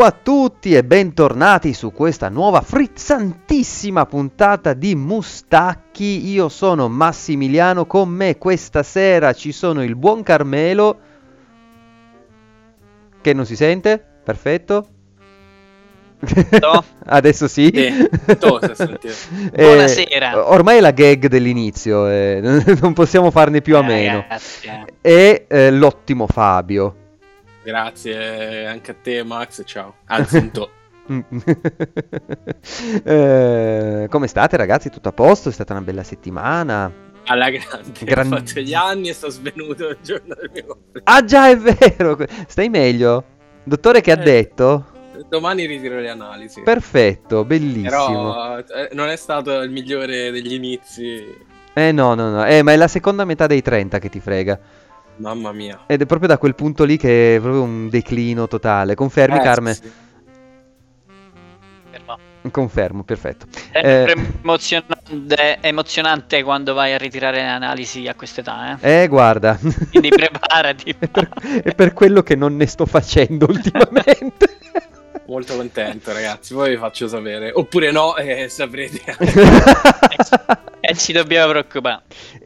Ciao a tutti e bentornati su questa nuova frizzantissima puntata di Mustacchi. Io sono Massimiliano, con me questa sera ci sono il buon Carmelo, che non si sente, perfetto. No. Adesso sì. Buonasera. Ormai è la gag dell'inizio, non possiamo farne più a meno. Ragazzi, E l'ottimo Fabio. Grazie anche a te, Max. Ciao. Anzi, un to'. Come state, ragazzi? Tutto a posto? È stata una bella settimana? Alla grande. Ho fatto gli anni e sto svenuto il giorno del mio compleanno. Ah, già, è vero. Stai meglio? Dottore, che ha detto? Domani ritiro le analisi. Perfetto, bellissimo. Però non è stato il migliore degli inizi. No. Ma è la seconda metà dei 30 che ti frega. Mamma mia. Ed è proprio da quel punto lì che è proprio un declino totale. Confermi, Carme? Sì. Confermo, perfetto. È emozionante quando vai a ritirare le analisi a quest'età, eh? Guarda. Quindi preparati. È per quello che non ne sto facendo ultimamente. Molto contento, ragazzi. Poi vi faccio sapere. Oppure no, saprete. E ci dobbiamo preoccupare.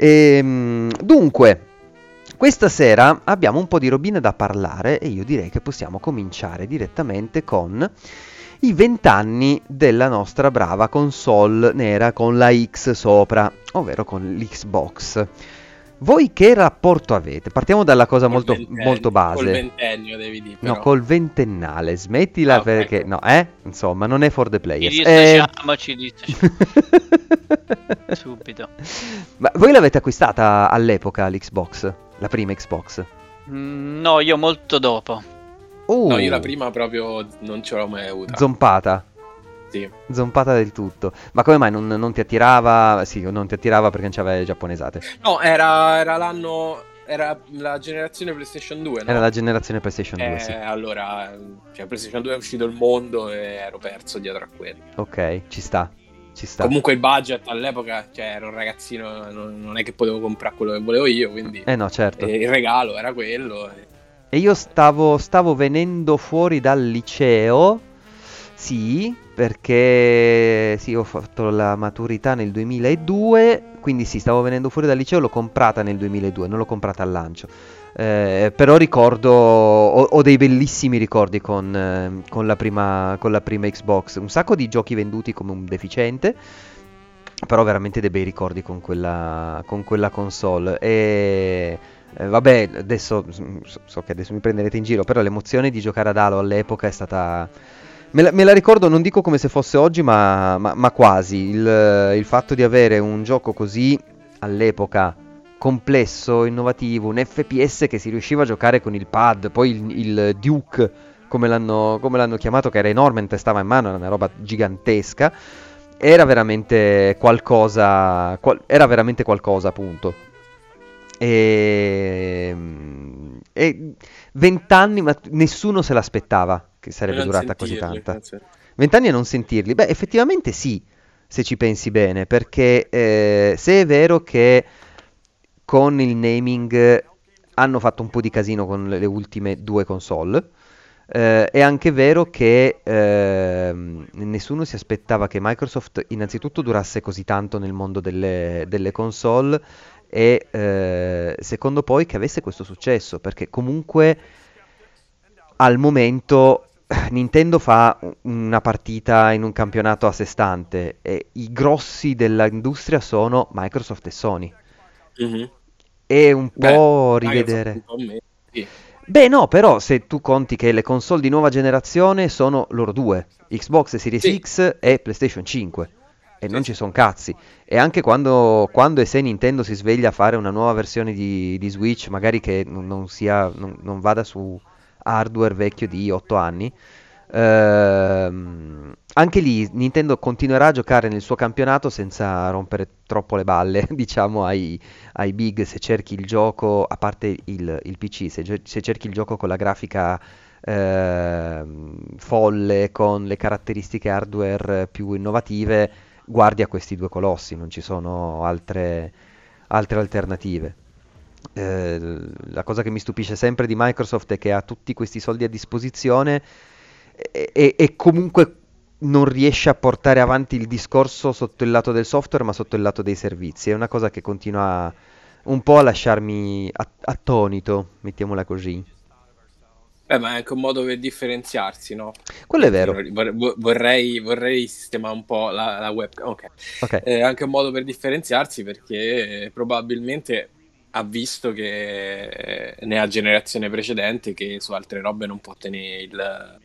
Dunque, questa sera abbiamo un po' di robine da parlare e io direi che possiamo cominciare direttamente con i 20 anni della nostra brava console nera con la X sopra, ovvero con l'Xbox. Voi che rapporto avete? Partiamo dalla cosa molto base. Col ventennio devi dire. No, col ventennale. Smettila perché... Ecco. No, insomma, non è for the players. Ci dissociamoci. Subito. Ma voi l'avete acquistata all'epoca l'Xbox? La prima Xbox? No, io molto dopo. No, io la prima proprio non ce l'ho mai avuta. Zompata? Sì. Zompata del tutto. Ma come mai non ti attirava? Sì, non ti attirava perché non c'aveva le giapponesate. No, era l'anno... Era la generazione PlayStation 2, no? Era la generazione PlayStation 2, sì. Allora, PlayStation 2 è uscito il mondo e ero perso dietro a quelli. Ok, ci sta. Comunque il budget all'epoca, ero un ragazzino, non è che potevo comprare quello che volevo io, quindi... No, certo. Il regalo era quello. E io stavo venendo fuori dal liceo, sì, perché sì, ho fatto la maturità nel 2002, quindi sì, stavo venendo fuori dal liceo, l'ho comprata nel 2002, non l'ho comprata al lancio. Però ricordo, ho dei bellissimi ricordi con la prima Xbox, un sacco di giochi venduti come un deficiente, però veramente dei bei ricordi con quella console. E vabbè, adesso so che adesso mi prenderete in giro, però l'emozione di giocare ad Halo all'epoca è stata... Me la ricordo, non dico come se fosse oggi, ma quasi. Il fatto di avere un gioco così all'epoca complesso, innovativo, un FPS che si riusciva a giocare con il pad, poi il Duke, come l'hanno chiamato, che era enorme, non stava in mano, era una roba gigantesca, era veramente qualcosa, appunto. E 20 anni, ma nessuno se l'aspettava che sarebbe durata così tanta. 20 anni a non sentirli. Beh, effettivamente sì, se ci pensi bene, perché se è vero che con il naming hanno fatto un po' di casino con le ultime due console, è anche vero che nessuno si aspettava che Microsoft innanzitutto durasse così tanto nel mondo delle console e secondo poi che avesse questo successo, perché comunque al momento Nintendo fa una partita in un campionato a sé stante e i grossi dell'industria sono Microsoft e Sony. Mm-hmm. E un po' rivedere... Sì. Beh no, però se tu conti che le console di nuova generazione sono loro due, Xbox Series X e PlayStation 5. E non ci sono cazzi. E anche quando e se Nintendo si sveglia a fare una nuova versione di Switch, magari che non vada su hardware vecchio di 8 anni, anche lì Nintendo continuerà a giocare nel suo campionato senza rompere troppo le balle, diciamo, ai big. Se cerchi il gioco, a parte il PC, se cerchi il gioco con la grafica folle, con le caratteristiche hardware più innovative, guardi a questi due colossi, non ci sono altre alternative. La cosa che mi stupisce sempre di Microsoft è che ha tutti questi soldi a disposizione e comunque non riesce a portare avanti il discorso sotto il lato del software, ma sotto il lato dei servizi. È una cosa che continua un po' a lasciarmi attonito, mettiamola così. Ma è anche un modo per differenziarsi, no? Quello è vero. Vorrei sistemare un po' la webcam. Ok. È anche un modo per differenziarsi, perché probabilmente ha visto che nella generazione precedente che su altre robe non può tenere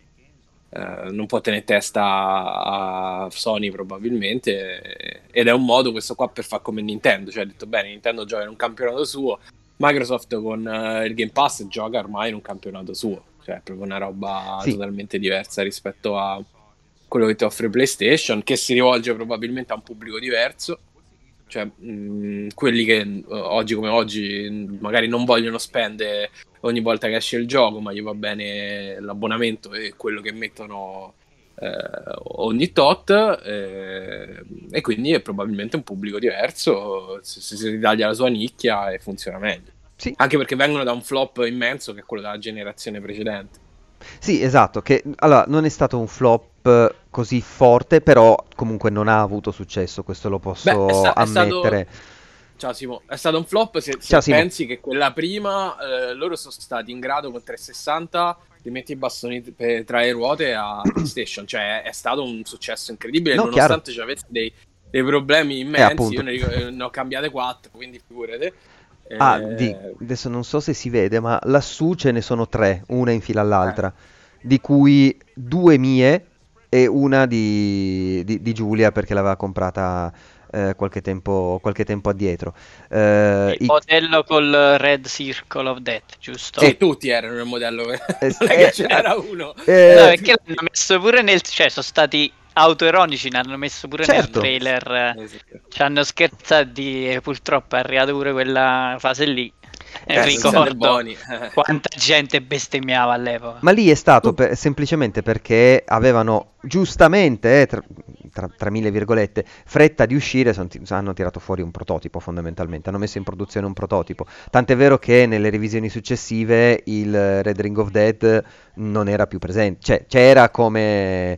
testa a Sony, probabilmente, ed è un modo questo qua per fare come Nintendo, cioè ha detto bene, Nintendo gioca in un campionato suo, Microsoft con il Game Pass gioca ormai in un campionato suo, cioè è proprio una roba totalmente diversa rispetto a quello che ti offre PlayStation, che si rivolge probabilmente a un pubblico diverso, cioè quelli che oggi come oggi magari non vogliono spendere ogni volta che esce il gioco, ma gli va bene l'abbonamento e quello che mettono ogni tot, e quindi è probabilmente un pubblico diverso, si ritaglia la sua nicchia e funziona meglio. Sì. Anche perché vengono da un flop immenso che è quello della generazione precedente. Sì, esatto, che allora non è stato un flop così forte, però comunque non ha avuto successo, questo lo posso ammettere. Ciao Simo, è stato un flop se pensi che quella prima loro sono stati in grado con 360 di mettere i bastoni tra le ruote a PlayStation, cioè è stato un successo incredibile, no, nonostante ci avesse dei problemi immensi. Io ne ho cambiate 4, quindi figurate. Adesso non so se si vede, ma lassù ce ne sono 3, una in fila all'altra, di cui 2 mie e una di Giulia, perché l'aveva comprata qualche tempo addietro. Il modello col Red Circle of Death, giusto? Sì, tutti erano nel modello, non è che ce n'era uno. No, perché l'hanno messo pure cioè sono stati autoironici, l'hanno messo pure nel trailer, ci hanno scherzato e purtroppo è arrivata pure quella fase lì. Ricordo quanta gente bestemmiava all'epoca. Ma lì è stato semplicemente perché avevano giustamente, tra mille virgolette, fretta di uscire, hanno tirato fuori un prototipo fondamentalmente, hanno messo in produzione un prototipo. Tant'è vero che nelle revisioni successive il Red Ring of Death non era più presente, cioè c'era come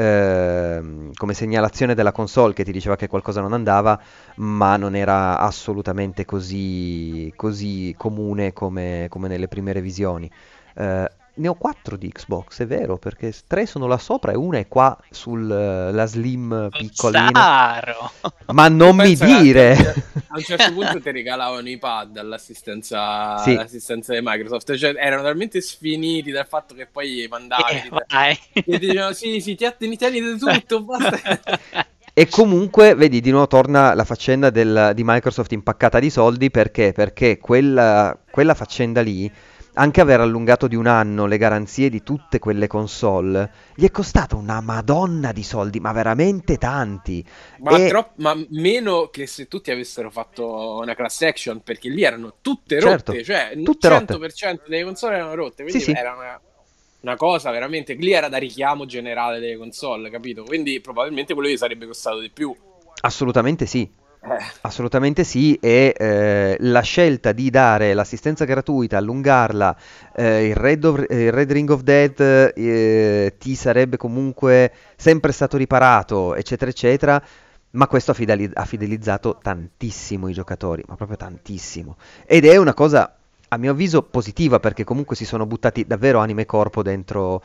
segnalazione della console che ti diceva che qualcosa non andava, ma non era assolutamente così comune come nelle prime revisioni. Ne ho 4 di Xbox, è vero, perché 3 sono là sopra e una è qua sulla Slim piccolina. Ma non mi dire! A un certo punto ti regalavano i pad all'assistenza di Microsoft, cioè erano talmente sfiniti dal fatto che poi mandavi e ti dicevano sì, tieni tutto, basta. E comunque, vedi, di nuovo torna la faccenda di Microsoft impaccata di soldi, perché quella faccenda lì, anche aver allungato di un anno le garanzie di tutte quelle console, gli è costato una madonna di soldi, ma veramente tanti. Ma meno che se tutti avessero fatto una class action, perché lì erano tutte rotte, cioè tutte 100% rotte. delle console erano rotte, quindi era una cosa veramente, lì era da richiamo generale delle console, capito? Quindi probabilmente quello gli sarebbe costato di più. Assolutamente sì. Assolutamente sì, e la scelta di dare l'assistenza gratuita, allungarla, il Red Ring of Death ti sarebbe comunque sempre stato riparato, eccetera, eccetera, ma questo ha fidelizzato tantissimo i giocatori, ma proprio tantissimo. Ed è una cosa, a mio avviso, positiva, perché comunque si sono buttati davvero anima e corpo dentro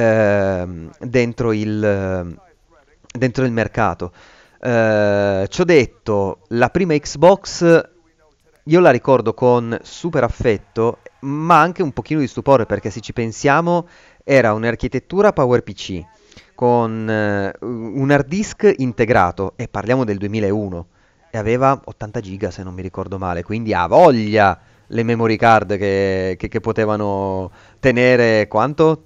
il mercato. Ciò detto, la prima Xbox io la ricordo con super affetto, ma anche un pochino di stupore, perché se ci pensiamo era un'architettura PowerPC con un hard disk integrato, e parliamo del 2001, e aveva 80 giga se non mi ricordo male, quindi ha voglia le memory card che potevano tenere quanto?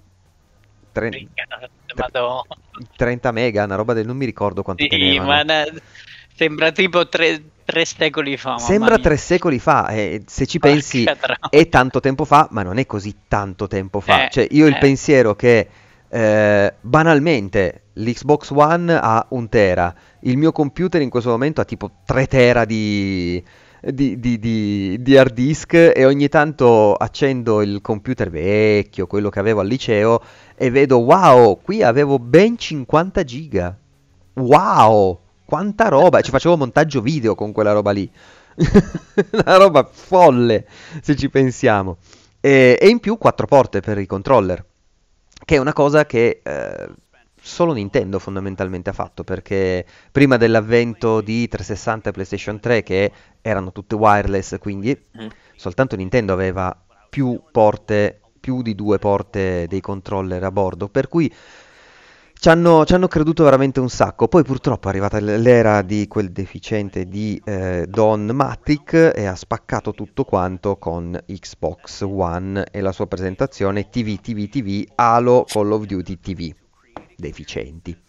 30 mega, una roba non mi ricordo quanto tenevano. Ma sembra tipo 3 secoli fa. Sembra 3 secoli fa, e se ci pensi è tanto tempo fa, ma non è così tanto tempo fa. Cioè io ho il pensiero che banalmente l'Xbox One ha 1 tera, il mio computer in questo momento ha tipo 3 tera di di hard disk e ogni tanto accendo il computer vecchio, quello che avevo al liceo, e vedo, wow, qui avevo ben 50 giga. Wow, quanta roba! Ci facevo montaggio video con quella roba lì. Una roba folle, se ci pensiamo. E in più 4 porte per i controller, che è una cosa che solo Nintendo fondamentalmente ha fatto, perché prima dell'avvento di 360 e PlayStation 3, che erano tutte wireless, quindi soltanto Nintendo aveva più porte, più di 2 porte dei controller a bordo, per cui ci hanno creduto veramente un sacco. Poi purtroppo è arrivata l'era di quel deficiente di Don Matic e ha spaccato tutto quanto con Xbox One e la sua presentazione TV, Halo, Call of Duty TV. Deficienti.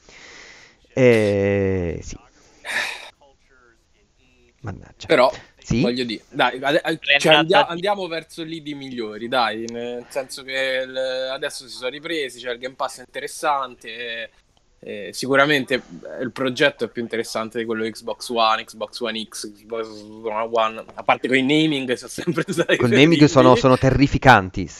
Sì. Mannaggia. Però, sì? voglio dire, dai, andiamo verso lì di migliori, dai, nel senso che adesso si sono ripresi, cioè il Game Pass è interessante, sicuramente il progetto è più interessante di quello di Xbox One, Xbox One X, Xbox One, a parte con i naming sono sempre stati con i naming sono terrificanti.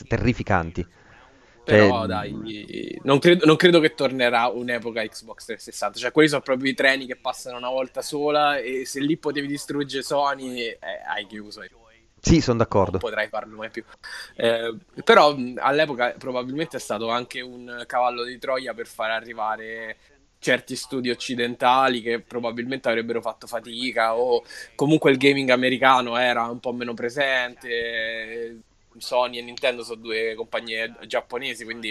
Però dai, non credo che tornerà un'epoca Xbox 360, cioè quelli sono proprio i treni che passano una volta sola e se lì potevi distruggere Sony hai chiuso. Sì, sono d'accordo. Non potrai farlo mai più. Però all'epoca probabilmente è stato anche un cavallo di Troia per far arrivare certi studi occidentali che probabilmente avrebbero fatto fatica, o comunque il gaming americano era un po' meno presente. Sony e Nintendo sono due compagnie giapponesi, quindi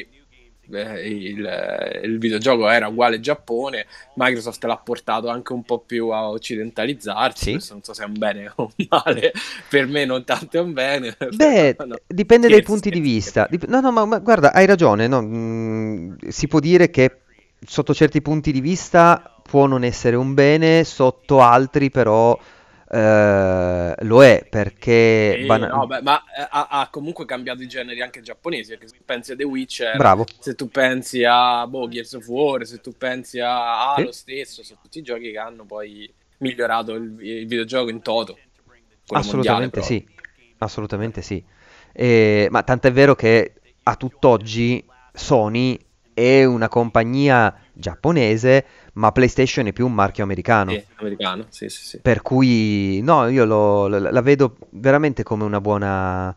il videogioco era uguale Giappone. Microsoft l'ha portato anche un po' più a occidentalizzarsi. Questo non so se è un bene o un male, per me non tanto è un bene. Beh, no. Dipende dai punti di vista. No, ma guarda, hai ragione, no? Si può dire che sotto certi punti di vista può non essere un bene, sotto altri però lo è, perché ma ha comunque cambiato i generi anche giapponesi, perché se tu pensi a The Witcher, bravo, se tu pensi a Gears of War, se tu pensi a Halo stesso, sono tutti giochi che hanno poi migliorato il videogioco in toto. Assolutamente sì, assolutamente sì. Ma tant'è vero che a tutt'oggi Sony è una compagnia giapponese, ma PlayStation è più un marchio americano. Americano, sì. Per cui, no, io la vedo veramente come una buona...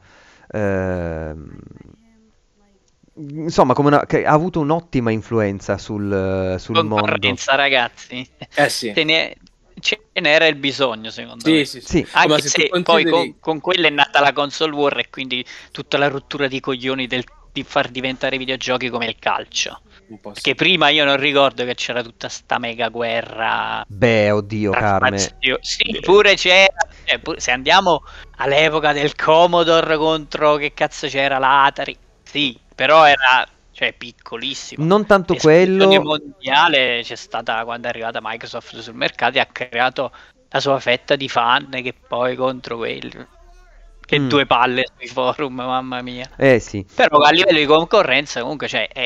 insomma, che ha avuto un'ottima influenza sul mondo. Concorrenza, ragazzi. Sì. Ce n'era il bisogno, secondo me. Sì. Anche se poi con quella è nata la console war e quindi tutta la rottura di coglioni di far diventare i videogiochi come il calcio. Perché prima io non ricordo che c'era tutta sta mega guerra. Beh, oddio, Carme. Sì, pure c'era. Se andiamo all'epoca del Commodore contro che cazzo c'era l'Atari. Sì, però era piccolissimo. Non tanto quello. L'esplosione mondiale c'è stata quando è arrivata Microsoft sul mercato e ha creato la sua fetta di fan che poi contro quelli. Che due palle sui forum, mamma mia. Sì. Però a livello di concorrenza comunque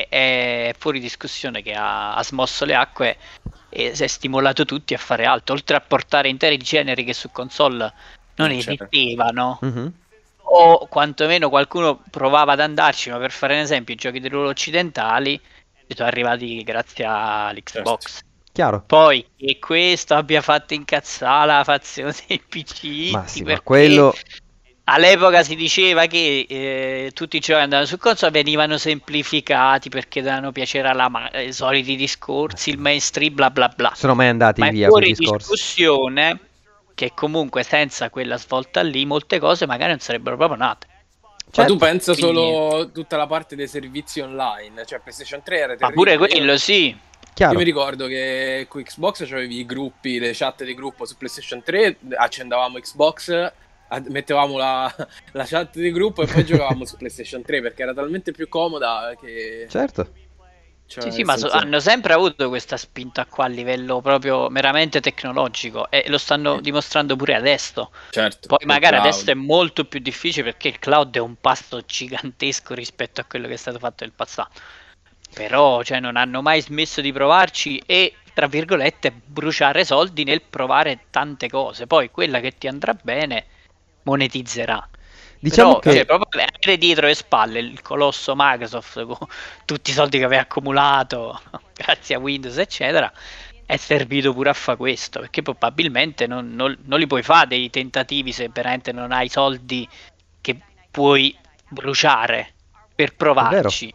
è fuori discussione che ha smosso le acque e si è stimolato tutti a fare altro, oltre a portare interi generi che su console non esistevano. Mm-hmm. O quantomeno qualcuno provava ad andarci, ma per fare un esempio i giochi di ruolo occidentali sono arrivati grazie all'Xbox. Certo. Chiaro. Poi che questo abbia fatto incazzare la fazione dei PC, ma sì, ma quello... All'epoca si diceva che tutti i giochi andavano su console venivano semplificati perché dovevano piacere ai soliti discorsi, il mainstream, bla bla bla. Sono mai andati ma via è fuori quei discorsi. Discussione che comunque senza quella svolta lì molte cose magari non sarebbero proprio nate. Certo, ma tu pensa solo tutta la parte dei servizi online, cioè PlayStation 3 era terribile. Ma pure quello sì. Chiaro. Io mi ricordo che con Xbox c'avevi i gruppi, le chat di gruppo. Su PlayStation 3 accendavamo Xbox, mettevamo la chat di gruppo e poi giocavamo su PlayStation 3 perché era talmente più comoda che... Certo. Sì, ma hanno sempre avuto questa spinta qua a livello proprio meramente tecnologico e lo stanno dimostrando pure adesso. Certo. Poi magari adesso è molto più difficile perché il cloud è un passo gigantesco rispetto a quello che è stato fatto nel passato. Però non hanno mai smesso di provarci e, tra virgolette, bruciare soldi nel provare tante cose. Poi quella che ti andrà bene monetizzerà. Diciamo però, che proprio avere dietro le spalle il colosso Microsoft con tutti i soldi che aveva accumulato grazie a Windows eccetera, è servito pure a fare questo, perché probabilmente non li puoi fare dei tentativi se veramente non hai soldi che puoi bruciare per è vero. provarci.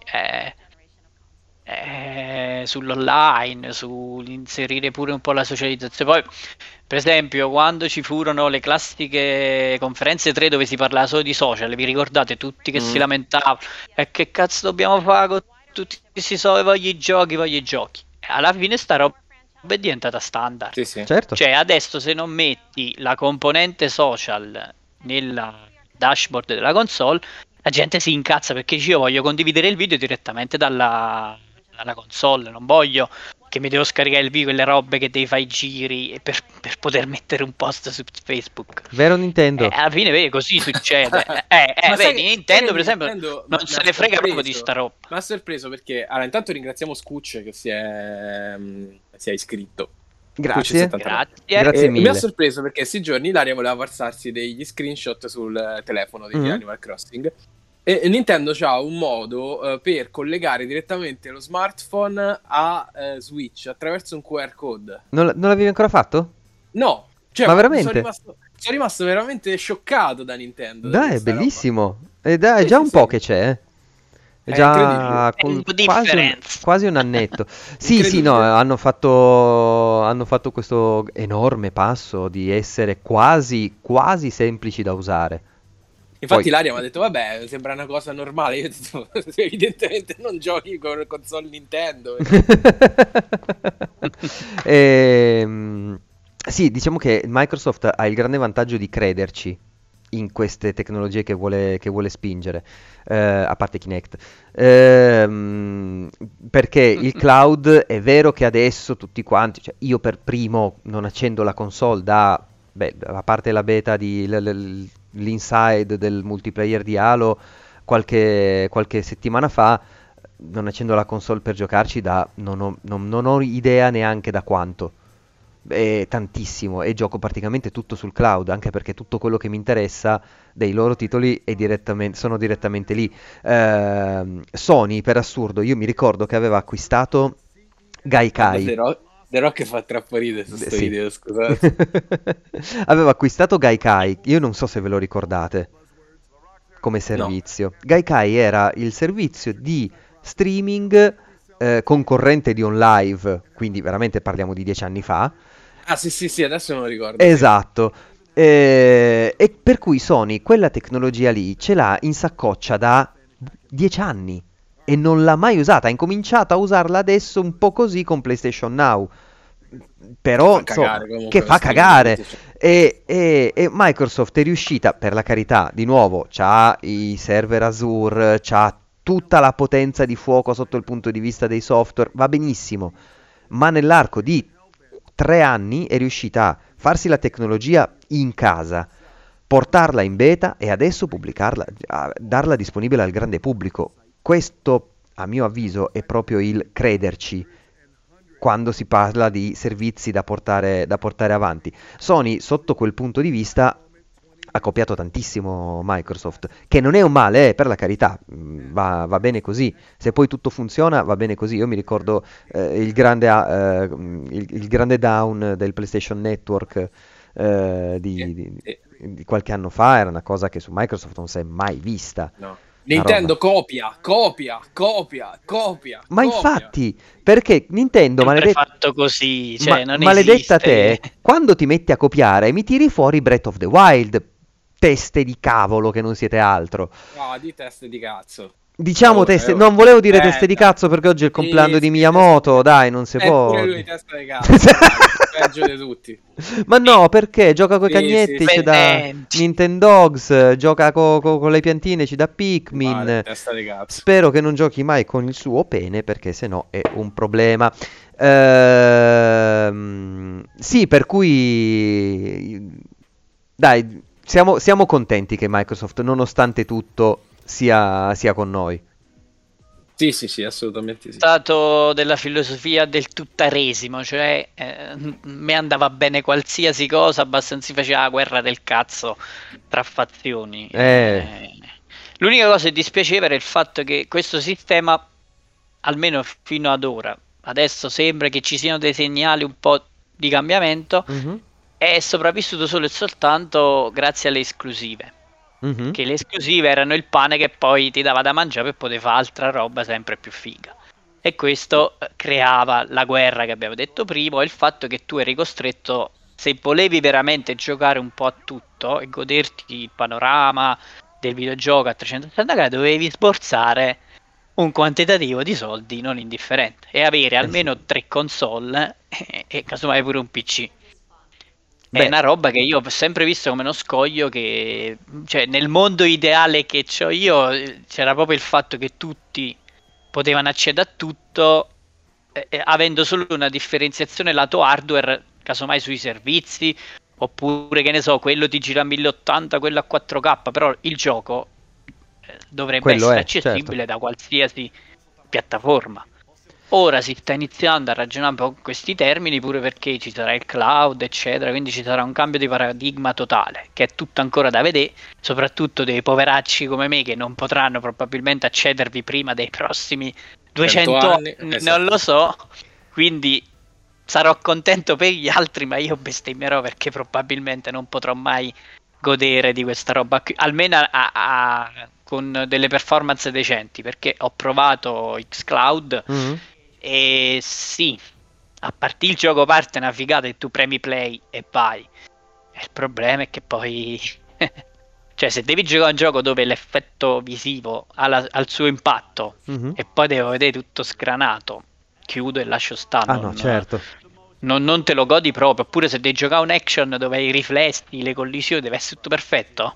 Sull'online, sull'inserire pure un po' la socializzazione. Poi, per esempio, quando ci furono le classiche conferenze 3 dove si parlava solo di social, vi ricordate tutti che si lamentavano? E che cazzo dobbiamo fare con tutti questi soldi? Voglio i giochi, voglio i giochi. E alla fine sta roba è diventata standard. Sì, sì. Certo. Cioè, adesso se non metti la componente social nella dashboard della console, la gente si incazza perché dice io voglio condividere il video direttamente dalla console, non voglio che mi devo scaricare il video, quelle robe che devi fare i giri per poter mettere un post su Facebook. Vero Nintendo? Alla fine vedi così succede. Ma sai vedi, che Nintendo per esempio Nintendo non se ne frega proprio di sta roba. Mi ha sorpreso perché allora, intanto ringraziamo Scucce che si è iscritto. Grazie. Grazie mille. Mi ha sorpreso perché questi giorni Ilaria voleva passarsi degli screenshot sul telefono di Animal Crossing. E Nintendo c'ha un modo per collegare direttamente lo smartphone a Switch attraverso un QR code. Non l'avevi ancora fatto? No, cioè, ma veramente? Sono rimasto veramente scioccato da Nintendo. Dai, è bellissimo. Ed è già un po' che c'è. È già quasi un annetto. Sì, no, hanno fatto questo enorme passo di essere quasi semplici da usare. Infatti Ilaria mi ha detto, vabbè, sembra una cosa normale. Io ho detto, evidentemente non giochi con console Nintendo. Sì, diciamo che Microsoft ha il grande vantaggio di crederci in queste tecnologie che vuole spingere, a parte Kinect. Perché il cloud è vero che adesso tutti quanti, cioè io per primo non accendo la console a parte la beta di l'inside del multiplayer di Halo qualche settimana fa, non accendo la console per giocarci non ho idea neanche da quanto. Tantissimo, e gioco praticamente tutto sul cloud, anche perché tutto quello che mi interessa dei loro titoli sono direttamente lì. Sony, per assurdo, io mi ricordo che aveva acquistato Gaikai. The Rock fa troppo ridere su sto video, scusate. Aveva acquistato Gaikai, io non so se ve lo ricordate come servizio. No. Gaikai era il servizio di streaming concorrente di OnLive, quindi veramente parliamo di 10 anni fa. Ah sì, adesso non lo ricordo. Esatto. E per cui Sony quella tecnologia lì ce l'ha in saccoccia da 10 anni e non l'ha mai usata. Ha incominciato a usarla adesso un po' così con PlayStation Now. Però che fa cagare. E Microsoft è riuscita, per la carità, di nuovo, c'ha i server Azure, c'ha tutta la potenza di fuoco sotto il punto di vista dei software, va benissimo, ma nell'arco di 3 anni è riuscita a farsi la tecnologia in casa, portarla in beta e adesso pubblicarla, darla disponibile al grande pubblico. Questo, a mio avviso, è proprio il crederci quando si parla di servizi da portare avanti. Sony, sotto quel punto di vista, ha copiato tantissimo Microsoft, che non è un male, per la carità, va bene così. Se poi tutto funziona, va bene così. Io mi ricordo il grande down del PlayStation Network di qualche anno fa, era una cosa che su Microsoft non si è mai vista. No. Nintendo copia. Ma infatti, perché Nintendo fatto così, cioè non maledetta esiste. te, quando ti metti a copiare mi tiri fuori Breath of the Wild, teste di cavolo che non siete altro. No, di teste di cazzo. Diciamo teste, non volevo dire teste di cazzo perché oggi è il compleanno di Miyamoto, dai, non si può. Pure lui testa di cazzo, peggio di tutti. Ma no, perché gioca coi cagnetti, ci dà Nintendogs, gioca con le piantine, ci dà Pikmin. Testa di cazzo. Spero che non giochi mai con il suo pene, perché sennò è un problema. Sì, per cui dai, siamo contenti che Microsoft, nonostante tutto, sia con noi. Sì, assolutamente sì. È stato della filosofia del tuttaresimo, cioè me andava bene qualsiasi cosa, basta non si faceva la guerra del cazzo tra fazioni. L'unica cosa che dispiaceva era il fatto che questo sistema, almeno fino ad ora, adesso sembra che ci siano dei segnali un po' di cambiamento, è sopravvissuto solo e soltanto grazie alle esclusive. Che le esclusive erano il pane che poi ti dava da mangiare per poter fare altra roba sempre più figa. E questo creava la guerra che abbiamo detto prima, e il fatto che tu eri costretto, se volevi veramente giocare un po' a tutto e goderti il panorama del videogioco a 360 gradi, dovevi sborsare un quantitativo di soldi non indifferente e avere almeno 3 console e casomai pure un PC. È una roba che io ho sempre visto come uno scoglio che, cioè, nel mondo ideale che ho io, c'era proprio il fatto che tutti potevano accedere a tutto, avendo solo una differenziazione lato hardware, casomai sui servizi, oppure, che ne so, quello ti gira a 1080, quello a 4K, però il gioco dovrebbe Quello essere è, accessibile certo. da qualsiasi piattaforma. Ora si sta iniziando a ragionare un po' con questi termini, pure perché ci sarà il cloud, eccetera, quindi ci sarà un cambio di paradigma totale, che è tutto ancora da vedere, soprattutto dei poveracci come me che non potranno probabilmente accedervi prima dei prossimi 200 anni, non lo so, quindi sarò contento per gli altri, ma io bestemmierò perché probabilmente non potrò mai godere di questa roba qui, almeno con delle performance decenti, perché ho provato xCloud e sì, a parte il gioco parte una figata e tu premi play e vai. E il problema è che poi cioè, se devi giocare un gioco dove l'effetto visivo ha al suo impatto e poi devo vedere tutto scranato, chiudo e lascio stare. No, certo. Non te lo godi proprio. Oppure se devi giocare un action dove hai i riflessi, le collisioni, deve essere tutto perfetto,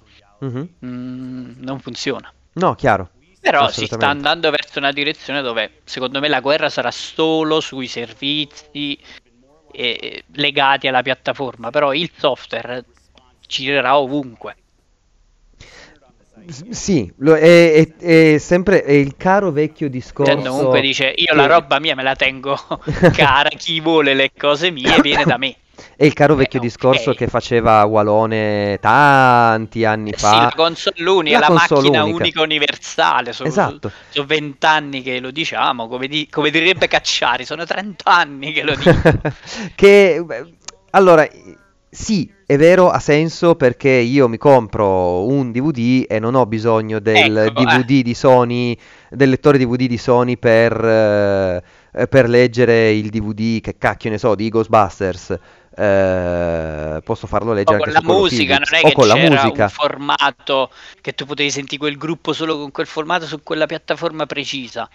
non funziona. No, chiaro. Però si sta andando verso una direzione dove secondo me la guerra sarà solo sui servizi legati alla piattaforma, però il software girerà ovunque. Sì, è sempre il caro vecchio discorso. Comunque dice, io la roba mia me la tengo cara, chi vuole le cose mie viene da me. È il caro vecchio discorso che faceva Walone tanti anni fa. Sì, la console unica, la macchina unica universale. Esatto. Sono 20 anni che lo diciamo, come direbbe Cacciari, sono 30 anni che lo dico. Allora, sì, è vero, ha senso perché io mi compro un DVD e non ho bisogno del DVD di Sony, del lettore DVD di Sony per leggere il DVD, che cacchio ne so, di Ghostbusters. Posso farlo leggere con anche la musica, non è o che con c'era la musica. un formato che tu potevi sentire quel gruppo solo con quel formato su quella piattaforma precisa.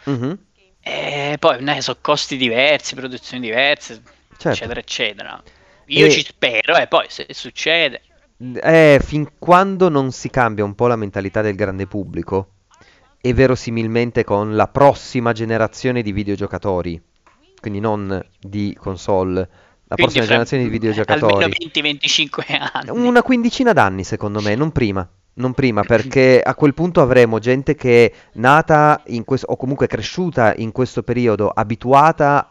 E poi sono costi diversi, produzioni diverse, eccetera, eccetera. Io ci spero, e poi se succede. Fin quando non si cambia un po' la mentalità del grande pubblico, e verosimilmente con la prossima generazione di videogiocatori, quindi non di console, la prossima generazione di videogiocatori. Almeno 20-25 anni. Una quindicina d'anni, secondo me, non prima. Non prima, perché a quel punto avremo gente che è nata in questo, o comunque cresciuta in questo periodo, abituata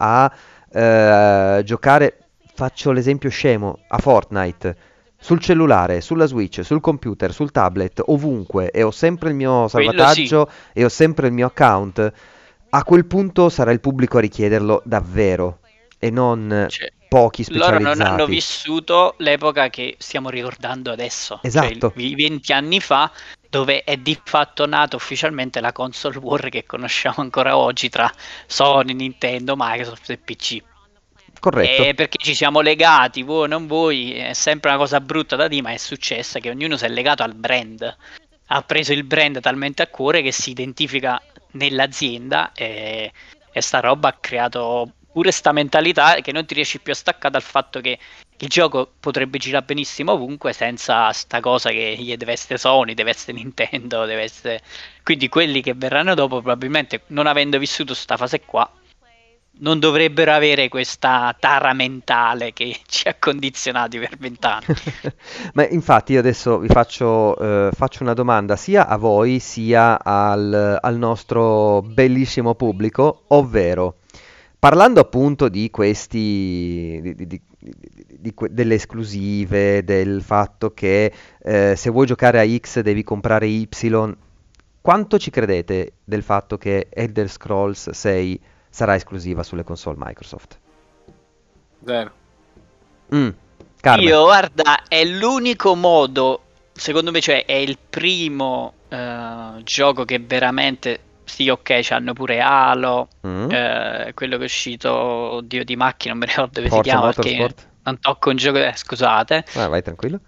a giocare, faccio l'esempio scemo, a Fortnite, sul cellulare, sulla Switch, sul computer, sul tablet, ovunque, e ho sempre il mio salvataggio e ho sempre il mio account. A quel punto sarà il pubblico a richiederlo davvero, e non pochi specializzati. Loro non hanno vissuto l'epoca che stiamo ricordando adesso, esatto. Cioè 20 anni fa, dove è di fatto nata ufficialmente la console war che conosciamo ancora oggi tra Sony, Nintendo, Microsoft e PC. Corretto. Perché ci siamo legati, voi o non voi, è sempre una cosa brutta da dire, ma è successa che ognuno si è legato al brand, ha preso il brand talmente a cuore che si identifica nell'azienda, e sta roba ha creato pure sta mentalità che non ti riesci più a staccare dal fatto che il gioco potrebbe girare benissimo ovunque senza sta cosa che gli deve essere Sony, deve essere Nintendo, deve essere... Quindi quelli che verranno dopo probabilmente, non avendo vissuto sta fase qua, non dovrebbero avere questa tara mentale che ci ha condizionati per 20 anni. Ma infatti io adesso vi faccio una domanda sia a voi sia al nostro bellissimo pubblico, ovvero parlando appunto di questi, delle esclusive, del fatto che se vuoi giocare a X devi comprare Y, quanto ci credete del fatto che Elder Scrolls 6 sarà esclusiva sulle console Microsoft? Zero. Carmen. Io, guarda, è l'unico modo, secondo me, cioè è il primo gioco che veramente, sì, ok, c'hanno pure Halo, quello che è uscito, oddio, di macchina, non mi ricordo come Forza si chiama, Motorsport. perché non tocco un gioco, scusate. Vai tranquillo.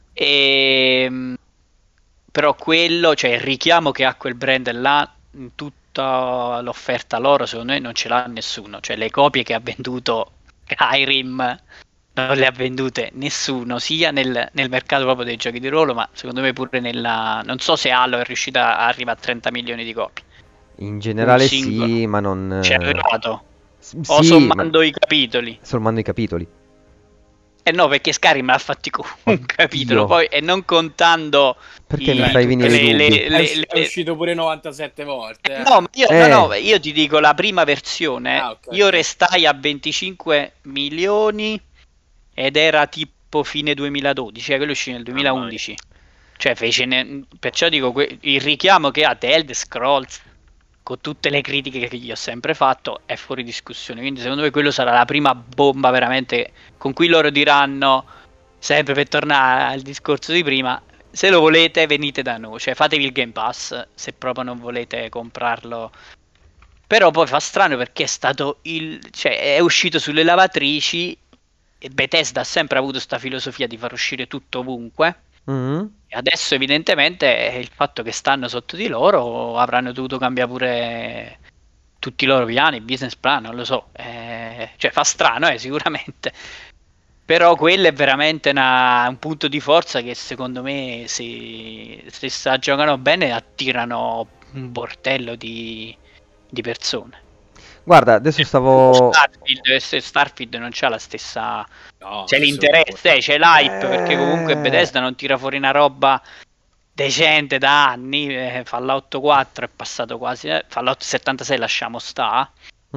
Però quello, cioè il richiamo che ha quel brand là, in tutta l'offerta loro, secondo me non ce l'ha nessuno. Cioè le copie che ha venduto Skyrim non le ha vendute nessuno, sia nel mercato proprio dei giochi di ruolo, ma secondo me pure nella... Non so se Halo è riuscita a arrivare a 30 milioni di copie. In generale sì, ma non... C'è arrivato. O sommando i capitoli. Sommando i capitoli. No, perché Skyrim l'ha fatti con un capitolo, poi e non contando perché mi fai venire i dubbi? È uscito pure 97 volte. No, io ti dico la prima versione, okay. Io restai a 25 milioni ed era tipo fine 2012, quello uscì nel 2011. Cioè perciò dico il richiamo che ha The Elder Scrolls, con tutte le critiche che gli ho sempre fatto, è fuori discussione. Quindi secondo me quello sarà la prima bomba veramente con cui loro diranno, sempre per tornare al discorso di prima, se lo volete venite da noi, cioè fatevi il Game Pass se proprio non volete comprarlo. Però poi fa strano perché è stato cioè è uscito sulle lavatrici e Bethesda ha sempre avuto questa filosofia di far uscire tutto ovunque. E adesso evidentemente il fatto che stanno sotto di loro avranno dovuto cambiare pure tutti i loro piani, business plan, non lo so, cioè fa strano sicuramente, però quello è veramente un punto di forza che secondo me se giocano bene attirano un bordello di persone. Guarda, adesso stavo... Starfield non c'ha la stessa... c'è l'interesse, c'è l'hype, perché comunque Bethesda non tira fuori una roba decente da anni. Fallout 4 è passato quasi... Fallout 76 lasciamo sta.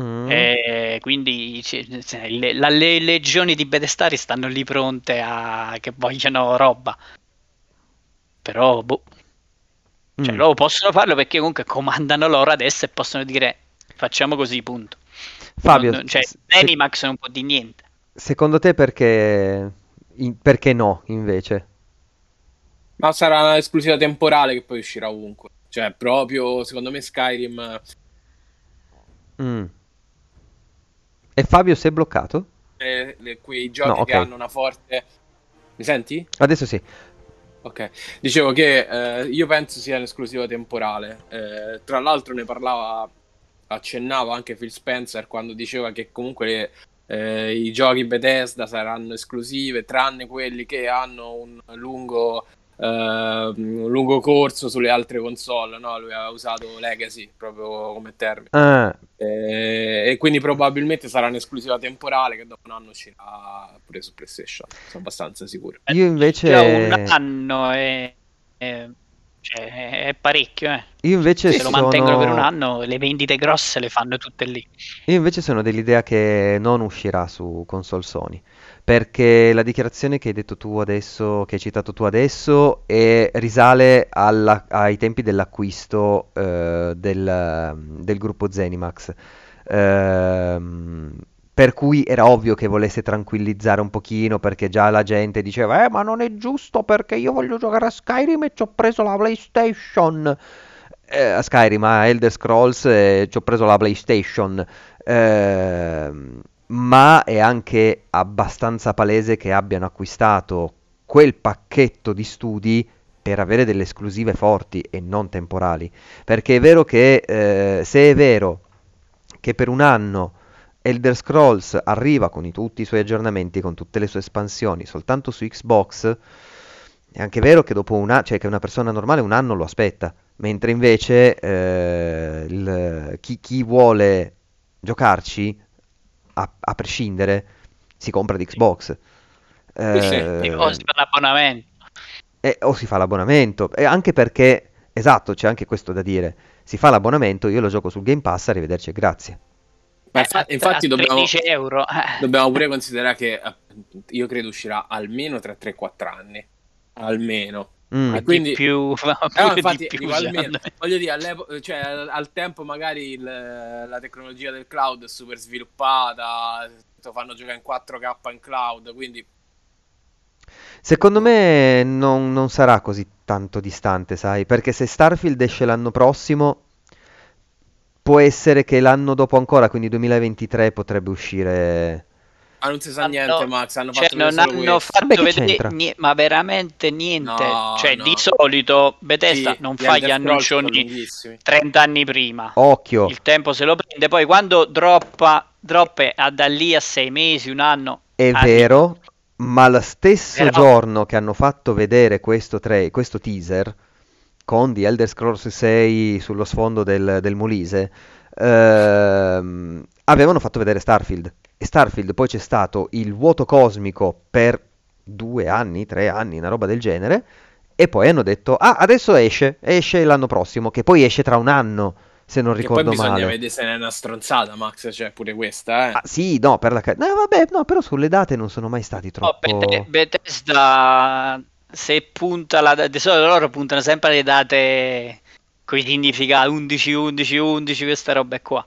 Quindi le legioni di Bethesda stanno lì pronte che vogliono roba. Però, cioè, loro possono farlo perché comunque comandano loro adesso e possono dire... Facciamo così, punto. Fabio, cioè, Zenimax non può di niente. Secondo te perché no, invece? Ma sarà un'esclusiva temporale che poi uscirà ovunque. Cioè, proprio, secondo me Skyrim... E Fabio si è bloccato? Quei giochi che hanno una forte... Mi senti? Adesso sì. Ok, dicevo che io penso sia un'esclusiva temporale. Tra l'altro ne accennava anche Phil Spencer quando diceva che comunque i giochi Bethesda saranno esclusive tranne quelli che hanno un lungo corso sulle altre console, no? Lui aveva usato Legacy proprio come termine. E quindi probabilmente sarà un'esclusiva temporale che dopo un anno uscirà pure su PlayStation, sono abbastanza sicuro. Io invece un anno cioè, è parecchio, Io invece se lo mantengono per un anno, le vendite grosse le fanno tutte lì. Io invece sono dell'idea che non uscirà su console Sony, perché la dichiarazione che hai detto tu adesso, che hai citato tu adesso, risale ai tempi dell'acquisto del gruppo Zenimax. Per cui era ovvio che volesse tranquillizzare un pochino, perché già la gente diceva ma non è giusto perché io voglio giocare a Skyrim e ci ho preso la PlayStation. A Skyrim, a Elder Scrolls e ci ho preso la PlayStation. Ma è anche abbastanza palese che abbiano acquistato quel pacchetto di studi per avere delle esclusive forti e non temporali. Perché è vero che se è vero che per un anno Elder Scrolls arriva con tutti i suoi aggiornamenti, con tutte le sue espansioni, soltanto su Xbox, è anche vero che dopo cioè che una persona normale un anno lo aspetta, mentre invece chi vuole giocarci a prescindere si compra di Xbox. O si fa l'abbonamento. O si fa l'abbonamento. E anche perché, esatto, c'è anche questo da dire. Si fa l'abbonamento, io lo gioco sul Game Pass, arrivederci e grazie. Infatti dobbiamo euro. Dobbiamo pure considerare che io credo uscirà almeno tra 3-4 anni. Almeno. E quindi di più, infatti, di più almeno, voglio dire, cioè, al tempo magari la tecnologia del cloud è super sviluppata, lo fanno giocare in 4K in cloud, quindi secondo me non sarà così tanto distante, sai, perché se Starfield esce l'anno prossimo, può essere che l'anno dopo ancora, quindi 2023, potrebbe uscire. Non si sa niente, Max. Hanno fatto non hanno fatto vedere ma veramente niente. No. Di solito Bethesda non fa gli annuncioni 30 anni prima. Occhio. Il tempo se lo prende. Poi quando droppa da lì a 6 mesi, un anno. È vero, ma lo stesso giorno che hanno fatto vedere questo teaser con The Elder Scrolls 6 sullo sfondo del Molise, avevano fatto vedere Starfield. E Starfield poi c'è stato il vuoto cosmico per 2 anni, 3 anni, una roba del genere, e poi hanno detto, adesso esce l'anno prossimo, che poi esce tra un anno, se non ricordo male. Poi bisogna vedere se è una stronzata, Max, cioè pure questa, sì, no, no, però sulle date non sono mai stati troppo. Bethesda, se punta di solito loro puntano sempre le date con i significati 11-11-11, queste robe qua.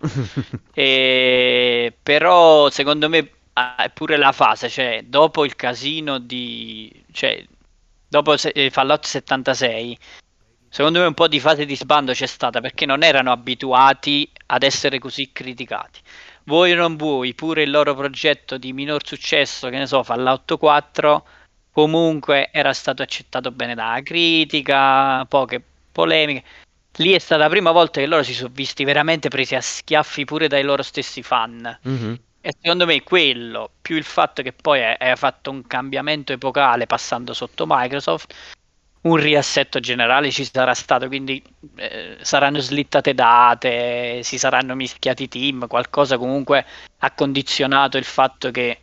Però secondo me è pure la fase, cioè dopo il casino dopo Fallout 76, secondo me un po' di fase di sbando c'è stata, perché non erano abituati ad essere così criticati. Vuoi o non vuoi, pure il loro progetto di minor successo, che ne so, Fallout 4, comunque era stato accettato bene dalla critica, poche polemiche. Lì è stata la prima volta che loro si sono visti veramente presi a schiaffi pure dai loro stessi fan. Mm-hmm. E secondo me quello, più il fatto che poi hai fatto un cambiamento epocale passando sotto Microsoft, un riassetto generale ci sarà stato, quindi saranno slittate date, si saranno mischiati team, qualcosa comunque ha condizionato il fatto che...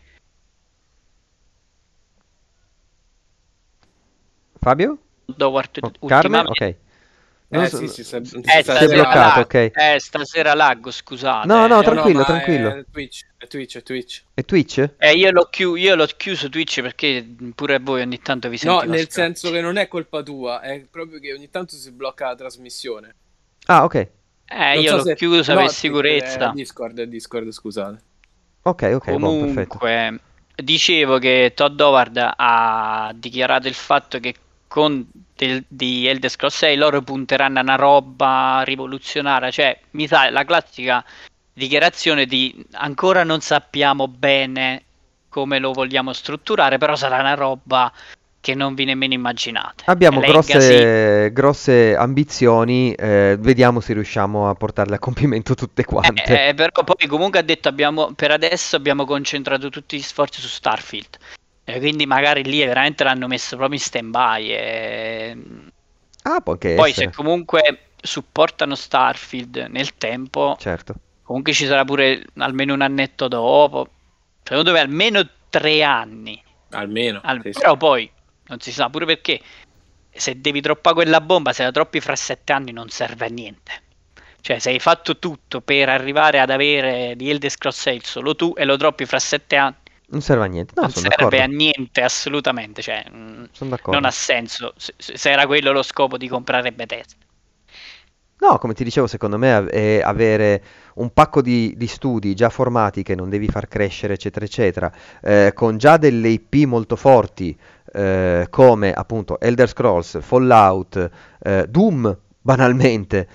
Fabio? Ultimamente... Ok. Si è bloccato, ok. Stasera laggo, scusate. No, tranquillo. È Twitch. È Twitch? Io l'ho chiuso Twitch perché pure voi ogni tanto vi sentite. No, nel senso che non è colpa tua, è proprio che ogni tanto si blocca la trasmissione. Ah, ok. Io l'ho chiuso per sicurezza. Discord, scusate. Ok, comunque, perfetto. Dicevo che Todd Howard ha dichiarato il fatto che con di Elder Scrolls 6 loro punteranno a una roba rivoluzionaria, cioè mi sa la classica dichiarazione di ancora non sappiamo bene come lo vogliamo strutturare, però sarà una roba che non vi nemmeno immaginate. Abbiamo grosse ambizioni, vediamo se riusciamo a portarle a compimento tutte quante. Però poi comunque ha detto per adesso abbiamo concentrato tutti gli sforzi su Starfield. Quindi magari lì veramente l'hanno messo proprio in stand-by. Può anche poi essere. Se comunque supportano Starfield nel tempo, certo. Comunque ci sarà pure almeno un annetto dopo. Secondo me almeno 3 anni. Almeno. Però poi non si sa, pure perché se devi droppare quella bomba, se la droppi fra 7 anni non serve a niente. Cioè se hai fatto tutto per arrivare ad avere di Elder Scrolls 6 solo tu e lo droppi fra 7 anni, non serve a niente. Non serve a niente assolutamente, cioè non ha senso se era quello lo scopo di comprare Bethesda. No, come ti dicevo, secondo me è avere un pacco di studi già formati che non devi far crescere, eccetera, eccetera, con già delle IP molto forti, come appunto Elder Scrolls, Fallout, Doom, banalmente,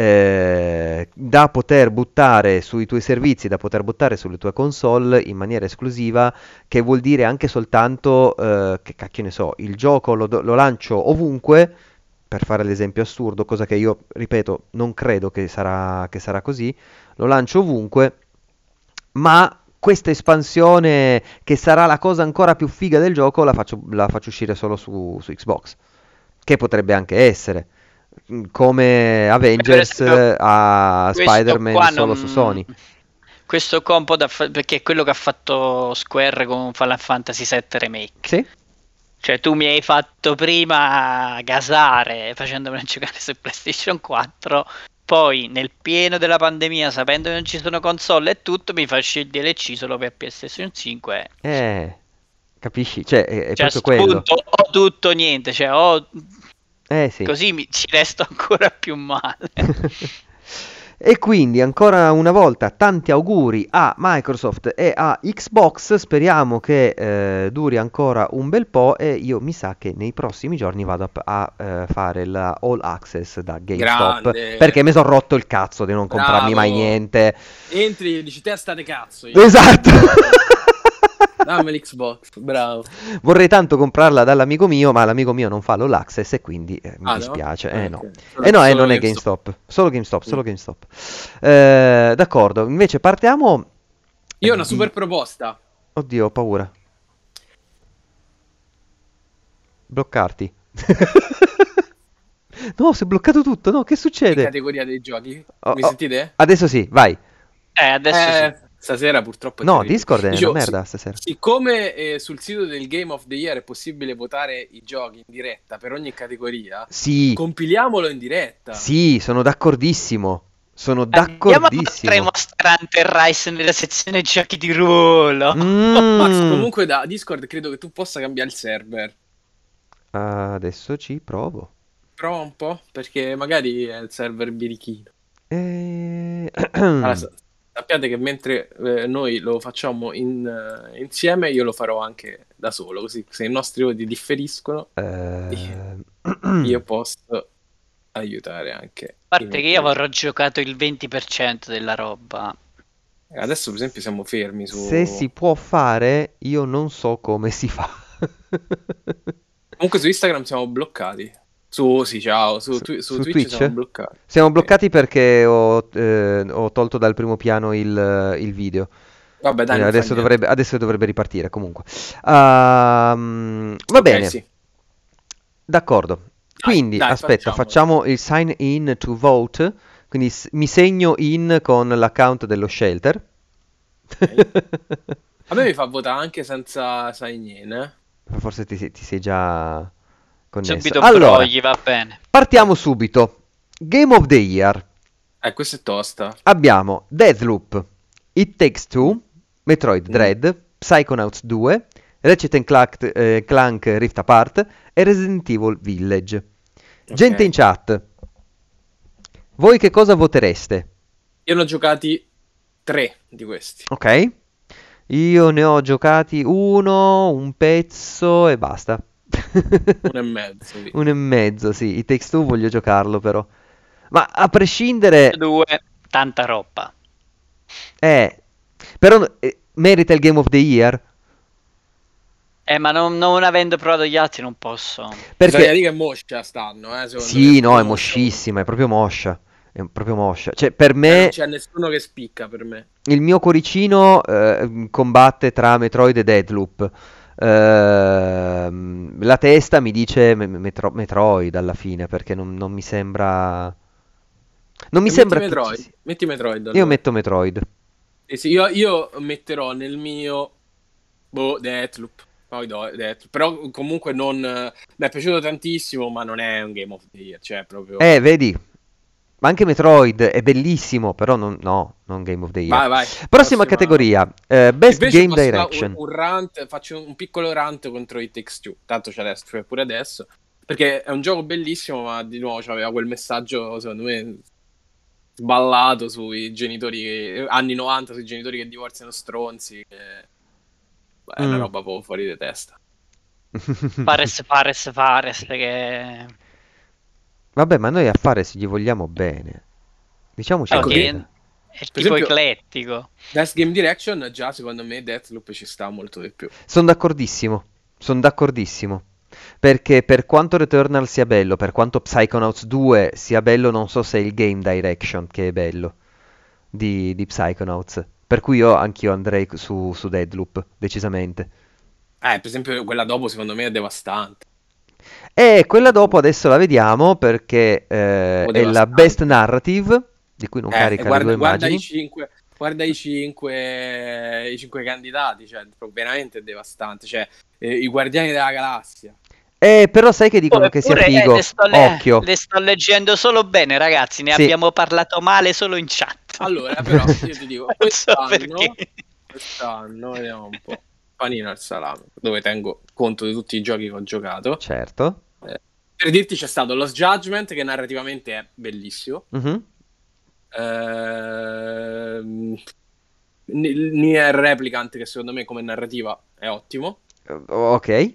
da poter buttare sui tuoi servizi, da poter buttare sulle tue console in maniera esclusiva, che vuol dire anche soltanto, che cacchio ne so, il gioco lo lancio ovunque, per fare l'esempio assurdo, cosa che io, ripeto, non credo che sarà così, lo lancio ovunque, ma questa espansione, che sarà la cosa ancora più figa del gioco, la faccio uscire solo su Xbox, che potrebbe anche essere, come Avengers a Spider-Man solo su Sony. questo compo perché è quello che ha fatto Square con Final Fantasy VII Remake. Sì. Cioè tu mi hai fatto prima gasare facendomi giocare su PlayStation 4, poi nel pieno della pandemia, sapendo che non ci sono console e tutto, mi fai scegliere il DLC solo per PlayStation 5. Capisci? Cioè, è Cioè, a proprio sto quello. punto o tutto o niente, cioè Sì. così ci resto ancora più male. E quindi ancora una volta tanti auguri a Microsoft e a Xbox, speriamo che duri ancora un bel po' e io mi sa che nei prossimi giorni vado a fare la All Access da GameStop. Grande. Perché mi sono rotto il cazzo di non comprarmi mai niente. Entri e dici testa di cazzo. Esatto. Dammi l'Xbox, bravo. Vorrei tanto comprarla dall'amico mio, ma l'amico mio non fa l'All Access e quindi mi No? dispiace. Okay. No. Solo Non è GameStop. Solo GameStop. D'accordo, invece partiamo. Io ho una super proposta. Oddio, ho paura. Bloccarti. No, si è bloccato tutto, no? Che succede? In categoria dei giochi. Mi sentite? Adesso sì, vai. Adesso sì. Stasera purtroppo è no, terribile. Discord è una merda stasera. Siccome sul sito del Game of the Year è possibile votare i giochi in diretta per ogni categoria, sì, compiliamolo in diretta. Sì, sono d'accordissimo. Andiamo a mostrare Monster Hunter Rise nella sezione giochi di ruolo. Max, comunque da Discord credo che tu possa cambiare il server. Adesso ci provo. Prova un po', perché magari è il server birichino. Allora, sappiate che mentre noi lo facciamo insieme, io lo farò anche da solo, così se i nostri voti differiscono, io posso aiutare anche. A parte che io avrò giocato il 20% della roba. Adesso per esempio siamo fermi su... Se si può fare, io non so come si fa. Comunque su Instagram siamo bloccati. Su Twitch siamo bloccati. Siamo bloccati perché ho tolto dal primo piano il video. Vabbè, dai, adesso dovrebbe ripartire comunque. Va bene. Sì. D'accordo. Quindi, aspetta, facciamo il sign in to vote. Quindi mi segno in con l'account dello Shelter. Okay. A me mi fa votare anche senza sign in. Forse ti sei già connesso. Subito allora, gli va bene. Partiamo subito. Game of the Year. Questa è tosta. Abbiamo Deathloop, It Takes Two, Metroid Dread, Psychonauts 2, Ratchet Clank Rift Apart e Resident Evil Village. Okay. Gente in chat, voi che cosa votereste? Io ne ho giocati 3 di questi. Ok. Io ne ho giocati uno, un pezzo e basta. 1,5. Sì. 1,5, sì. It Takes Two voglio giocarlo però. Ma a prescindere... 2, tanta roba. Però merita il Game of the Year? Ma non avendo provato gli altri non posso. Perché che è moscia stanno, sì, no, è moschissima, è proprio moscia. È proprio moscia. Cioè, per me... non c'è nessuno che spicca per me. Il mio cuoricino combatte tra Metroid e Deathloop. La testa mi dice Metroid alla fine, perché non mi sembra... Non mi sembra... Metti Metroid. Allora. Io metto Metroid. Sì, io metterò nel mio... Deathloop. Poi Deathloop. Però comunque non... Mi è piaciuto tantissimo, ma non è un Game of the Year. Cioè, proprio... vedi... Ma anche Metroid è bellissimo, però non Game of the Year. Vai. Prossima categoria, Best Game Direction. Faccio un piccolo rant contro It Takes Two. Tanto c'è adesso, cioè pure adesso. Perché è un gioco bellissimo, ma di nuovo aveva quel messaggio, secondo me, sballato sui genitori, anni 90, sui genitori che divorziano stronzi. È una roba proprio fuori di testa. Fares, che... Vabbè, ma noi a Fares gli vogliamo bene. Diciamoci è tipo esempio, eclettico. Best Game Direction, già secondo me Deathloop ci sta molto di più. Sono d'accordissimo. Perché per quanto Returnal sia bello, per quanto Psychonauts 2 sia bello, non so se è il Game Direction che è bello di Psychonauts. Per cui anch'io andrei su Deathloop, decisamente. Per esempio quella dopo secondo me è devastante. Quella dopo adesso la vediamo perché è la Best Narrative, di cui non carica le due immagini. guarda i cinque candidati, cioè, veramente devastante. Cioè, i Guardiani della Galassia. Però sai che dicono che sia figo. Occhio. Le sto leggendo solo bene, ragazzi. Ne abbiamo parlato male solo in chat. Allora, però, io ti dico, quest'anno, vediamo un po'. Panino al salame, dove tengo conto di tutti i giochi che ho giocato. Certo. Per dirti, c'è stato Lost Judgment, che narrativamente è bellissimo. Nier Replicant, che secondo me come narrativa è ottimo. Ok.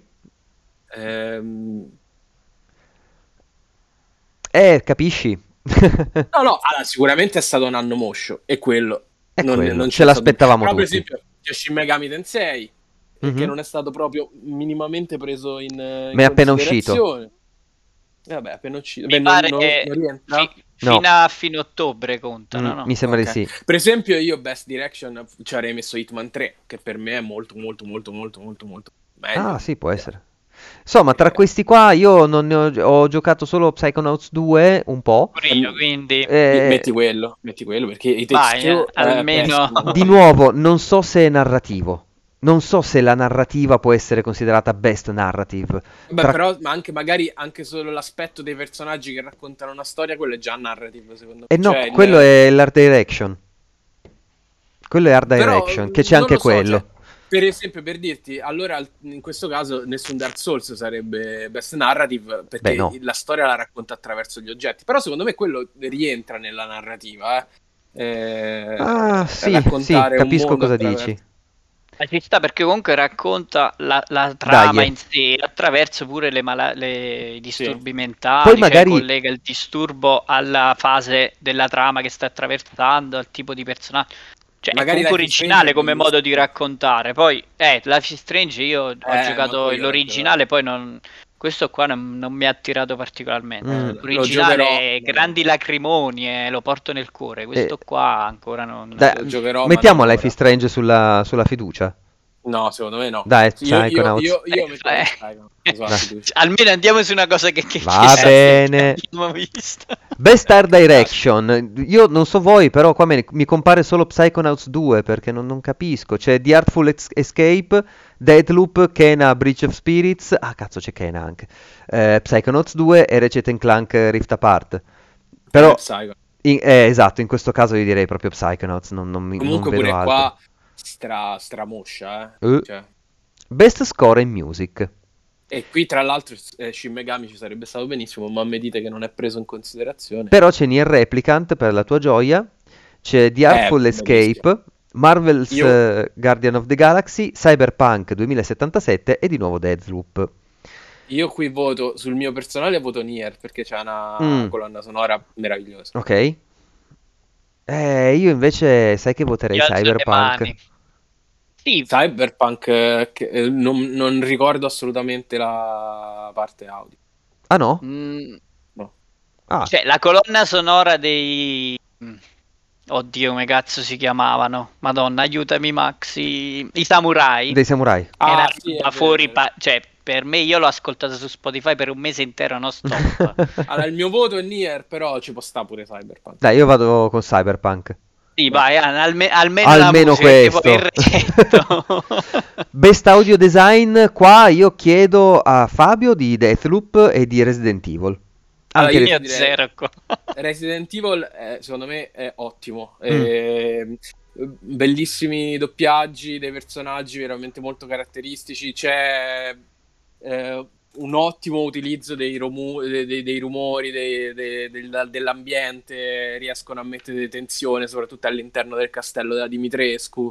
Capisci? No, allora, sicuramente è stato un anno moscio, e quello non ce l'aspettavamo tutti. Però, per esempio, c'è Shin Megami Tensei, che non è stato proprio minimamente preso in ma è appena uscito. Vabbè, appena uscito. Mi pare che fino a fine ottobre contano, no? Mi sembra di sì. Per esempio, io Best Direction ci avrei messo Hitman 3, che per me è molto molto molto molto molto molto meglio. Ah, sì, può essere. Insomma, tra questi qua io non ne ho giocato solo Psychonauts 2 un po'. Io, quindi metti quello perché i Take-Two almeno di nuovo non so se è narrativo. Non so se la narrativa può essere considerata best narrative. Però magari anche solo l'aspetto dei personaggi che raccontano una storia, quello è già narrative, secondo me. No, quello è l'art direction. Quello è art direction, che c'è anche quello. Cioè, per esempio, per dirti, allora in questo caso nessun Dark Souls sarebbe best narrative, perché la storia la racconta attraverso gli oggetti. Però secondo me quello rientra nella narrativa. Sì, capisco cosa dici. Ci sta, perché comunque racconta la trama in sé attraverso pure i disturbi mentali. Poi magari collega il disturbo alla fase della trama che sta attraversando, al tipo di personaggio. Cioè, magari è comunque originale come modo di raccontare. Poi Life is Strange, io ho giocato l'originale, poi questo qua non mi ha attirato particolarmente. L'originale, grandi lacrimoni, lo porto nel cuore. Questo qua ancora non lo giocherò. Mettiamo Life is Strange sulla fiducia. No, secondo me no. Dai, io almeno andiamo su una cosa che va bene. Best Art Direction. Io non so voi, però qua mi compare solo Psychonauts 2, perché non capisco. C'è The Artful Escape, Deathloop, Kena Breach of Spirits. Ah, cazzo, c'è Kena anche. Psychonauts 2 e Ratchet & Clank Rift Apart. Però esatto, in questo caso io direi proprio Psychonauts. Comunque non vedo pure altro. Qua stramoscia, cioè. Best Score in Music. E qui tra l'altro Shin Megami ci sarebbe stato benissimo, ma mi dite che non è preso in considerazione. Però c'è Nier Replicant, per la tua gioia. C'è The Artful Escape, Marvel's Guardian of the Galaxy, Cyberpunk 2077 e di nuovo Deathloop. Io qui voto, sul mio personale voto Nier, perché c'è una colonna sonora meravigliosa. Ok. Io invece sai che voterei Cyberpunk. Sì. Cyberpunk, non ricordo assolutamente la parte audio. Ah no? No. Cioè, la colonna sonora dei... Oddio, come cazzo si chiamavano? Madonna, aiutami Maxi. I samurai. Dei samurai. Era fuori... cioè, per me, io l'ho ascoltato su Spotify per un mese intero, non stop. Allora, il mio voto è Nier, però ci può stare pure Cyberpunk. Dai, io vado con Cyberpunk. Sì, vai, almeno questo. Best Audio Design, qua io chiedo a Fabio di Deathloop e di Resident Evil. Anche io zero. Resident Evil secondo me è ottimo. Bellissimi doppiaggi dei personaggi veramente molto caratteristici. C'è un ottimo utilizzo dei rumori dell'ambiente, riescono a mettere tensione soprattutto all'interno del castello della Dimitrescu.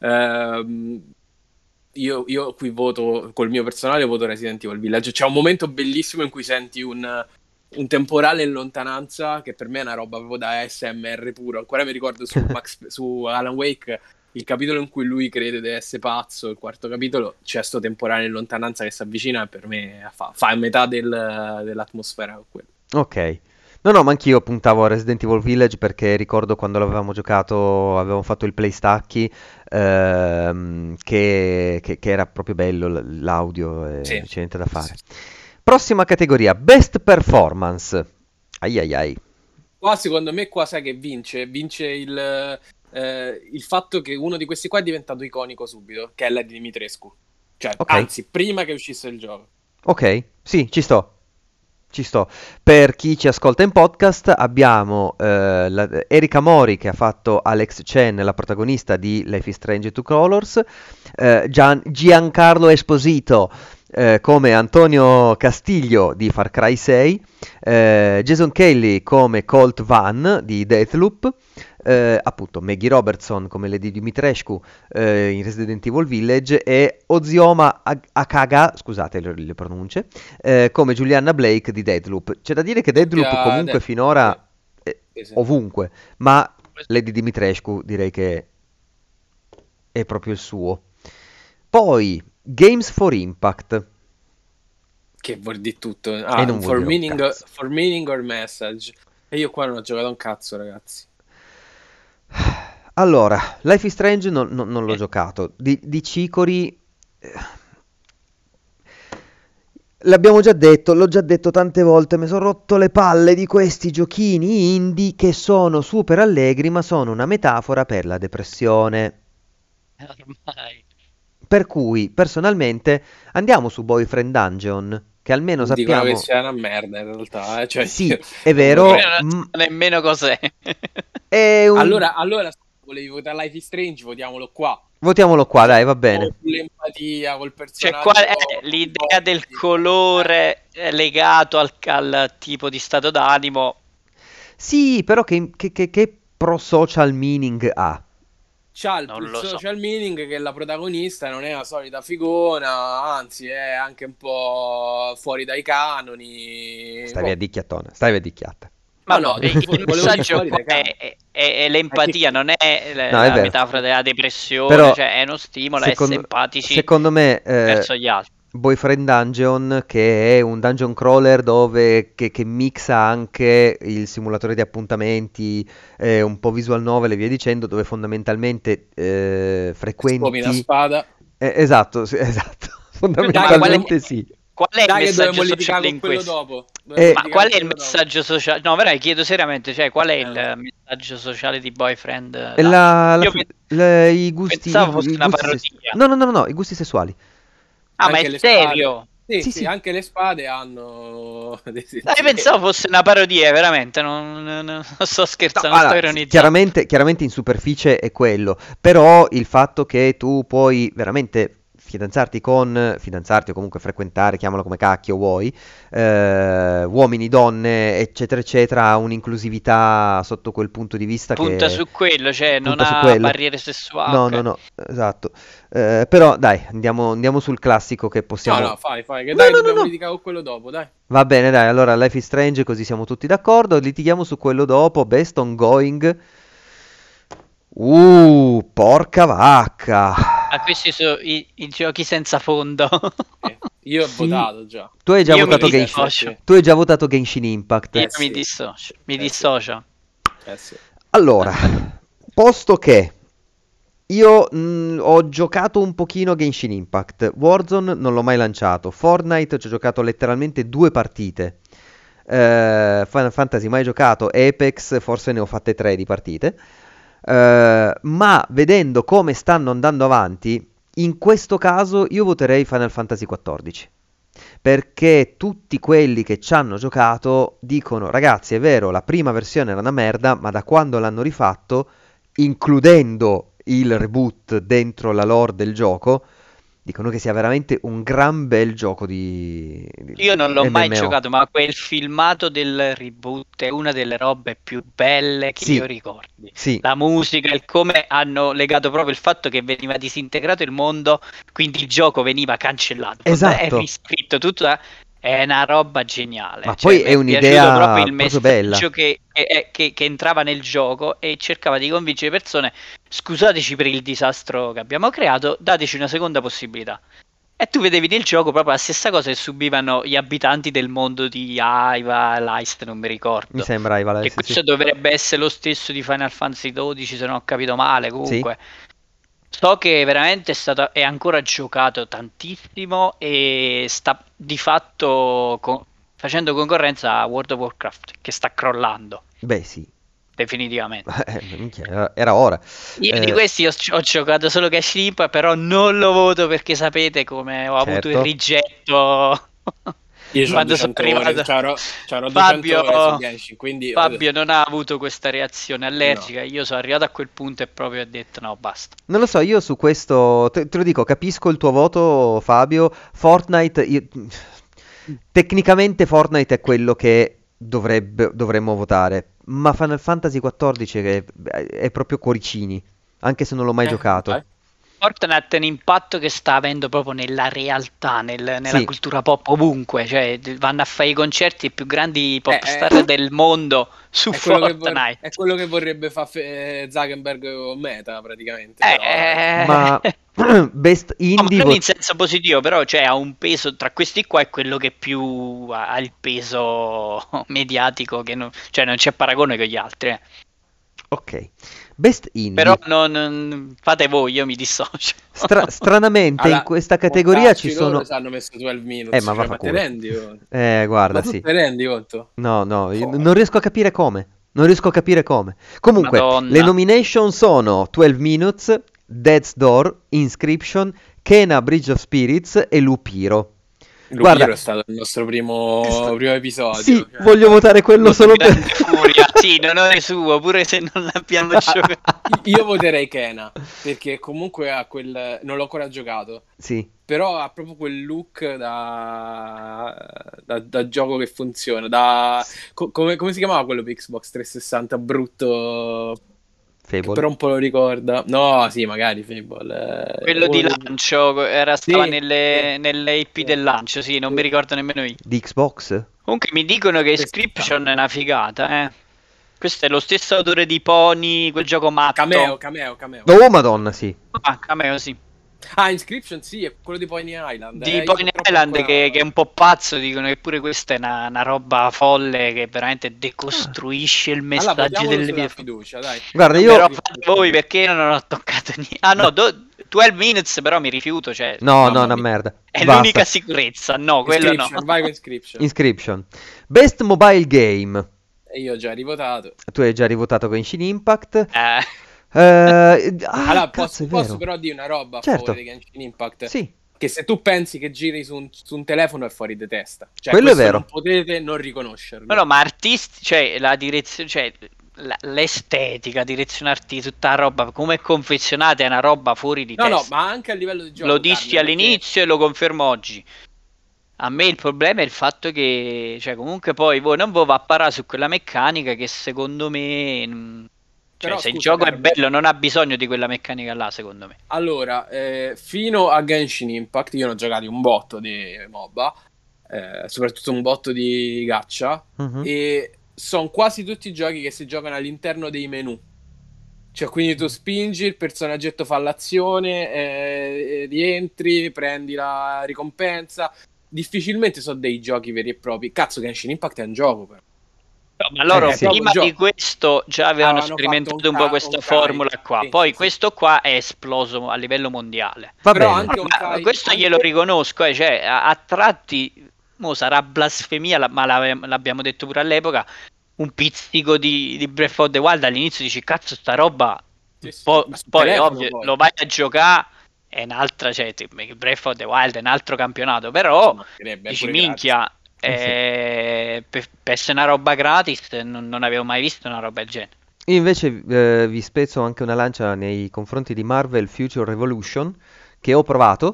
Io qui voto, col mio personale voto Resident Evil Village. C'è un momento bellissimo in cui senti un temporale in lontananza, che per me è una roba proprio da ASMR puro. Ancora mi ricordo su Alan Wake, il capitolo in cui lui crede di essere pazzo, il quarto capitolo, c'è sto temporale in lontananza che si avvicina e per me fa metà dell'atmosfera con quello. Ok. No, ma anch'io puntavo a Resident Evil Village, perché ricordo quando l'avevamo giocato, avevamo fatto il play stacchi, che era proprio bello l'audio, e Sì. c'è niente da fare. Prossima categoria, Best Performance. Ai. Qua secondo me sai che vince il fatto che uno di questi qua è diventato iconico subito, che è Lady Dimitrescu. Cioè, anzi, prima che uscisse il gioco. Ok, sì, ci sto. Ci sto. Per chi ci ascolta in podcast abbiamo Erika Mori che ha fatto Alex Chen, la protagonista di Life is Strange Two Colors, Giancarlo Esposito come Antonio Castiglio di Far Cry 6, Jason Kelly come Colt Van di Deathloop, appunto Maggie Robertson come Lady Dimitrescu in Resident Evil Village e Ozioma Akaga, scusate le pronunce, come Juliana Blake di Deathloop. C'è da dire che Deathloop comunque finora ovunque, ma Lady Dimitrescu direi che è proprio il suo. Poi Games for Impact. Che vuol dire tutto. For meaning or message. E io qua non ho giocato un cazzo, ragazzi. Allora, Life is Strange non l'ho giocato. Di Cicori l'abbiamo già detto, l'ho già detto tante volte, mi sono rotto le palle di questi giochini indie che sono super allegri, ma sono una metafora per la depressione. Ormai. Per cui, personalmente, andiamo su Boyfriend Dungeon, che almeno sappiamo... Dicono che sia una merda, in realtà. Cioè, sì, è vero. Non so nemmeno cos'è. Allora, volevi votare Life is Strange, votiamolo qua. Votiamolo qua, dai, va bene. Con l'empatia, col personaggio. Cioè, qual è l'idea del colore legato al tipo di stato d'animo? Sì, però che pro-social meaning ha? C'ha il social meaning che la protagonista non è la solita figona, anzi è anche un po' fuori dai canoni. Stavi addicchiata. Ma no, il messaggio è l'empatia, non è la metafora della depressione, però, cioè è uno stimolo a essere empatici secondo me, verso gli altri. Boyfriend Dungeon, che è un dungeon crawler dove che mixa anche il simulatore di appuntamenti, un po' visual novel e via dicendo, dove fondamentalmente frequenti... Scopi la spada. Esatto, fondamentalmente sì. Qual è il messaggio sociale in questo? Ma qual è il messaggio sociale? No, però chiedo seriamente, cioè qual è il messaggio sociale di Boyfriend? I gusti... Pensavo fosse una parodia. No, i gusti sessuali. Ah, ma è serio? Sì, anche le spade hanno... pensavo fosse una parodia, veramente, non sto scherzando, sto ironizzando. Chiaramente in superficie è quello, però il fatto che tu puoi veramente... fidanzarti o comunque frequentare, chiamalo come cacchio vuoi, uomini, donne, eccetera, eccetera, ha un'inclusività sotto quel punto di vista punta che... su quello, cioè non ha barriere sessuali. No, esatto. Però dai, andiamo sul classico che possiamo... No, fai, che dai, dobbiamo litigare con quello dopo, dai. Va bene, dai, allora Life is Strange, così siamo tutti d'accordo, litighiamo su quello dopo, Best Ongoing... porca vacca! Questi sono i giochi senza fondo. Io ho votato già. Tu hai già votato Genshin Impact. Io mi dissocio. Sì. Allora, posto che io ho giocato un pochino Genshin Impact, Warzone non l'ho mai lanciato, Fortnite ci ho giocato letteralmente 2 partite, Final Fantasy mai giocato, Apex forse ne ho fatte 3 di partite. Ma vedendo come stanno andando avanti, in questo caso io voterei Final Fantasy XIV, perché tutti quelli che ci hanno giocato dicono: ragazzi, è vero, la prima versione era una merda, ma da quando l'hanno rifatto, includendo il reboot dentro la lore del gioco, dicono che sia veramente un gran bel gioco di Io non l'ho MMO. mai giocato, ma quel filmato del reboot è una delle robe più belle che io ricordi. Sì. La musica, il come hanno legato proprio il fatto che veniva disintegrato il mondo, quindi il gioco veniva cancellato. Esatto. È riscritto tutto. È una roba geniale. Ma poi è un'idea proprio il proprio bella. messaggio che entrava nel gioco e cercava di convincere le persone: scusateci per il disastro che abbiamo creato, dateci una seconda possibilità. E tu vedevi nel gioco proprio la stessa cosa che subivano gli abitanti del mondo di Aiva, Leist, non mi ricordo. Mi sembra Aiva, Leist, e questo dovrebbe essere lo stesso di Final Fantasy XII, se non ho capito male. Comunque so che veramente è ancora giocato tantissimo e sta di fatto facendo concorrenza a World of Warcraft, che sta crollando. Beh, sì. definitivamente. Minchia, era ora. Io di questi ho giocato solo Genshin Impact, però non lo voto perché sapete come ho avuto il rigetto. Io quando sono arrivato. C'ero 200 Fabio, ore su Genshin, quindi... Fabio non ha avuto questa reazione allergica. No. Io sono arrivato a quel punto e proprio ho detto no, basta. Non lo so, io su questo te lo dico, capisco il tuo voto, Fabio. Fortnite, tecnicamente Fortnite è quello che dovremmo votare, ma Final Fantasy XIV è proprio cuoricini, anche se non l'ho mai giocato. Dai. Fortnite è un impatto che sta avendo proprio nella realtà, nella cultura pop ovunque, cioè vanno a fare i concerti più grandi pop star del mondo su Fortnite. È quello che vorrebbe fare Zuckerberg o Meta praticamente. Ma Best Indie non in senso positivo, però cioè, ha un peso tra questi qua, è quello che più ha il peso mediatico, che non c'è paragone con gli altri. Ok. Best Indie. Però non fate voi, io mi dissocio. Stranamente in questa categoria ci sono... Loro hanno messo 12 minutes, ma te rendi conto? Guarda, ma tu te rendi conto? No, non riesco a capire come. Comunque, Madonna. Le nomination sono 12 Minutes, Death's Door, Inscription, Kena Bridge of Spirits e Lupiro. Guarda, è stato il nostro primo episodio. Sì, voglio votare quello solo per furia. Sì, non è suo, pure se non l'abbiamo giocato. Io voterei Kena, perché comunque ha non l'ho ancora giocato. Sì. Però ha proprio quel look da gioco che funziona. Come si chiamava quello per Xbox 360 brutto? Fable. Però un po' lo ricorda. No, sì, magari Fable. Quello di lancio stava nelle IP del lancio, sì, non mi ricordo nemmeno io. Di Xbox? Comunque mi dicono che Inscription è una figata, Questo è lo stesso autore di Pony, quel gioco matto. Cameo. Oh, Madonna, sì. Cameo, sì. Inscription, sì, è quello di Pony Island. Di Pony Island che è un po' pazzo, dicono che pure questa è una roba folle che veramente decostruisce il messaggio delle mie fiducia, dai. Guarda, io però fate voi perché io non ho toccato niente. Ah no, 12 minutes però mi rifiuto, cioè no, una merda. È l'unica sicurezza, no, quello no. Vai con Inscription. Best Mobile Game. E io ho già rivotato. Tu hai già rivotato Genshin Impact. Allora, posso però dire una roba a favore di Genshin Impact? Sì. Che se tu pensi che giri su un telefono è fuori di testa. Cioè, quello è vero. Non potete non riconoscerlo. No, ma artisti, cioè la direzione, cioè l'estetica, direzione artistica, tutta la roba, come è confezionata è una roba fuori di testa. No, ma anche a livello di gioco. Lo dissi all'inizio e lo confermo oggi. A me il problema è il fatto che, cioè, comunque poi voi non va a parare su quella meccanica che secondo me... Cioè, se il gioco è bello non ha bisogno di quella meccanica là, secondo me. Allora, fino a Genshin Impact io ne ho giocati un botto di MOBA, soprattutto un botto di gacha, e sono quasi tutti giochi che si giocano all'interno dei menu. Cioè, quindi tu spingi, il personaggetto fa l'azione, rientri, prendi la ricompensa. Difficilmente sono dei giochi veri e propri. Cazzo, Genshin Impact è un gioco, però. No, ma loro prima di questo già avevano sperimentato un po' questa formula qua. Poi questo qua è esploso a livello mondiale. Va bene. Anche questo glielo riconosco, cioè a tratti sarà blasfemia, ma l'abbiamo detto pure all'epoca. Un pizzico di Breath of the Wild all'inizio dici cazzo sta roba. Poi ovvio lo vai a giocare, è un'altra, cioè Breath of the Wild è un altro campionato, però dici minchia. Per essere una roba gratis non avevo mai visto una roba del genere. Io invece vi spezzo anche una lancia nei confronti di Marvel Future Revolution, che ho provato.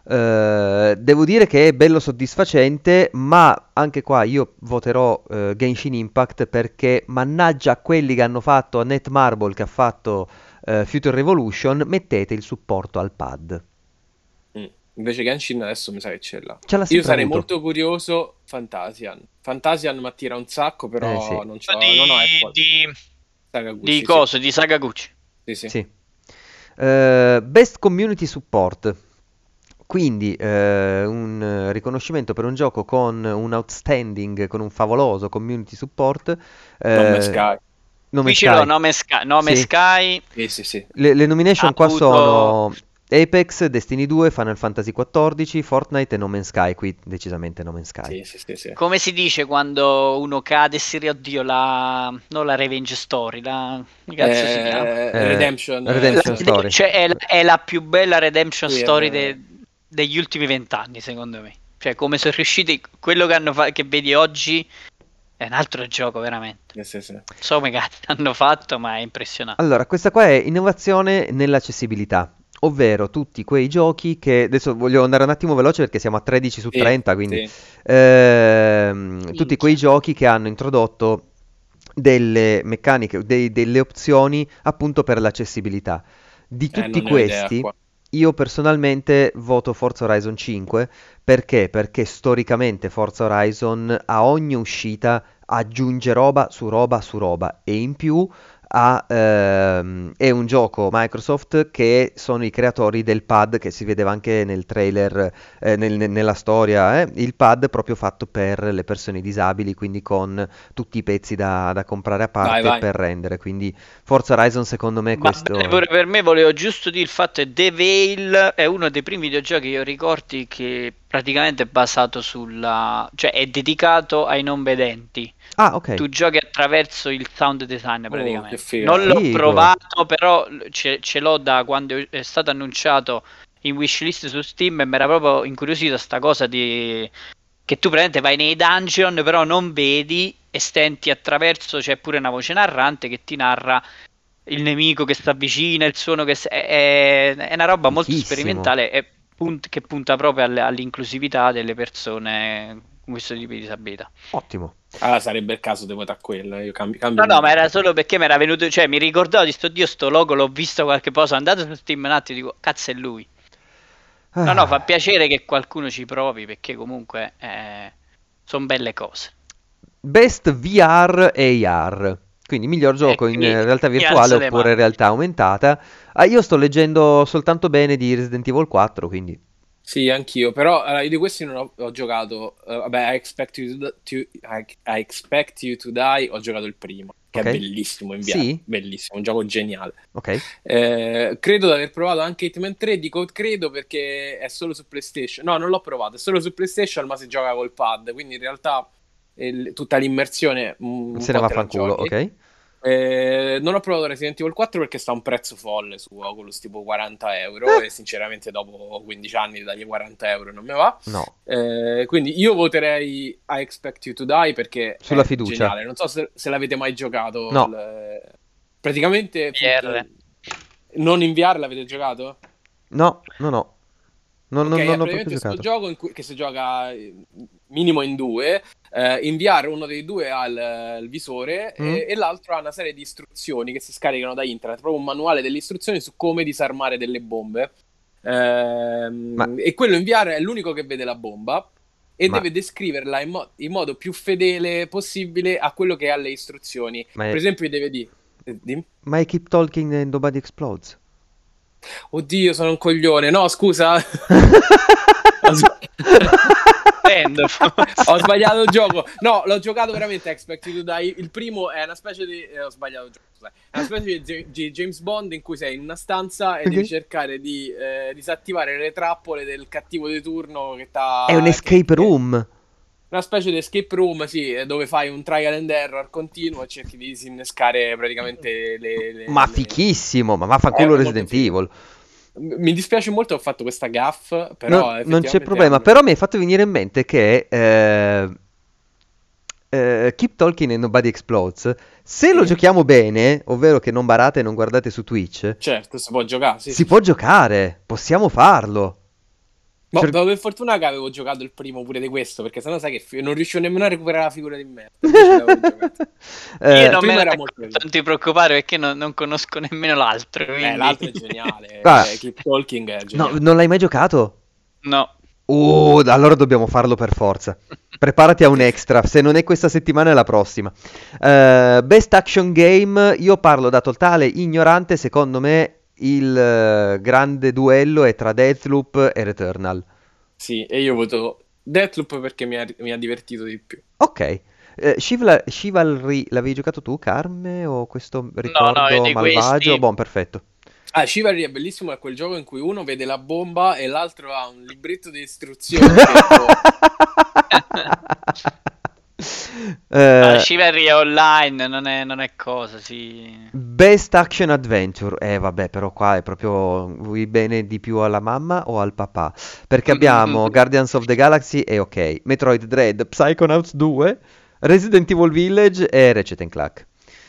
Devo dire che è bello soddisfacente, ma anche qua io voterò Genshin Impact, perché mannaggia a quelli che hanno fatto, a Netmarble che ha fatto Future Revolution, mettete il supporto al pad. Invece Genshin adesso mi sa che ce l'ha. Io sarei molto curioso Fantasian mi attira un sacco, però non ho Sakaguchi, di coso, di Sakaguchi. Sì. Best Community Support. Quindi un riconoscimento per un gioco con un outstanding, con un favoloso community support. Nome Sky. Sì. Le nomination qua sono Apex, Destiny 2, Final Fantasy XIV, Fortnite e No Man's Sky. Qui decisamente No Man's Sky. Sì. Come si dice quando uno cade e si oddio, non la Revenge Story, come cazzo si chiama? Redemption Story. Cioè, è la più bella Redemption Sì, Story degli ultimi 20 anni, secondo me. Cioè, come sono riusciti, quello che che vedi oggi è un altro gioco, veramente. Sì. So come cazzo hanno fatto, ma è impressionante. Allora, questa qua è innovazione nell'accessibilità, ovvero tutti quei giochi che... Adesso voglio andare un attimo veloce perché siamo a 13 su 30, quindi... tutti quei giochi che hanno introdotto delle meccaniche, delle opzioni appunto per l'accessibilità. Di tutti questi, io personalmente voto Forza Horizon 5. Perché? Perché storicamente Forza Horizon a ogni uscita aggiunge roba su roba su roba e in più è un gioco Microsoft che sono i creatori del pad che si vedeva anche nel trailer, nella storia, il pad proprio fatto per le persone disabili, quindi con tutti i pezzi da comprare a parte per rendere. Quindi Forza Horizon secondo me questo... Pure per me volevo giusto dire il fatto che The Veil è uno dei primi videogiochi che io ricordi che praticamente è basato cioè è dedicato ai non vedenti. Ah, ok. Tu giochi attraverso il sound design praticamente. Che non l'ho provato, però ce l'ho da quando è stato annunciato in wishlist su Steam e mi era proprio incuriosita sta cosa di che tu praticamente vai nei dungeon però non vedi e stenti attraverso, c'è pure una voce narrante che ti narra il nemico che sta vicino, il suono che è una roba molto sperimentale e che punta proprio all'inclusività delle persone con questo tipo di disabilità. Ottimo. Allora sarebbe il caso di votare quella. Io cambio no, ma era solo perché mi era venuto, cioè mi ricordavo di sto logo, l'ho visto qualche po', sono andato su Steam un attimo e dico, cazzo è lui. No, fa piacere che qualcuno ci provi perché comunque sono belle cose. Best VR e AR. Quindi miglior gioco in realtà virtuale oppure realtà aumentata. Io sto leggendo soltanto bene di Resident Evil 4, quindi... Sì, anch'io, però io di questi non ho giocato. Vabbè, I Expect You to Die, ho giocato il primo, che è bellissimo in VR, sì? Bellissimo, un gioco geniale. Credo di aver provato anche Hitman 3, dico credo perché è solo su PlayStation. No, non l'ho provato, è solo su PlayStation, ma si gioca col pad, quindi in realtà tutta l'immersione se ne va a fanculo, ok? Non ho provato Resident Evil 4 perché sta a un prezzo folle su Oculus, tipo 40 euro, e sinceramente dopo 15 anni di dargli 40 euro non mi va. No. Quindi io voterei I Expect You to Die perché sulla è fiducia. Geniale. Non so se l'avete mai giocato. No. Praticamente non in VR l'avete giocato? No. Non Okay, ho proprio giocato. Questo gioco che si gioca minimo in due. In VR uno dei due ha il visore e l'altro ha una serie di istruzioni che si scaricano da internet, proprio un manuale delle istruzioni su come disarmare delle bombe. E quello in VR è l'unico che vede la bomba e deve descriverla in modo più fedele possibile a quello che ha le istruzioni. Per esempio deve dire... Ma I Keep Talking and Nobody Explodes. Oddio, sono un coglione. No, scusa. Ho sbagliato il gioco. No, l'ho giocato veramente Expect You to Die. Il primo è una specie di... ho sbagliato il gioco. È una specie di James Bond in cui sei in una stanza e devi cercare di disattivare le trappole del cattivo di turno che t'ha... È un escape room. Una specie di escape room, sì, dove fai un trial and error continuo e cerchi di disinnescare praticamente Ma fichissimo, ma vaffanculo Resident Evil. Mi dispiace molto, ho fatto questa gaff, però non c'è problema, però mi hai fatto venire in mente che Keep Talking and Nobody Explodes, se lo giochiamo bene, ovvero che non barate e non guardate su Twitch, certo, si può giocare, sì, si può giocare, possiamo farlo. Ma per fortuna che avevo giocato il primo pure di questo, perché sennò sai che non riuscivo nemmeno a recuperare la figura di merda. Io non me ne non ti preoccupare perché non conosco nemmeno l'altro. Quindi... l'altro è geniale. Keep Talking è geniale. No, non l'hai mai giocato? No. Allora dobbiamo farlo per forza. Preparati a un extra, se non è questa settimana è la prossima. Best Action Game, io parlo da totale ignorante, secondo me il grande duello è tra Deathloop e Returnal. Sì, e io voto Deathloop perché mi ha divertito di più. Ok. Chivalry l'avevi giocato tu, Carme, o questo ricordo malvagio? Buon, perfetto. Chivalry è bellissimo, è quel gioco in cui uno vede la bomba e l'altro ha un libretto di istruzioni. Chivalry è online, non è cosa, sì. Best Action Adventure. Vabbè, però qua è proprio vuoi bene di più alla mamma o al papà? Perché abbiamo Guardians of the Galaxy e ok, Metroid Dread, Psychonauts 2, Resident Evil Village e Ratchet Clank.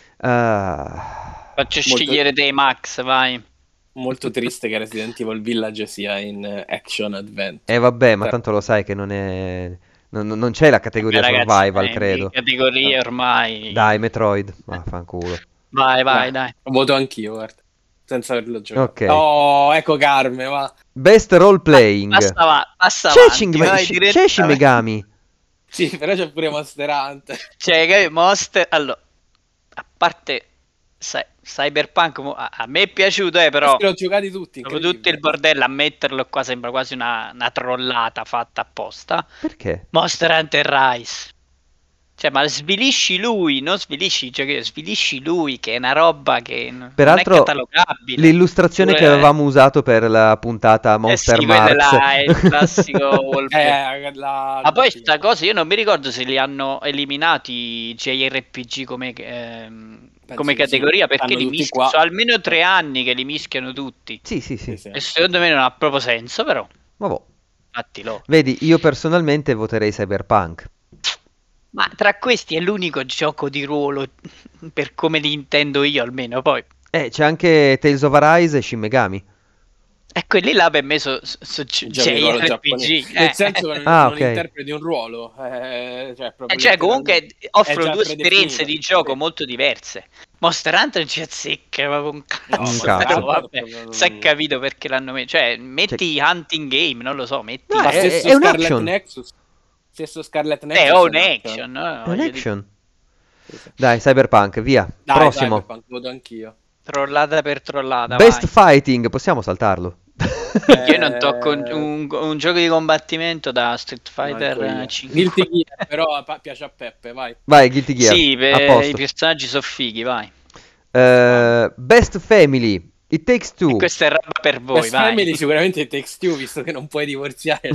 Faccio scegliere dei Max, vai. Molto triste che Resident Evil Village sia in Action Adventure. Vabbè, ma tanto lo sai che non è... Non c'è la categoria survival, credo. Categorie ormai. Dai, Metroid, vaffanculo. Vai, dai. Voto anch'io, guarda. Senza averlo giocato. Ok. Oh, ecco Carme, va. Best Role Playing. Passa C'è Shin Megami. Sì, però c'è pure Monster Hunter. Cioè, Monster... Allora, a parte... Cyberpunk a me è piaciuto, però l'ho giocati tutti. Dopo tutto il bordello, a metterlo qua sembra quasi una trollata fatta apposta. Perché? Monster Hunter Rise. Cioè, ma svilisci lui, non svilisci i giochi, svilisci lui, che è una roba che peraltro, non è catalogabile. L'illustrazione che avevamo usato per la puntata Monster Mars. Là è il classico ma poi sta cosa, io non mi ricordo se li hanno eliminati i JRPG come categoria, perché li mischiano, sono almeno 3 anni che li mischiano tutti. Sì. E secondo me non ha proprio senso, però. Infatti Vedi, io personalmente voterei Cyberpunk. Ma tra questi è l'unico gioco di ruolo, per come li intendo io almeno, poi. C'è anche Tales of Arise e Shin Megami. E quelli là per me sono JRPG. Nel senso che non interpreti un ruolo. Cioè comunque offrono due esperienze di gioco molto diverse. Monster Hunter non ci azzecca, ma con cazzo. Vabbè, si è capito perché l'hanno messo. Cioè, metti Hunting Game, non lo so, metti... è un action. Nexus. Stesso Scarlet Nexus. È un action. È un action. Dai, Cyberpunk, via. Prossimo. Cyberpunk, voto anch'io. Trollata per trollata. Best Fighting, possiamo saltarlo? Io non tocco un gioco di combattimento da Street Fighter 5. Guilty Gear, però piace a Peppe, vai. Vai, Guilty Gear. Sì, i personaggi sono fighi, vai. Best Family, It Takes Two. E questa è roba per voi, Best vai. Family sicuramente It Takes Two, visto che non puoi divorziare.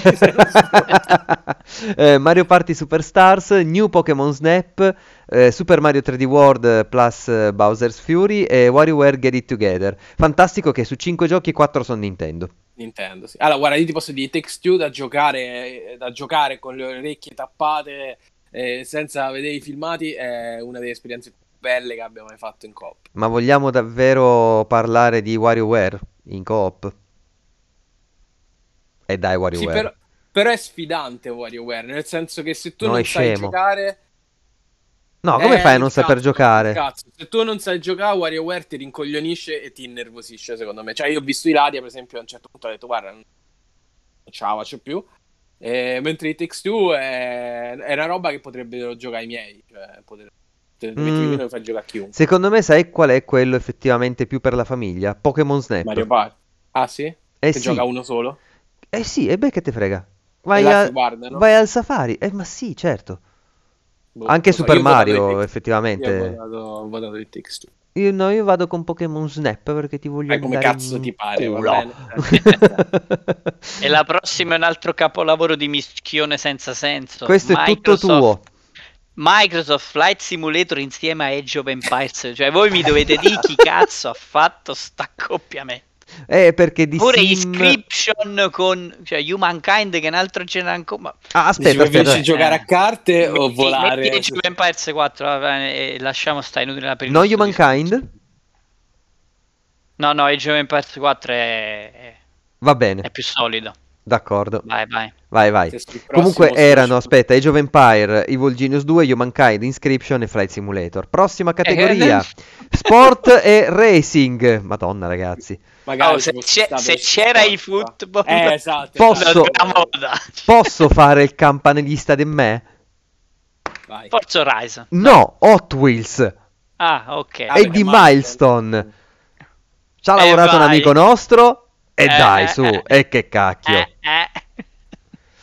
Mario Party Superstars, New Pokémon Snap, Super Mario 3D World plus Bowser's Fury e WarioWare Get It Together. Fantastico che su 5 giochi 4 sono Nintendo, sì. Allora, guarda, io ti posso dire, It Takes Two da giocare con le orecchie tappate, senza vedere i filmati, è una delle esperienze più belle che abbiamo mai fatto in coop. Ma vogliamo davvero parlare di WarioWare in coop? E dai, WarioWare. Sì, però è sfidante WarioWare, nel senso che se tu non non sai scemo. giocare... No, come fai a non saper giocare? Cazzo, se tu non sai giocare, WarioWare ti rincoglionisce e ti innervosisce, secondo me. Cioè, io ho visto Ilaria, per esempio, a un certo punto ho detto, guarda, non ce la faccio più. Mentre It Takes Two è una roba che potrebbero giocare i miei. Cioè, lo fai giocare a chiunque. Secondo me sai qual è quello effettivamente più per la famiglia? Pokémon Snap. Mario Party. Ah sì? Che sì. Gioca uno solo? Sì, e beh, che te frega. Vai al Safari. Ma sì, certo. Anche Super Mario, effettivamente. Io ho votato It Takes Two. Io vado con Pokémon Snap perché ti voglio come cazzo ti pare, culo. Va bene. E la prossima è un altro capolavoro di mischione senza senso. Questo è tutto tuo. Microsoft Flight Simulator insieme a Age of Empires. Cioè voi mi dovete dire chi cazzo ha fatto sta accoppiamento. Perché di pure Sim... Inscription con Humankind, che è un altro genere ancora. Aspetta, giocare a carte o volare? Metti Age of Empires 4 e lasciamo stare inutile per no Humankind? No, Age of Empires 4 va bene, è più solido. D'accordo. Vai. Comunque erano, aspetta, Age of Empire, Evil Genius 2, Humankind, Inscription e Flight Simulator. Prossima categoria, Sport e Racing. Madonna, ragazzi. Se c'era il football, esatto, posso fare il campanellista di me? Vai. Forza Horizon. No, Hot Wheels. Ok. E di Milestone. Ci ha lavorato un amico nostro. E dai, su, e che cacchio.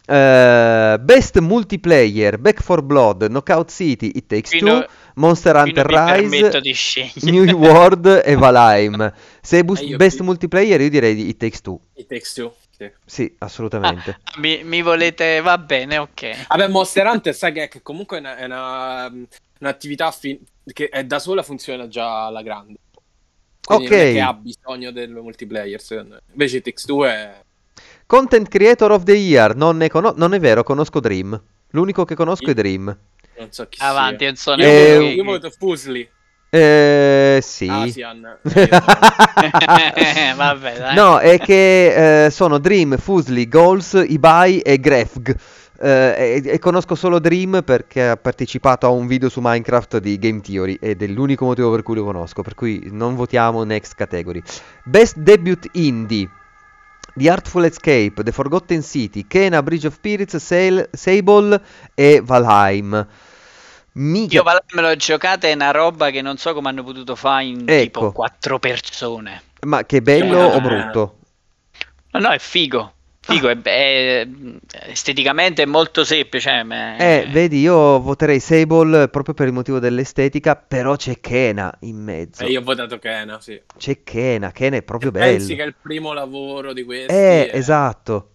Best Multiplayer, Back 4 Blood, Knockout City, It Takes Two, Monster Hunter Rise, New World e Valheim. Se Best Multiplayer io direi It Takes Two. It Takes Two. Sì, assolutamente. Mi volete... Va bene, ok. Vabbè, Monster Hunter sai che comunque è un'attività che è da sola funziona già alla grande. Quindi ok. Non è che ha bisogno del multiplayer. Invece It Takes Two è... Content Creator of the Year, non è vero, conosco Dream. L'unico che conosco è Dream. Non so chi Avanti, sia. non so Io voto Fusli. Sì. Asian. Vabbè, dai. No, è che sono Dream, Fusli, Goals, Ibai e Grefg. E conosco solo Dream perché ha partecipato a un video su Minecraft di Game Theory ed è l'unico motivo per cui lo conosco, per cui non votiamo next category. Best Debut Indie: The Artful Escape, The Forgotten City, Kena, Bridge of Spirits, Sable e Valheim. Io Valheim me l'ho giocata, è una roba che non so come hanno potuto fare in tipo 4 persone. Ma che bello o brutto? No, è figo. È esteticamente è molto semplice. Vedi, io voterei Sable proprio per il motivo dell'estetica, però c'è Kena in mezzo. Io ho votato Kena, sì. C'è Kena è proprio bello. Pensi che è il primo lavoro di questi? Esatto.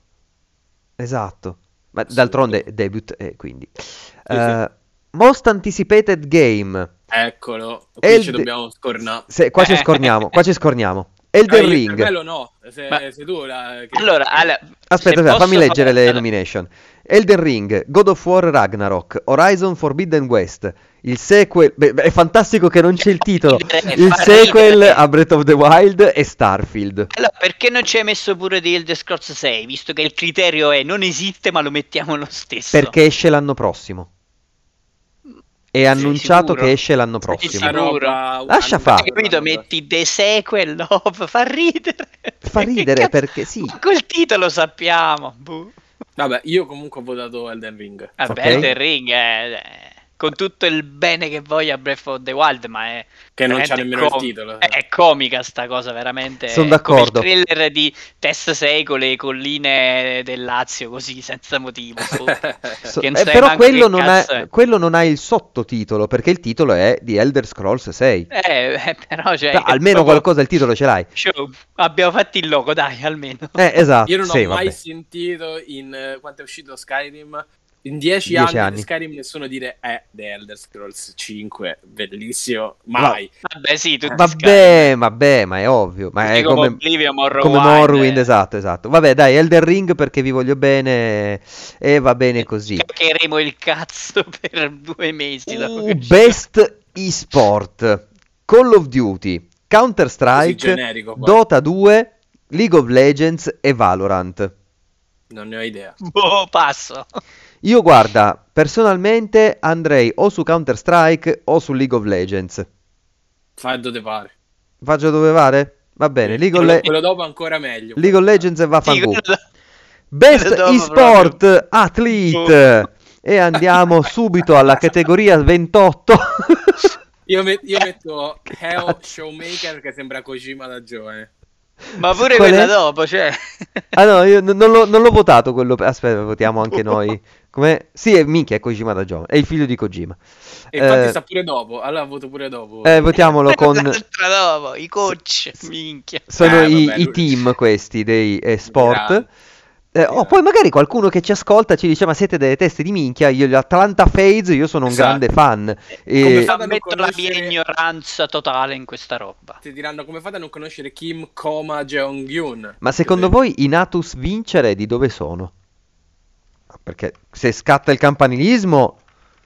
Ma d'altronde debut, quindi. Sì. Most Anticipated Game. Eccolo, qui ci dobbiamo scornare. Qua ci scorniamo. Elden Ring. Per me no, sei tu Allora, aspetta, fammi leggere le nomination. Elden Ring, God of War Ragnarok, Horizon Forbidden West, il sequel... è fantastico che non c'è il titolo. Il sequel a Breath of the Wild e Starfield. Allora, perché non ci hai messo pure di Elder Scrolls 6? Visto che il criterio è non esiste ma lo mettiamo lo stesso. Perché esce l'anno prossimo. È annunciato che esce l'anno prossimo. Lascia fare. Capito? Metti The Sequel, no, fa ridere. Fa ridere perché sì. Ma quel titolo sappiamo. Vabbè, io comunque ho votato Elden Ring. Vabbè, Elden Ring è... Con tutto il bene che voglio a Breath of the Wild, ma è... Che non c'ha nemmeno il titolo. È comica sta cosa, veramente. Sono d'accordo. Come il trailer di Test 6 con le colline del Lazio, così, senza motivo. Però quello non ha il sottotitolo, perché il titolo è di Elder Scrolls 6. Però cioè, almeno qualcosa il titolo ce l'hai. Abbiamo fatto il logo, dai, almeno. Esatto. Io non ho mai sentito quando è uscito Skyrim... In 10 anni di Skyrim nessuno dire The Elder Scrolls 5, bellissimo, mai. Vabbè, sì, vabbè, ma è ovvio. Ma è come Morrowind, esatto. Vabbè, dai, Elden Ring perché vi voglio bene e va bene così. Caccheremo il cazzo per 2 mesi. Best eSport: Call of Duty, Counter-Strike, Dota 2, League of Legends e Valorant. Non ne ho idea. Passo. Io guarda, personalmente andrei o su Counter-Strike o su League of Legends. Fai dove pare. Faccio dove pare? Va bene, quello dopo ancora meglio. League of Legends va fanculo. Best eSport Athlete. E andiamo subito alla categoria 28. Io metto Hell Showmaker che sembra Kojima da giovane. Ma pure quella dopo, cioè. No, io non l'ho votato quello. Aspetta, votiamo anche noi. Com'è? Sì, minchia, è Kojima da giovane. È il figlio di Kojima. E infatti sta pure dopo. Allora voto pure dopo. Votiamolo con... L'altra dopo, i coach, minchia. Sono i team questi dei sport. Poi magari qualcuno che ci ascolta ci dice: ma siete delle teste di minchia. Io gli Atlanta Fades, io sono un grande fan. Ammetto la mia ignoranza totale in questa roba. Ti diranno: come fate a non conoscere Kim Koma Jeong-gyun? Ma secondo voi i Natus vincere di dove sono? Perché se scatta il campanilismo,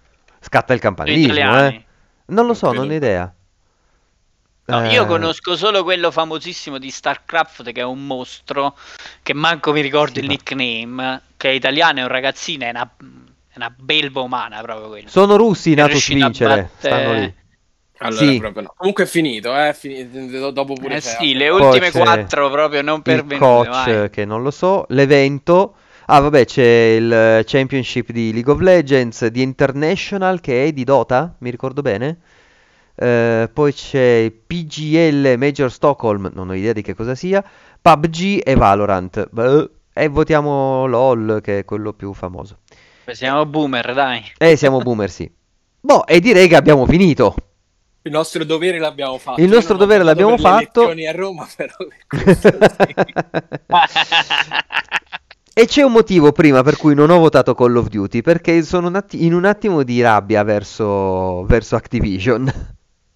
Non lo so, non ho idea. No, io conosco solo quello famosissimo di StarCraft, che è un mostro, che manco mi ricordo il nickname, che è italiano, è un ragazzino, è una belva umana proprio quello. Sono russi i Natus vincere, stanno lì. Allora, sì. Proprio no. Comunque è finito, dopo pure sì, le ultime 4 proprio non pervenute. Il coach che non lo so, l'evento... vabbè, c'è il Championship di League of Legends, di International che è di Dota, mi ricordo bene. Poi c'è PGL Major Stockholm, non ho idea di che cosa sia, PUBG e Valorant. E votiamo LOL, che è quello più famoso. Siamo boomer, dai. Siamo boomer, sì. Boh, e direi che abbiamo finito. Il nostro dovere l'abbiamo fatto. Il nostro dovere l'abbiamo fatto. Le elezioni a Roma, però questo sì. E c'è un motivo prima per cui non ho votato Call of Duty, perché sono in un attimo di rabbia verso Activision.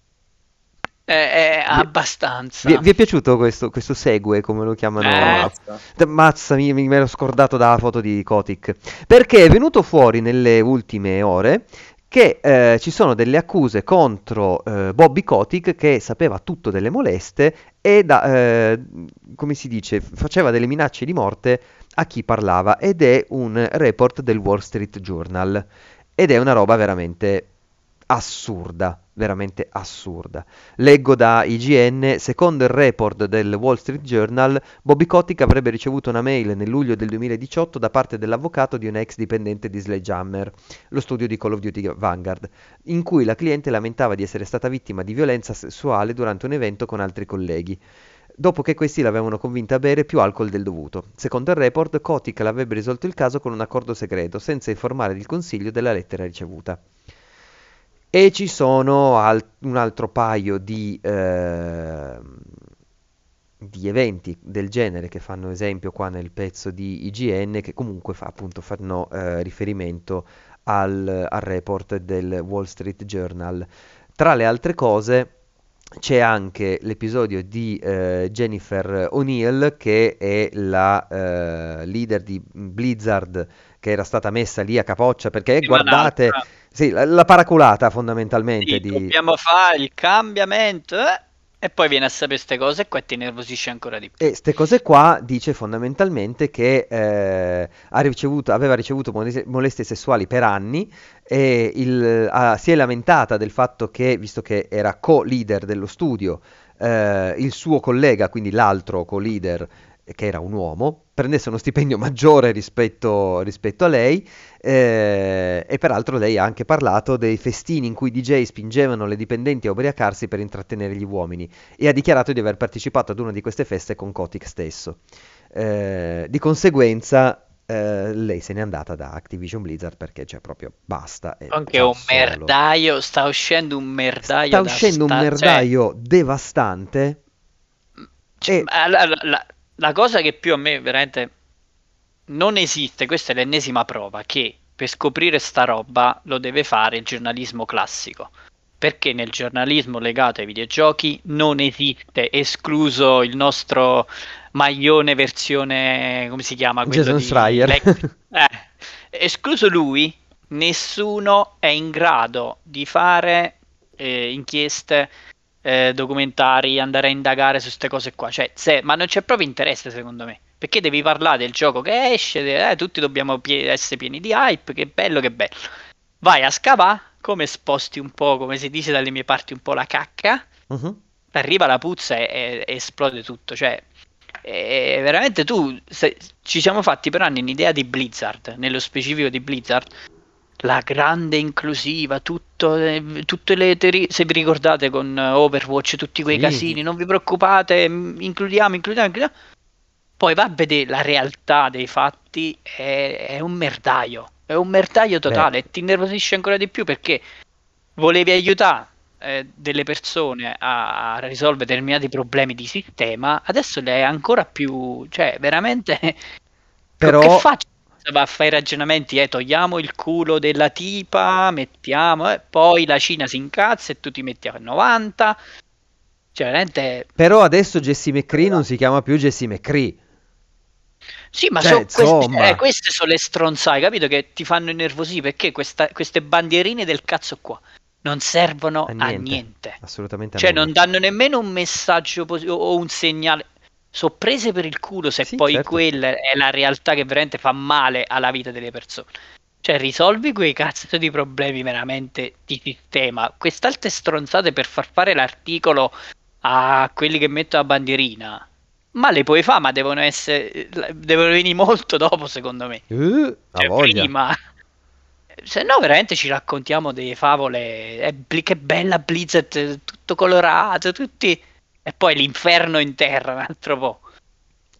Abbastanza. Vi è piaciuto questo segue, come lo chiamano? Mazza, mi ero scordato dalla foto di Kotick. Perché è venuto fuori nelle ultime ore che ci sono delle accuse contro Bobby Kotick, che sapeva tutto delle moleste e come si dice, faceva delle minacce di morte a chi parlava, ed è un report del Wall Street Journal, ed è una roba veramente assurda, veramente assurda. Leggo da IGN: secondo il report del Wall Street Journal, Bobby Kotick avrebbe ricevuto una mail nel luglio del 2018 da parte dell'avvocato di un ex dipendente di Sledgehammer, lo studio di Call of Duty Vanguard, in cui la cliente lamentava di essere stata vittima di violenza sessuale durante un evento con altri colleghi, dopo che questi l'avevano convinta a bere più alcol del dovuto. Secondo il report, Kotick l'avrebbe risolto il caso con un accordo segreto, senza informare il consiglio della lettera ricevuta. E ci sono un altro paio di eventi del genere che fanno esempio qua nel pezzo di IGN, che comunque fanno riferimento al report del Wall Street Journal. Tra le altre cose c'è anche l'episodio di Jennifer O'Neill, che è la leader di Blizzard, che era stata messa lì a capoccia perché, guardate, sì, la paraculata fondamentalmente. Sì, dobbiamo fare il cambiamento, e poi viene a sapere queste cose e qua ti nervosisce ancora di più. E queste cose qua dice fondamentalmente che aveva ricevuto molestie sessuali per anni, e si è lamentata del fatto che, visto che era co-leader dello studio, il suo collega, quindi l'altro co-leader, che era un uomo, prendesse uno stipendio maggiore rispetto a lei, e peraltro lei ha anche parlato dei festini in cui i DJ spingevano le dipendenti a ubriacarsi per intrattenere gli uomini, e ha dichiarato di aver partecipato ad una di queste feste con Kotick stesso. Di conseguenza lei se n'è andata da Activision Blizzard, perché c'è proprio basta. Anche un merdaio, sta uscendo un merdaio devastante. La cosa che più a me veramente non esiste, questa è l'ennesima prova che per scoprire sta roba lo deve fare il giornalismo classico, perché nel giornalismo legato ai videogiochi non esiste, escluso il nostro maglione versione, come si chiama? Jason Schreier. Escluso lui, nessuno è in grado di fare inchieste, documentari, andare a indagare su queste cose qua, cioè, ma non c'è proprio interesse, secondo me, perché devi parlare del gioco che esce, tutti dobbiamo essere pieni di hype, che bello, vai a scavare, come sposti un po', come si dice dalle mie parti, un po' la cacca, arriva la puzza e esplode tutto, cioè veramente ci siamo fatti per anni un'idea di Blizzard, nello specifico di Blizzard, la grande inclusiva, tutte le teorie, se vi ricordate con Overwatch, tutti quei casini, non vi preoccupate, includiamo. Poi va a vedere la realtà dei fatti, è un merdaio totale. E ti innervosisce ancora di più, perché volevi aiutare delle persone a risolvere determinati problemi di sistema, adesso le è ancora più, cioè veramente. Però che faccio? Va a fare i ragionamenti, togliamo il culo della tipa, mettiamo, poi la Cina si incazza e tu ti metti a 90, cioè veramente. Però adesso Jessie McCree non si chiama più Jessie McCree. Sì, ma queste sono le stronzate, capito, che ti fanno innervosire, perché queste bandierine del cazzo qua non servono a niente. Assolutamente. Cioè non danno nemmeno un messaggio o un segnale. Sono prese per il culo, se poi certo. Quella è la realtà che veramente fa male alla vita delle persone. Cioè risolvi quei cazzo di problemi veramente di sistema. Quest'altre stronzate per far fare l'articolo a quelli che mettono la bandierina, ma le puoi fare, ma devono venire molto dopo, secondo me. Prima. Se no veramente ci raccontiamo delle favole, che bella Blizzard, tutto colorato, tutti. E poi l'inferno in terra un altro po'.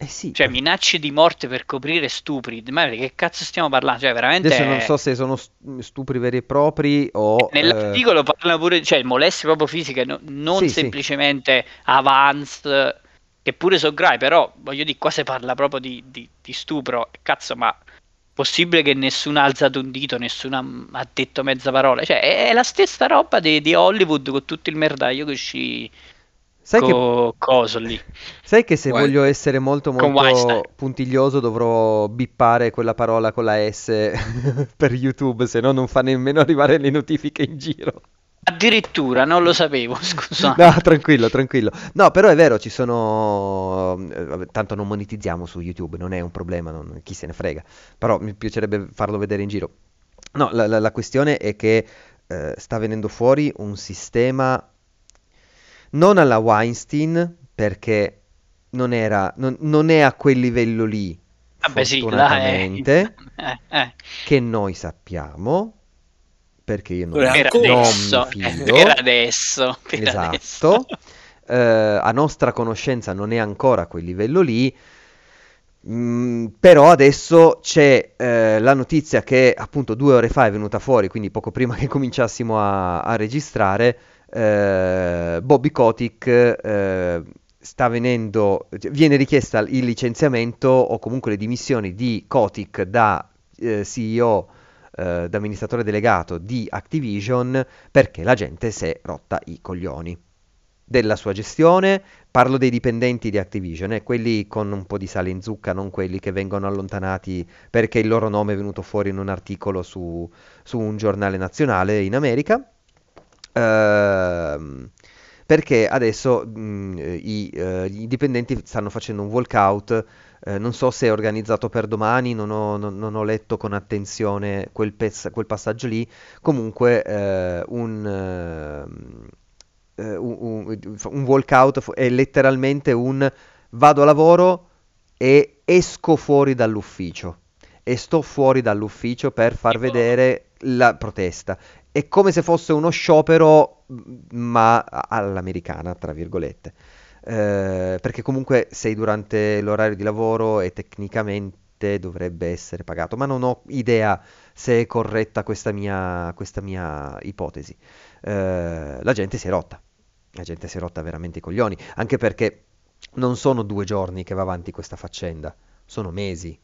sì. Cioè, minacce di morte per coprire stupri. Ma di che cazzo stiamo parlando? Cioè, veramente. Adesso non so se sono stupri veri e propri o... Nell'articolo parla pure, cioè, molestie proprio fisiche, non Sì, sì. semplicemente avance, che pure so gravi, però voglio dire, qua si parla proprio di stupro. Cazzo, ma possibile che nessuno ha alzato un dito, nessuno ha detto mezza parola? Cioè, è la stessa roba di Hollywood con tutto il merdaio che uscì Sai che, coso lì, sai che se Wild. voglio essere molto con Weinstein. molto puntiglioso dovrò bippare quella parola con la S per YouTube, se no non fa nemmeno arrivare le notifiche in giro. Addirittura, non lo sapevo, scusa. No, tranquillo, tranquillo. No, però è vero, ci sono... vabbè, tanto non monetizziamo su YouTube, non è un problema, chi se ne frega. Però mi piacerebbe farlo vedere in giro. No, la questione è che sta venendo fuori un sistema non alla Weinstein, perché non è a quel livello lì, Vabbè, sì, là è. fortunatamente, Eh. che noi sappiamo, perché io Non è Per ancora. non mi adesso, fido. per adesso, per adesso. Esatto. A nostra conoscenza non è ancora a quel livello lì. Però adesso c'è la notizia che appunto 2 ore fa è venuta fuori, quindi poco prima che cominciassimo a registrare. Bobby Kotick viene richiesta il licenziamento o comunque le dimissioni di Kotick da CEO, da amministratore delegato di Activision, perché la gente si è rotta i coglioni della sua gestione. Parlo dei dipendenti di Activision, quelli con un po' di sale in zucca, non quelli che vengono allontanati perché il loro nome è venuto fuori in un articolo su un giornale nazionale in America. Perché adesso i dipendenti stanno facendo un walkout. Non so se è organizzato per domani, non ho letto con attenzione quel passaggio lì. Comunque un walkout è letteralmente un vado a lavoro e esco fuori dall'ufficio e sto fuori dall'ufficio per far Tipo, vedere la protesta. È come se fosse uno sciopero, ma all'americana, tra virgolette. Perché comunque sei durante l'orario di lavoro e tecnicamente dovrebbe essere pagato, ma non ho idea se è corretta questa mia ipotesi. La gente si è rotta. La gente si è rotta veramente i coglioni, anche perché non sono 2 giorni che va avanti questa faccenda, sono mesi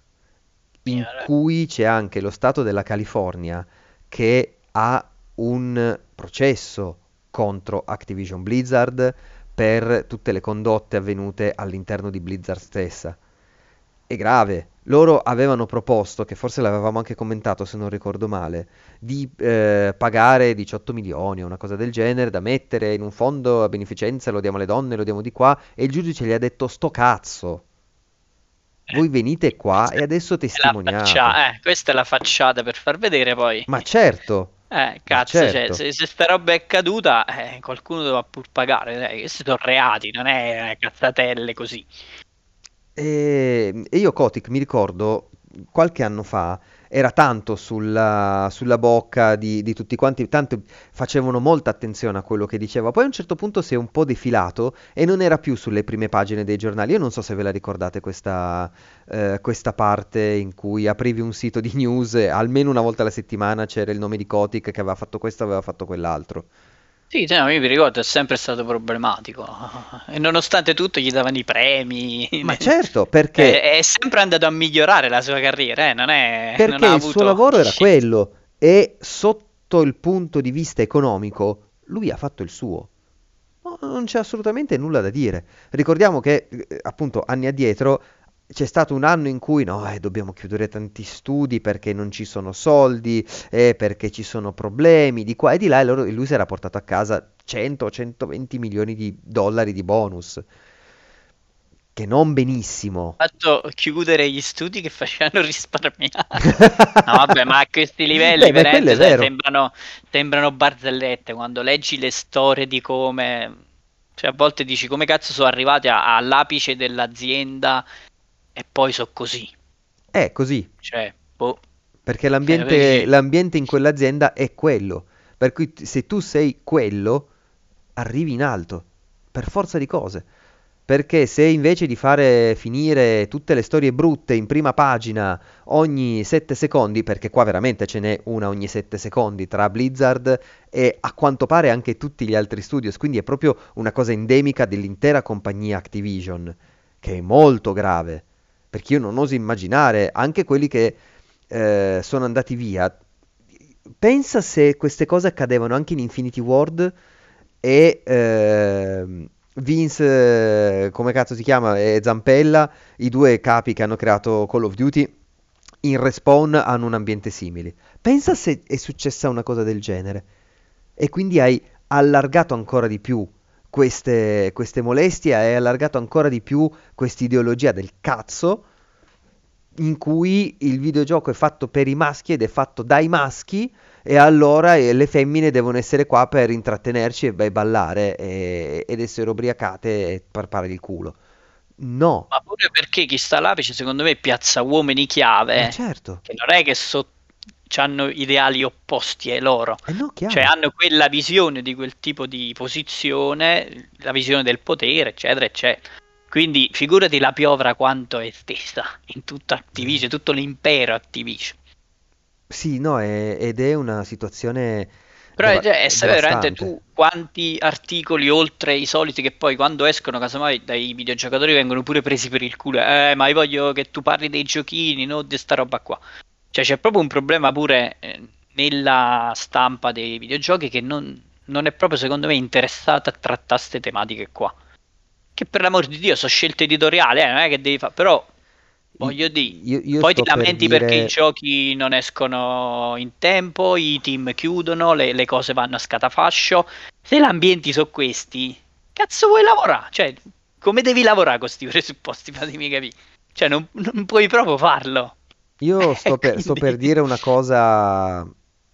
in cui c'è anche lo stato della California che ha un processo contro Activision Blizzard per tutte le condotte avvenute all'interno di Blizzard stessa. È grave. Loro avevano proposto, che forse l'avevamo anche commentato se non ricordo male, di pagare 18 milioni o una cosa del genere da mettere in un fondo a beneficenza, lo diamo alle donne, lo diamo di qua, e il giudice gli ha detto sto cazzo. Voi venite qua e adesso testimoniate. questa è la facciata per far vedere poi. Ma certo, ma Cazzo, cioè, certo. se sta roba è caduta, qualcuno dovrà pur pagare. Questi sono reati, non è cazzatelle così. E io Kotick mi ricordo qualche anno fa era tanto sulla bocca di tutti quanti, tanto facevano molta attenzione a quello che diceva. Poi a un certo punto si è un po' defilato e non era più sulle prime pagine dei giornali. Io non so se ve la ricordate questa parte in cui aprivi un sito di news e almeno una volta alla settimana c'era il nome di Kotick che aveva fatto questo, aveva fatto quell'altro. Sì, no, io mi ricordo, è sempre stato problematico. E nonostante tutto gli davano i premi. Ma certo, perché È sempre andato a migliorare la sua carriera, non Perché ha il suo avuto. lavoro era quello e sotto il punto di vista economico lui ha fatto il suo. No, non c'è assolutamente nulla da dire. Ricordiamo che appunto anni addietro c'è stato un anno in cui no, dobbiamo chiudere tanti studi perché non ci sono soldi, perché ci sono problemi di qua e di là e lui si era portato a casa 100-120 milioni di dollari di bonus, che non benissimo. Fatto chiudere gli studi che facevano risparmiare. No, vabbè, ma a questi livelli Beh, ma quello veramente è vero. sembrano barzellette quando leggi le storie di come. Cioè, a volte dici come cazzo sono arrivati all'apice dell'azienda e poi so così. È così. Cioè, boh. Perché Dici, l'ambiente in quell'azienda è quello. Per cui se tu sei quello, arrivi in alto, per forza di cose. Perché se invece di fare finire tutte le storie brutte in prima pagina ogni 7 secondi, perché qua veramente ce n'è una ogni 7 secondi tra Blizzard e a quanto pare anche tutti gli altri studios, quindi è proprio una cosa endemica dell'intera compagnia Activision, che è molto grave, perché io non oso immaginare anche quelli che sono andati via. Pensa se queste cose accadevano anche in Infinity Ward e Vince, come cazzo si chiama, e Zampella, i due capi che hanno creato Call of Duty, in Respawn hanno un ambiente simile. Pensa se è successa una cosa del genere e quindi hai allargato ancora di più queste molestie, hai allargato ancora di più questa ideologia del cazzo in cui il videogioco è fatto per i maschi ed è fatto dai maschi e allora le femmine devono essere qua per intrattenerci e ballare ed essere ubriacate e parpare il culo. No, Ma pure perché chi sta all'apice, secondo me, piazza uomini ma chiave, certo, che non è che hanno ideali opposti ai loro, no, cioè chiaro. hanno quella visione di quel tipo di posizione, la visione del potere, eccetera, eccetera. Quindi figurati la piovra quanto è estesa in tutta Activision, tutto l'impero Activision. Sì, no, ed è una situazione Però cioè, sai veramente devastante. tu quanti articoli oltre i soliti che poi quando escono casomai dai videogiocatori vengono pure presi per il culo. Ma io voglio che tu parli dei giochini, no di sta roba qua. Cioè c'è proprio un problema pure nella stampa dei videogiochi che non è proprio secondo me interessata a trattare queste tematiche qua. Che per l'amor di Dio sono scelte editoriali, non è che devi fare, però I- voglio dire, io poi ti sto per lamenti perché i dire, giochi non escono in tempo, i team chiudono, le cose vanno a scatafascio. Se l'ambienti sono questi, cazzo vuoi lavorare? Cioè, come devi lavorare con questi presupposti? Fatemi capire. Cioè, non puoi proprio farlo. io sto per Quindi... dire una cosa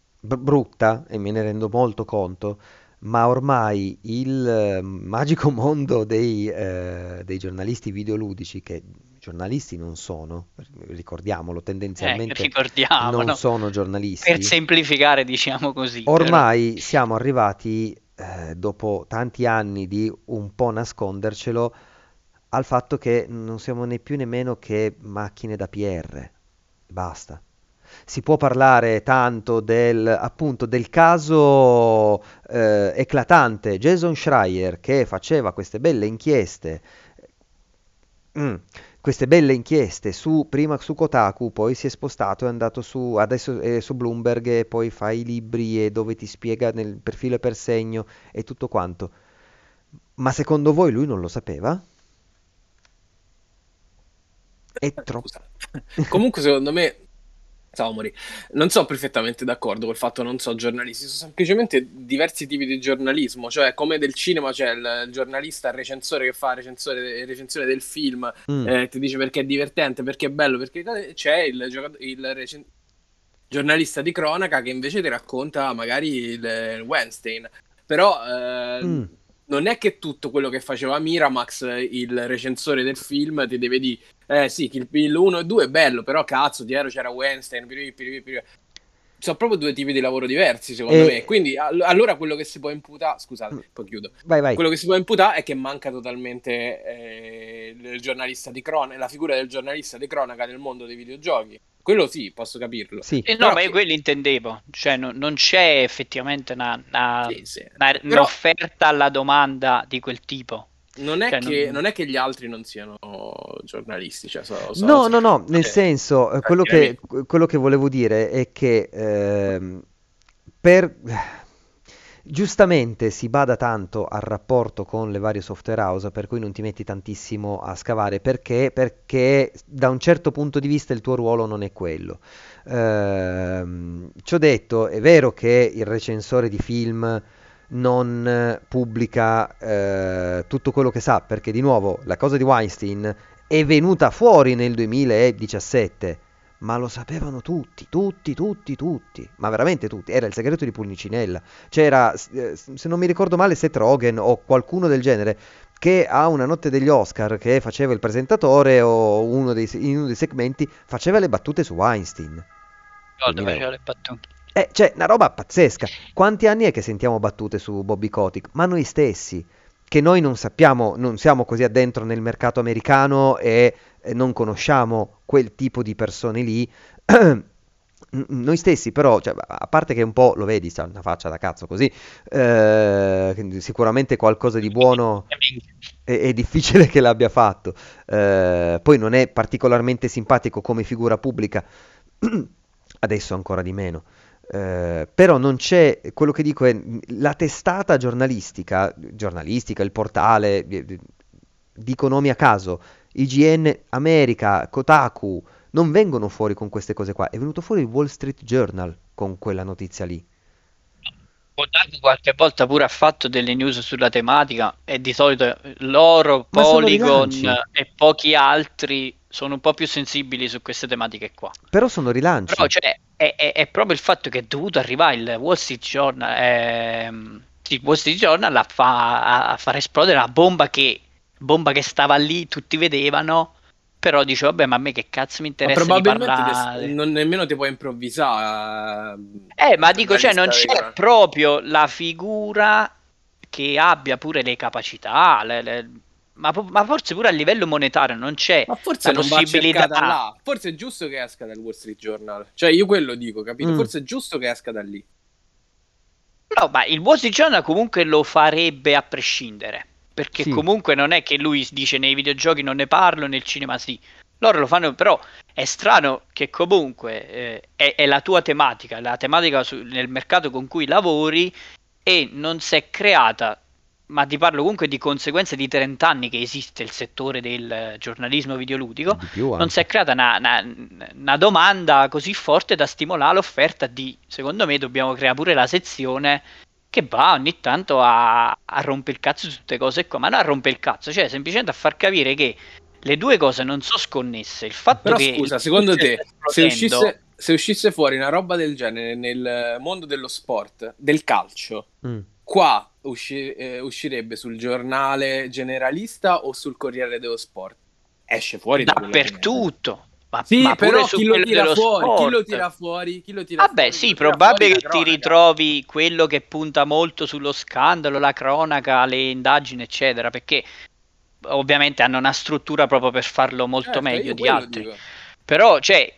brutta e me ne rendo molto conto, ma ormai il magico mondo dei giornalisti videoludici, che giornalisti non sono, ricordiamolo, tendenzialmente ricordiamo, non no? sono Per giornalisti, semplificare, diciamo così, però. ormai siamo arrivati, dopo tanti anni di un po' nascondercelo, al fatto che non siamo né più nemmeno che macchine da PR. Basta. Si può parlare tanto appunto, del caso eclatante Jason Schreier che faceva mm, queste belle inchieste prima su Kotaku, poi si è spostato, è andato adesso è su Bloomberg e poi fa i libri e dove ti spiega nel per filo e per segno e tutto quanto. Ma secondo voi lui non lo sapeva? È troppo. Scusa. Comunque, secondo me, Saomori, non sono perfettamente d'accordo col fatto non so giornalisti, sono semplicemente diversi tipi di giornalismo, cioè come del cinema c'è il giornalista, il recensore che fa recensione del film, Mm, ti dice perché è divertente, perché è bello, perché c'è giornalista di cronaca che invece ti racconta magari il Weinstein. Però mm. non è che tutto quello che faceva Miramax, il recensore del film, ti deve dire sì, Kill Bill 1 e 2 è bello, però cazzo, dietro c'era Weinstein, sono proprio due tipi di lavoro diversi, secondo me. E... Quindi allora quello che si può imputare, scusate, mm, poi chiudo. vai, vai. Quello che si può imputare è che manca totalmente il giornalista di cronaca, la figura del giornalista di cronaca nel mondo dei videogiochi. Quello sì, posso capirlo. Sì. No, Però ma io quelli intendevo, cioè non c'è effettivamente sì, sì. Però un'offerta alla domanda di quel tipo. non è Cioè, non è che gli altri non siano giornalisti, cioè No, no, no, nel semplicemente senso, tranquillamente. quello che volevo dire è che per... giustamente si bada tanto al rapporto con le varie software house, per cui non ti metti tantissimo a scavare, perché da un certo punto di vista il tuo ruolo non è quello. Ciò detto, è vero che il recensore di film non pubblica tutto quello che sa, perché di nuovo la cosa di Weinstein è venuta fuori nel 2017, ma lo sapevano tutti, tutti, tutti, tutti, ma veramente tutti, era il segreto di Pulcinella. C'era, se non mi ricordo male, Seth Rogen o qualcuno del genere che a una notte degli Oscar che faceva il presentatore o in uno dei segmenti faceva le battute su Weinstein. ricordo, 2001. faceva le battute. Cioè, una roba pazzesca. Quanti anni è che sentiamo battute su Bobby Kotick? Ma noi stessi. che noi non sappiamo, non siamo così addentro nel mercato americano e non conosciamo quel tipo di persone lì. Noi stessi però, cioè, a parte che un po' lo vedi, c'ha una faccia da cazzo così, quindi sicuramente qualcosa di buono è difficile che l'abbia fatto. Poi non è particolarmente simpatico come figura pubblica, adesso ancora di meno. Però non c'è, quello che dico è la testata giornalistica, il portale, dico nomi a caso, IGN America, Kotaku, non vengono fuori con queste cose qua. È venuto fuori il Wall Street Journal con quella notizia lì. Kotaku qualche volta pure ha fatto delle news sulla tematica e di solito loro, Ma sono Polygon rilanci. e pochi altri sono un po' più sensibili su queste tematiche qua. Però sono Però rilanci. cioè, è proprio il fatto che è dovuto arrivare il Wall Street Journal, sì, il Wall Street Journal a far esplodere la bomba che stava lì, tutti vedevano, però dice, vabbè, ma a me che cazzo mi Ma interessa di probabilmente parlare? non nemmeno ti puoi improvvisare. Ma dico, cioè, non Giornalista dei c'è proprio la figura che abbia pure le capacità, ma forse pure a livello monetario non c'è Ma forse la non va possibilità. cercata là. Forse è giusto che esca dal Wall Street Journal. Cioè, io quello dico, capito? Mm, Forse è giusto che esca da lì. No, ma il Wall Street Journal comunque lo farebbe a prescindere, perché sì, comunque non è che lui dice nei videogiochi non ne parlo, nel cinema sì. Loro lo fanno, però è strano che comunque è la tua tematica, la tematica nel mercato con cui lavori e non si è creata, ma ti parlo comunque di conseguenze di 30 anni che esiste il settore del giornalismo videoludico, di più non si è anche. creata una domanda così forte da stimolare l'offerta di, secondo me, dobbiamo creare pure la sezione che va ogni tanto a rompere il cazzo su tutte cose qua, ma non a rompere il cazzo, cioè semplicemente a far capire che le due cose non sono sconnesse. Il fatto Però che scusa, secondo l'industria sta te, se esplodendo. uscisse fuori una roba del genere nel mondo dello sport, del calcio, Mm. qua uscirebbe sul giornale generalista o sul Corriere dello Sport? Esce fuori da quella che... Dappertutto, Sì, ma pure però su chi lo quello tira dello fuori? Chi lo sport. tira fuori? Chi lo tira Vabbè, fuori? sì, Lo tira fuori probabile la che ti cronaca. ritrovi quello che punta molto sullo scandalo, la cronaca, le indagini, eccetera, perché ovviamente hanno una struttura proprio per farlo molto Certo, meglio io di quello altri. dico. Però, cioè,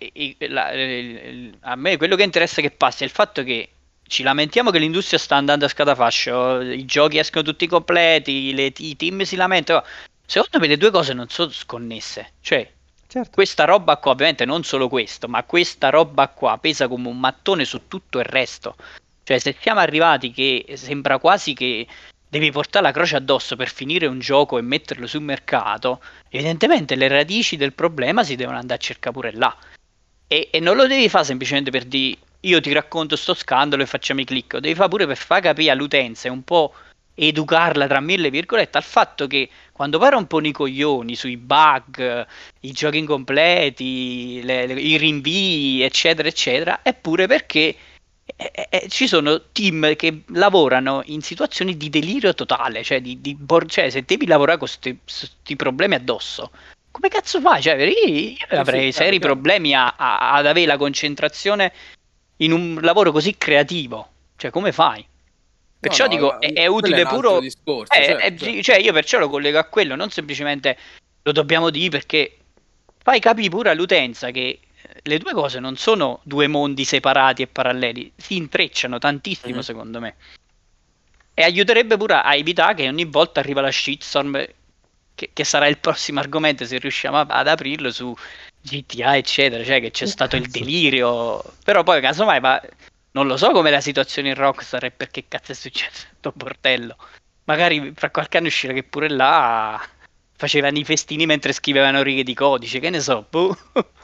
a me quello che interessa che passi è il fatto che ci lamentiamo che l'industria sta andando a scatafascio, i giochi escono tutti completi, i team si lamentano. Secondo me le due cose non sono sconnesse. Cioè, Certo. questa roba qua, ovviamente non solo questo, ma questa roba qua pesa come un mattone su tutto il resto. Cioè, se siamo arrivati che sembra quasi che devi portare la croce addosso per finire un gioco e metterlo sul mercato, evidentemente le radici del problema si devono andare a cercare pure là. E non lo devi fare semplicemente per dire io ti racconto sto scandalo e facciamo i click, lo devi fare pure per far capire all'utenza e un po' educarla tra mille virgolette al fatto che quando poi rompono i coglioni sui bug, i giochi incompleti, i rinvii, eccetera, eccetera, è pure perché ci sono team che lavorano in situazioni di delirio totale, cioè, cioè se devi lavorare con questi problemi addosso, come cazzo fai? Cioè, io Sì, sì, avrei chiaro, seri chiaro. problemi ad avere la concentrazione in un lavoro così creativo. Cioè, come fai? No, Perciò no, dico, è quello è utile un altro pure. discorso, certo, certo. Cioè, io perciò lo collego a quello, non semplicemente lo dobbiamo dire perché fai capire pure all'utenza che le due cose non sono due mondi separati e paralleli, si intrecciano tantissimo, Mhm. secondo me. E aiuterebbe pure a evitare che ogni volta arriva la shitstorm, che sarà il prossimo argomento se riusciamo ad aprirlo su GTA, eccetera, cioè che c'è stato il Cazzo. delirio. Però poi, casomai, non lo so come la situazione in Rockstar e perché cazzo è successo questo bordello. Magari fra qualche anno uscirà che pure là facevano i festini mentre scrivevano righe di codice, che ne so, boh.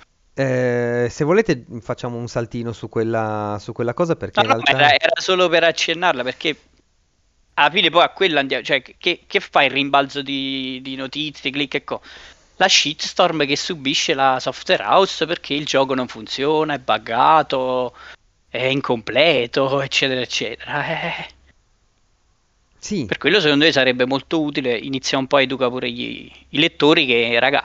Se volete facciamo un saltino su quella cosa perché No, in no, ma era, realtà... era solo per accennarla, perché alla fine poi a quella andiamo, cioè che fa il rimbalzo di notizie, click e co? La shitstorm che subisce la software house perché il gioco non funziona, è buggato, è incompleto, eccetera, eccetera. Sì, Per quello secondo me sarebbe molto utile iniziare un po' a educare pure i lettori che, raga,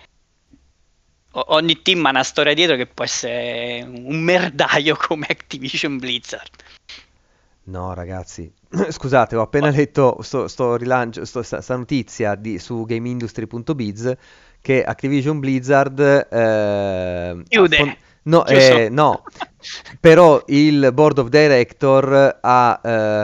ogni team ha una storia dietro che può essere un merdaio come Activision Blizzard. No, ragazzi, scusate, ho appena letto sta notizia su GameIndustry.biz che Activision Blizzard Chiude, no, giusto? no, però il Board of Director ha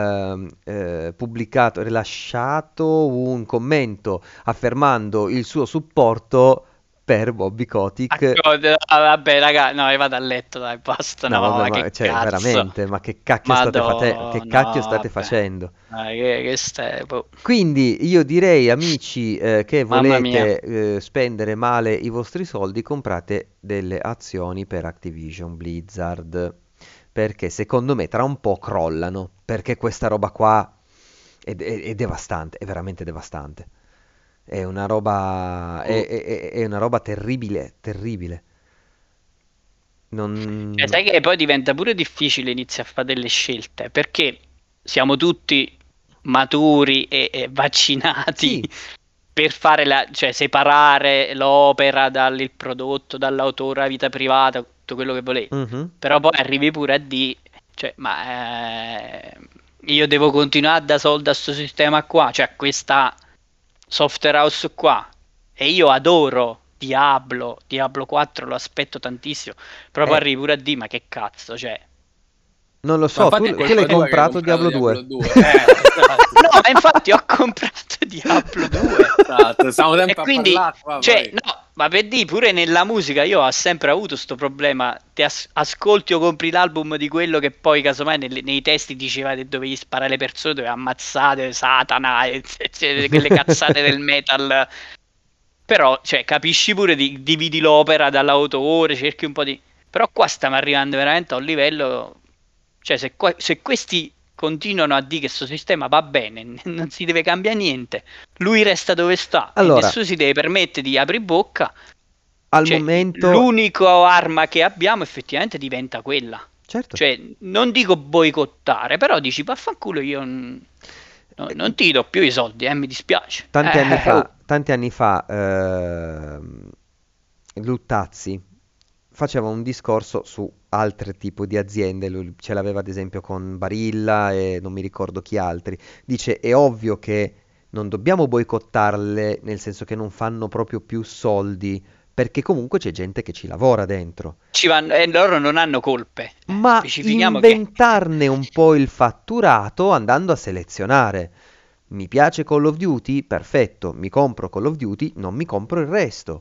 rilasciato un commento affermando il suo supporto per Bobby Kotick. Vabbè, raga, no, io vado a letto, dai, basta, No, no, vabbè, ma ma che cioè, cazzo. veramente, ma che cacchio che Madonna, cacchio state vabbè. facendo? Dai, che stai, boh. Quindi io direi, amici, che Mamma mia. volete spendere male i vostri soldi, comprate delle azioni per Activision Blizzard, perché secondo me tra un po' crollano, perché questa roba qua è devastante, è veramente devastante. È una roba, è una roba terribile, terribile. Cioè, Non... sai che poi diventa pure difficile iniziare a fare delle scelte, perché siamo tutti maturi e vaccinati Sì, per fare cioè separare l'opera dal prodotto, dall'autore, la vita privata, tutto quello che volevi. mhm. Però poi arrivi pure a dire, cioè, io devo continuare a dare soldi a questo sistema qua, cioè a questa software house qua. E io adoro Diablo 4, lo aspetto tantissimo. Però poi Eh, arrivi pure a dire, ma che cazzo, cioè. non lo Ma so, infatti è tu l'hai colpa tua che hai comprato comprato Diablo 2? Diablo 2. Esatto. No, ma infatti ho comprato Diablo 2. Esatto, stiamo E sempre a quindi, parlare qua, cioè, poi. no, ma per dire, pure nella musica io ho sempre avuto questo problema. Ti ascolti o compri l'album di quello che poi, casomai, nei testi diceva che dovevi sparare le persone, dovevi ammazzare Satana, quelle cazzate del metal. Però, cioè, capisci pure, dividi l'opera dall'autore, cerchi un po' di... Però qua stiamo arrivando veramente a un livello... Cioè, se questi continuano a dire che questo sistema va bene, non si deve cambiare niente, lui resta dove sta e Allora, nessuno si deve permettere di aprire bocca, al cioè, momento, l'unica arma che abbiamo effettivamente diventa quella. certo, Cioè, non dico boicottare, però dici, vaffanculo, io non ti do più i soldi, mi dispiace. Oh. tanti anni fa, Luttazzi faceva un discorso su altri tipi di aziende, lui ce l'aveva ad esempio con Barilla e non mi ricordo chi altri. Dice, è ovvio che non dobbiamo boicottarle, nel senso che non fanno proprio più soldi, perché comunque c'è gente che ci lavora dentro. Ci vanno, e loro non hanno colpe. Ma Specifichiamo che inventarne un po' il fatturato andando a selezionare. Mi piace Call of Duty? Perfetto, mi compro Call of Duty, non mi compro il resto.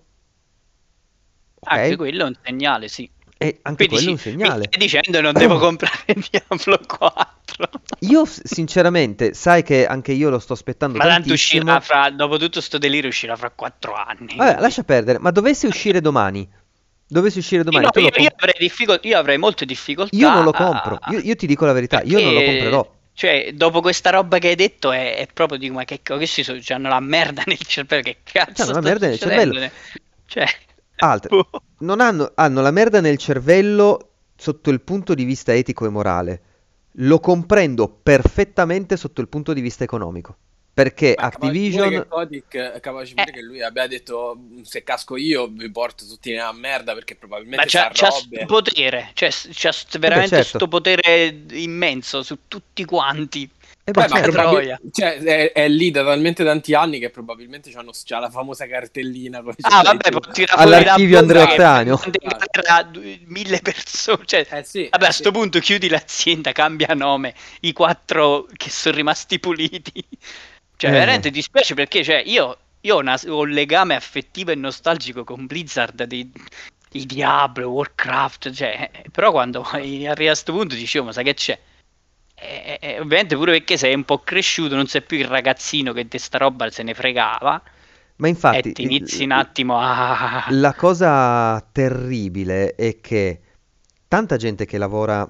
anche Ok? quello è un segnale, sì. E anche Quindi quello è un mi segnale. stai dicendo non devo comprare Diablo 4. Io sinceramente, sai che anche io lo sto aspettando Ma tanto uscirà tantissimo. dopo tutto sto delirio uscirà fra 4 anni. Vabbè, Lui. lascia perdere, ma dovesse uscire domani, dovesse uscire Sì, domani, no, tu lo io comp- avrei io avrei molte Io non difficoltà lo compro. Io ti dico la verità, io non lo perché, comprerò. cioè, dopo questa roba che hai detto è proprio, dico, ma che questi hanno la merda nel cervello, che C'hanno cazzo la sta merda nel cervello. succedendo? Cioè, Altre. boh. Non hanno la merda nel cervello sotto il punto di vista etico e morale. Lo comprendo perfettamente sotto il punto di vista economico. Perché Ma capace pure Activision... che Kotick, capace Eh, pure che lui abbia detto se casco io vi porto tutti nella merda perché ma probabilmente c'ha sto robe. potere, Eh beh, veramente certo. sto potere immenso su tutti quanti. Eh beh, Beh, ma Porca certo. troia. cioè, è lì da talmente tanti anni che probabilmente c'ha la famosa cartellina come ce Ah, l'hai vabbè, tu. può tirare fuori la All'archivio bomba che Andreottano. manda in Esatto. guerra 1000 persone. Cioè, Sì, vabbè, a sì. sto punto chiudi l'azienda, cambia nome, i 4 che sono rimasti puliti. Cioè, Eh, veramente dispiace perché cioè, io ho un legame affettivo e nostalgico con Blizzard di Diablo, Warcraft, cioè, però quando arrivi a questo punto dicevo, ma sai che c'è? Ovviamente pure perché sei un po' cresciuto, non sei più il ragazzino che di sta roba se ne fregava ma e infatti, ti inizi un attimo a... la cosa terribile è che tanta gente che lavora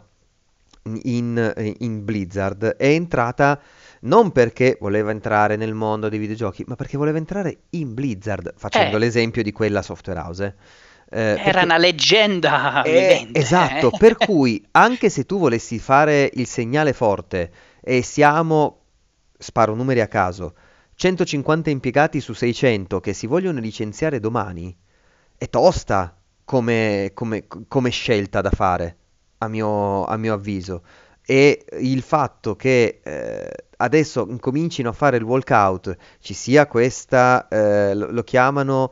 in Blizzard è entrata non perché voleva entrare nel mondo dei videogiochi, ma perché voleva entrare in Blizzard, facendo Eh, l'esempio di quella software house. era una leggenda vivente. Esatto, per cui anche se tu volessi fare il segnale forte e siamo, sparo numeri a caso, 150 impiegati su 600 che si vogliono licenziare domani, è tosta come scelta da fare, a mio avviso. e il fatto che adesso incomincino a fare il walkout, ci sia questa, lo chiamano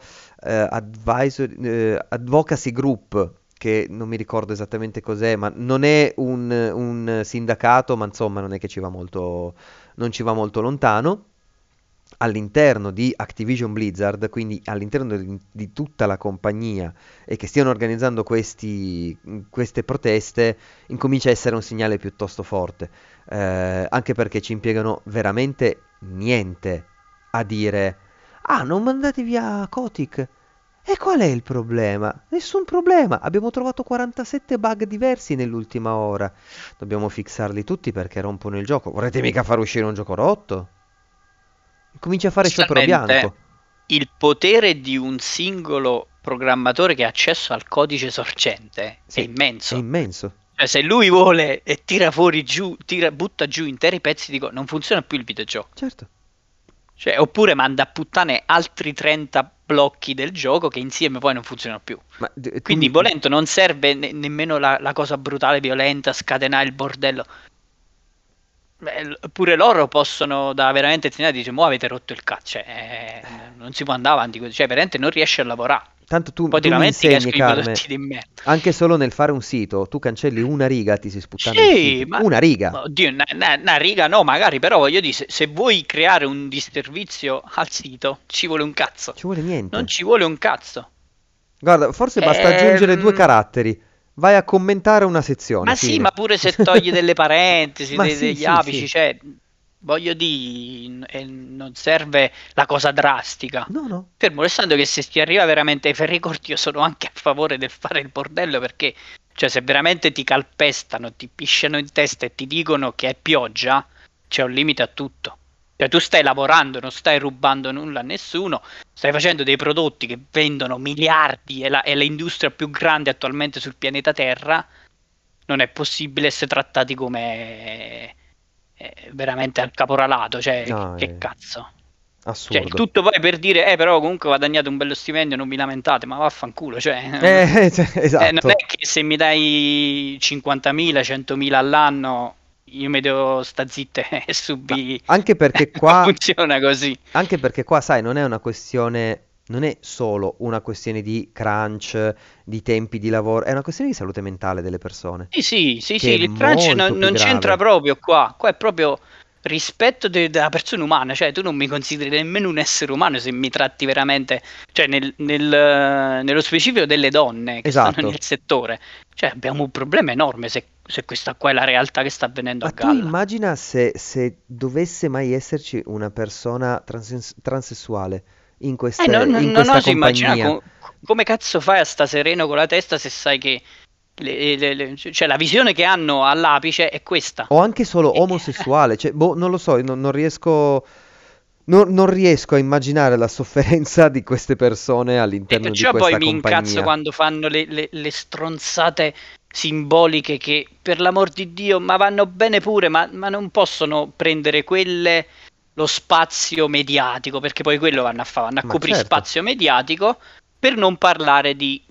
advocacy group, che non mi ricordo esattamente cos'è, ma non è un sindacato, ma insomma non è che non ci va molto lontano, all'interno di Activision Blizzard, quindi all'interno di tutta la compagnia, e che stiano organizzando queste proteste, incomincia a essere un segnale piuttosto forte, anche perché ci impiegano veramente niente a dire, ah, non mandate via Kotick. E qual è il problema? Nessun problema, abbiamo trovato 47 bug diversi nell'ultima ora. Dobbiamo fixarli tutti perché rompono il gioco. Vorrete mica far uscire un gioco rotto? Comincia a fare sciopero bianco. Il potere di un singolo programmatore che ha accesso al codice sorgente è immenso. È immenso. Cioè, se lui vuole e tira fuori giù, butta giù interi pezzi, dico, non funziona più il videogioco. Certo. Cioè, oppure manda a puttane altri 30 blocchi del gioco che insieme poi non funzionano più. Quindi, volendo, non serve nemmeno la cosa brutale, violenta, scatenare il bordello. Pure loro possono veramente dire, mo avete rotto il cazzo, cioè, non si può andare avanti così, cioè veramente non riesci a lavorare. Tanto tu poi mi insegni, Carme, di merda. Anche solo nel fare un sito, tu cancelli una riga, ti si sputtana il sito. Ma, una riga. Oddio, una riga no, magari, però voglio dire, se vuoi creare un disservizio al sito, ci vuole un cazzo. Ci vuole niente. Non ci vuole un cazzo. Guarda, forse basta aggiungere 2 caratteri. Vai a commentare una sezione. Ma fine. sì, ma pure se togli delle parentesi, degli sì, apici, sì. cioè, voglio dire, non serve la cosa drastica. No. Fermo restando che se ti arriva veramente ai ferri corti, io sono anche a favore del fare il bordello, perché, cioè, se veramente ti calpestano, ti pisciano in testa e ti dicono che è pioggia, c'è un limite a tutto. Cioè, tu stai lavorando, non stai rubando nulla a nessuno, stai facendo dei prodotti che vendono miliardi, è l'industria più grande attualmente sul pianeta Terra. Non è possibile essere trattati come veramente al caporalato, cioè, No, che cazzo. Assurdo. Cioè, tutto poi per dire, però comunque ho guadagnato un bello stipendio, non vi lamentate, ma vaffanculo, cioè, esatto. non è che se mi dai 50.000, 100.000 all'anno, io mi devo sta zitta e subì. Anche perché qua funziona così. Anche perché qua, sai, non è solo una questione di crunch, di tempi di lavoro, è una questione di salute mentale delle persone. Sì, che è il crunch molto più non c'entra grave. proprio qua è proprio rispetto della persona umana, cioè tu non mi consideri nemmeno un essere umano se mi tratti veramente, cioè nello specifico delle donne che Esatto. stanno nel settore, cioè abbiamo un problema enorme se questa qua è la realtà che sta avvenendo Ma a tu galla. immagina se dovesse mai esserci una persona transessuale in questa non oso immaginare compagnia. come cazzo fai a sta sereno con la testa se sai che cioè la visione che hanno all'apice è questa. O anche solo omosessuale, cioè, non lo so, non riesco, non riesco a immaginare la sofferenza di queste persone all'interno di Perciò questa poi mi compagnia. incazzo quando fanno le stronzate simboliche che, per l'amor di Dio, ma vanno bene pure, ma non possono prendere quelle lo spazio mediatico, perché poi quello vanno a coprire certo. spazio mediatico, per non parlare di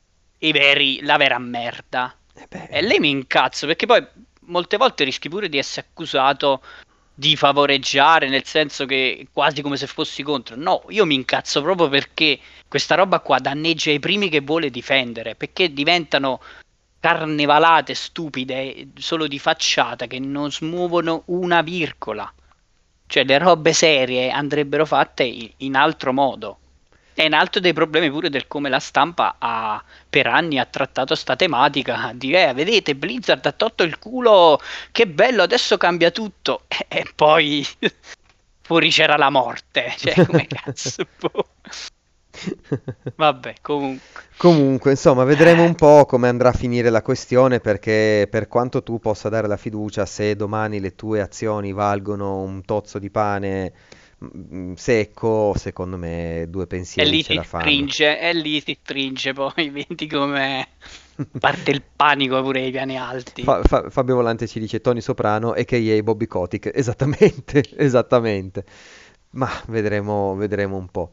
la vera merda. E lei mi incazzo, perché poi molte volte rischi pure di essere accusato di favoreggiare, nel senso che quasi come se fossi contro. No, io mi incazzo proprio perché questa roba qua danneggia i primi che vuole difendere, perché diventano carnevalate stupide, solo di facciata, che non smuovono una virgola. Cioè, le robe serie andrebbero fatte in altro modo. È un altro dei problemi pure del come la stampa per anni ha trattato sta tematica di vedete, Blizzard ha tolto il culo, che bello, adesso cambia tutto. E poi fuori c'era la morte. Cioè, come cazzo boh. Vabbè, Comunque, insomma, vedremo un po' come andrà a finire la questione, perché per quanto tu possa dare la fiducia, se domani le tue azioni valgono un tozzo di pane secco, secondo me 2 pensieri ce la fanno. E lì si stringe, poi vedi come parte il panico pure ai piani alti. Fabio Volante ci dice Tony Soprano e a.k.a. Bobby Kotick. Esattamente. Ma vedremo un po'.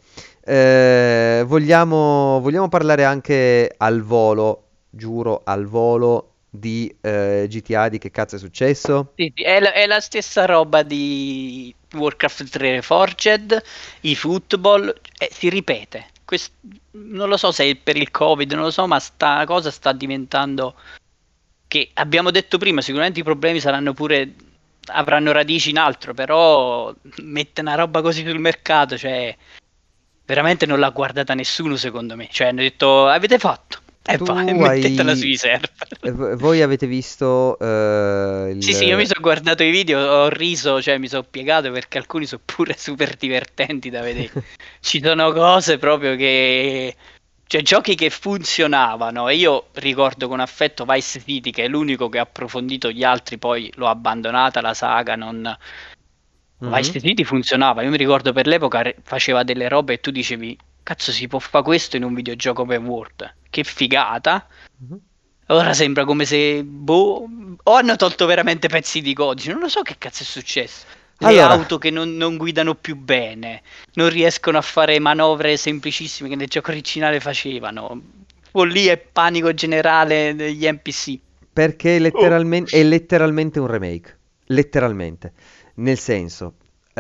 Vogliamo parlare anche al volo, giuro, al volo, di GTA, di che cazzo è successo? Sì, è la stessa roba di Warcraft 3 Reforged, i football, si ripete. Non lo so se è per il Covid, non lo so, ma sta cosa sta diventando, che abbiamo detto prima, sicuramente i problemi avranno radici in altro, però mette una roba così sul mercato, cioè veramente non l'ha guardata nessuno, secondo me. Cioè hanno detto avete fatto e vai, mettetela sui server. Voi avete visto Sì, io mi sono guardato i video, ho riso, cioè mi sono piegato perché alcuni sono pure super divertenti da vedere. Ci sono cose proprio che... Cioè giochi che funzionavano, e io ricordo con affetto Vice City, che è l'unico che ha approfondito, gli altri poi l'ho abbandonata la saga, non... Vice City funzionava, io mi ricordo per l'epoca faceva delle robe e tu dicevi cazzo si può fare questo in un videogioco open world, che figata. Ora sembra come se o hanno tolto veramente pezzi di codice, non lo so che cazzo è successo. Le auto che non guidano più bene, non riescono a fare manovre semplicissime che nel gioco originale facevano, follia e panico generale degli NPC. Perché è letteralmente un remake, letteralmente. Nel senso,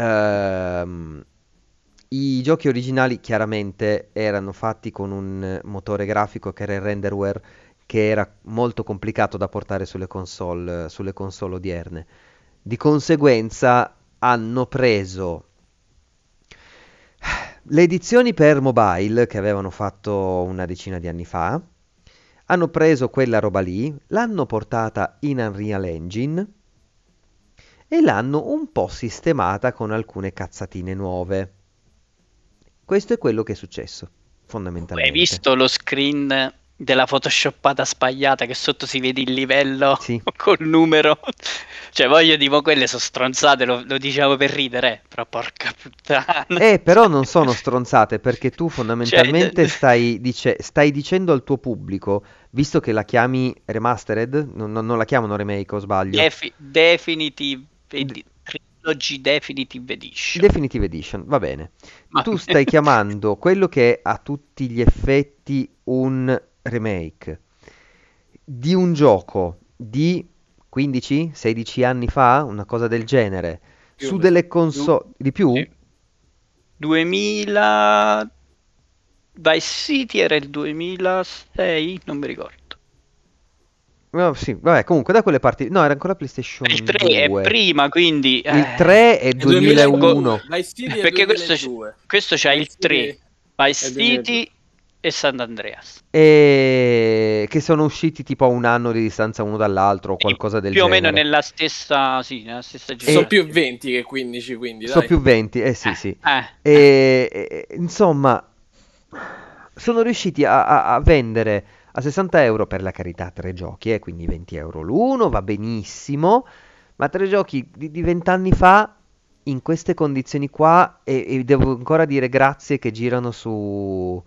i giochi originali chiaramente erano fatti con un motore grafico che era il renderware, che era molto complicato da portare sulle console odierne. Di conseguenza hanno preso le edizioni per mobile che avevano fatto una decina di anni fa, hanno preso quella roba lì, l'hanno portata in Unreal Engine e l'hanno un po' sistemata con alcune cazzatine nuove. Questo è quello che è successo, fondamentalmente. Hai visto lo screen della photoshoppata spagliata che sotto si vede il livello col numero? Cioè voglio dire, quelle sono stronzate, lo diciamo per ridere, però porca puttana. Però non sono stronzate, perché tu fondamentalmente stai dicendo al tuo pubblico, visto che la chiami remastered, non la chiamano remake o sbaglio? Definitive Edition. Definitive Edition, va bene. Tu stai chiamando quello che è a tutti gli effetti un remake di un gioco di 15-16 anni fa, una cosa del genere, su delle console di più? 2000 Vice City era il 2006, non mi ricordo. No, sì, vabbè, comunque da quelle parti... No, era ancora PlayStation 2. Il 3 è prima, quindi... Il 3 è 2001. Vice City è perché 2002. questo c'ha il 3, Vice City e Sant'Andreas. E che sono usciti tipo a un anno di distanza uno dall'altro o qualcosa del genere. Più o meno nella stessa generazione. Sono più 20 che 15, quindi sono più 20, sì. Insomma, sono riusciti a vendere a 60 euro, per la carità, 3 giochi, quindi 20 euro l'uno, va benissimo, ma 3 giochi di 20 anni fa, in queste condizioni qua, e devo ancora dire grazie che girano su...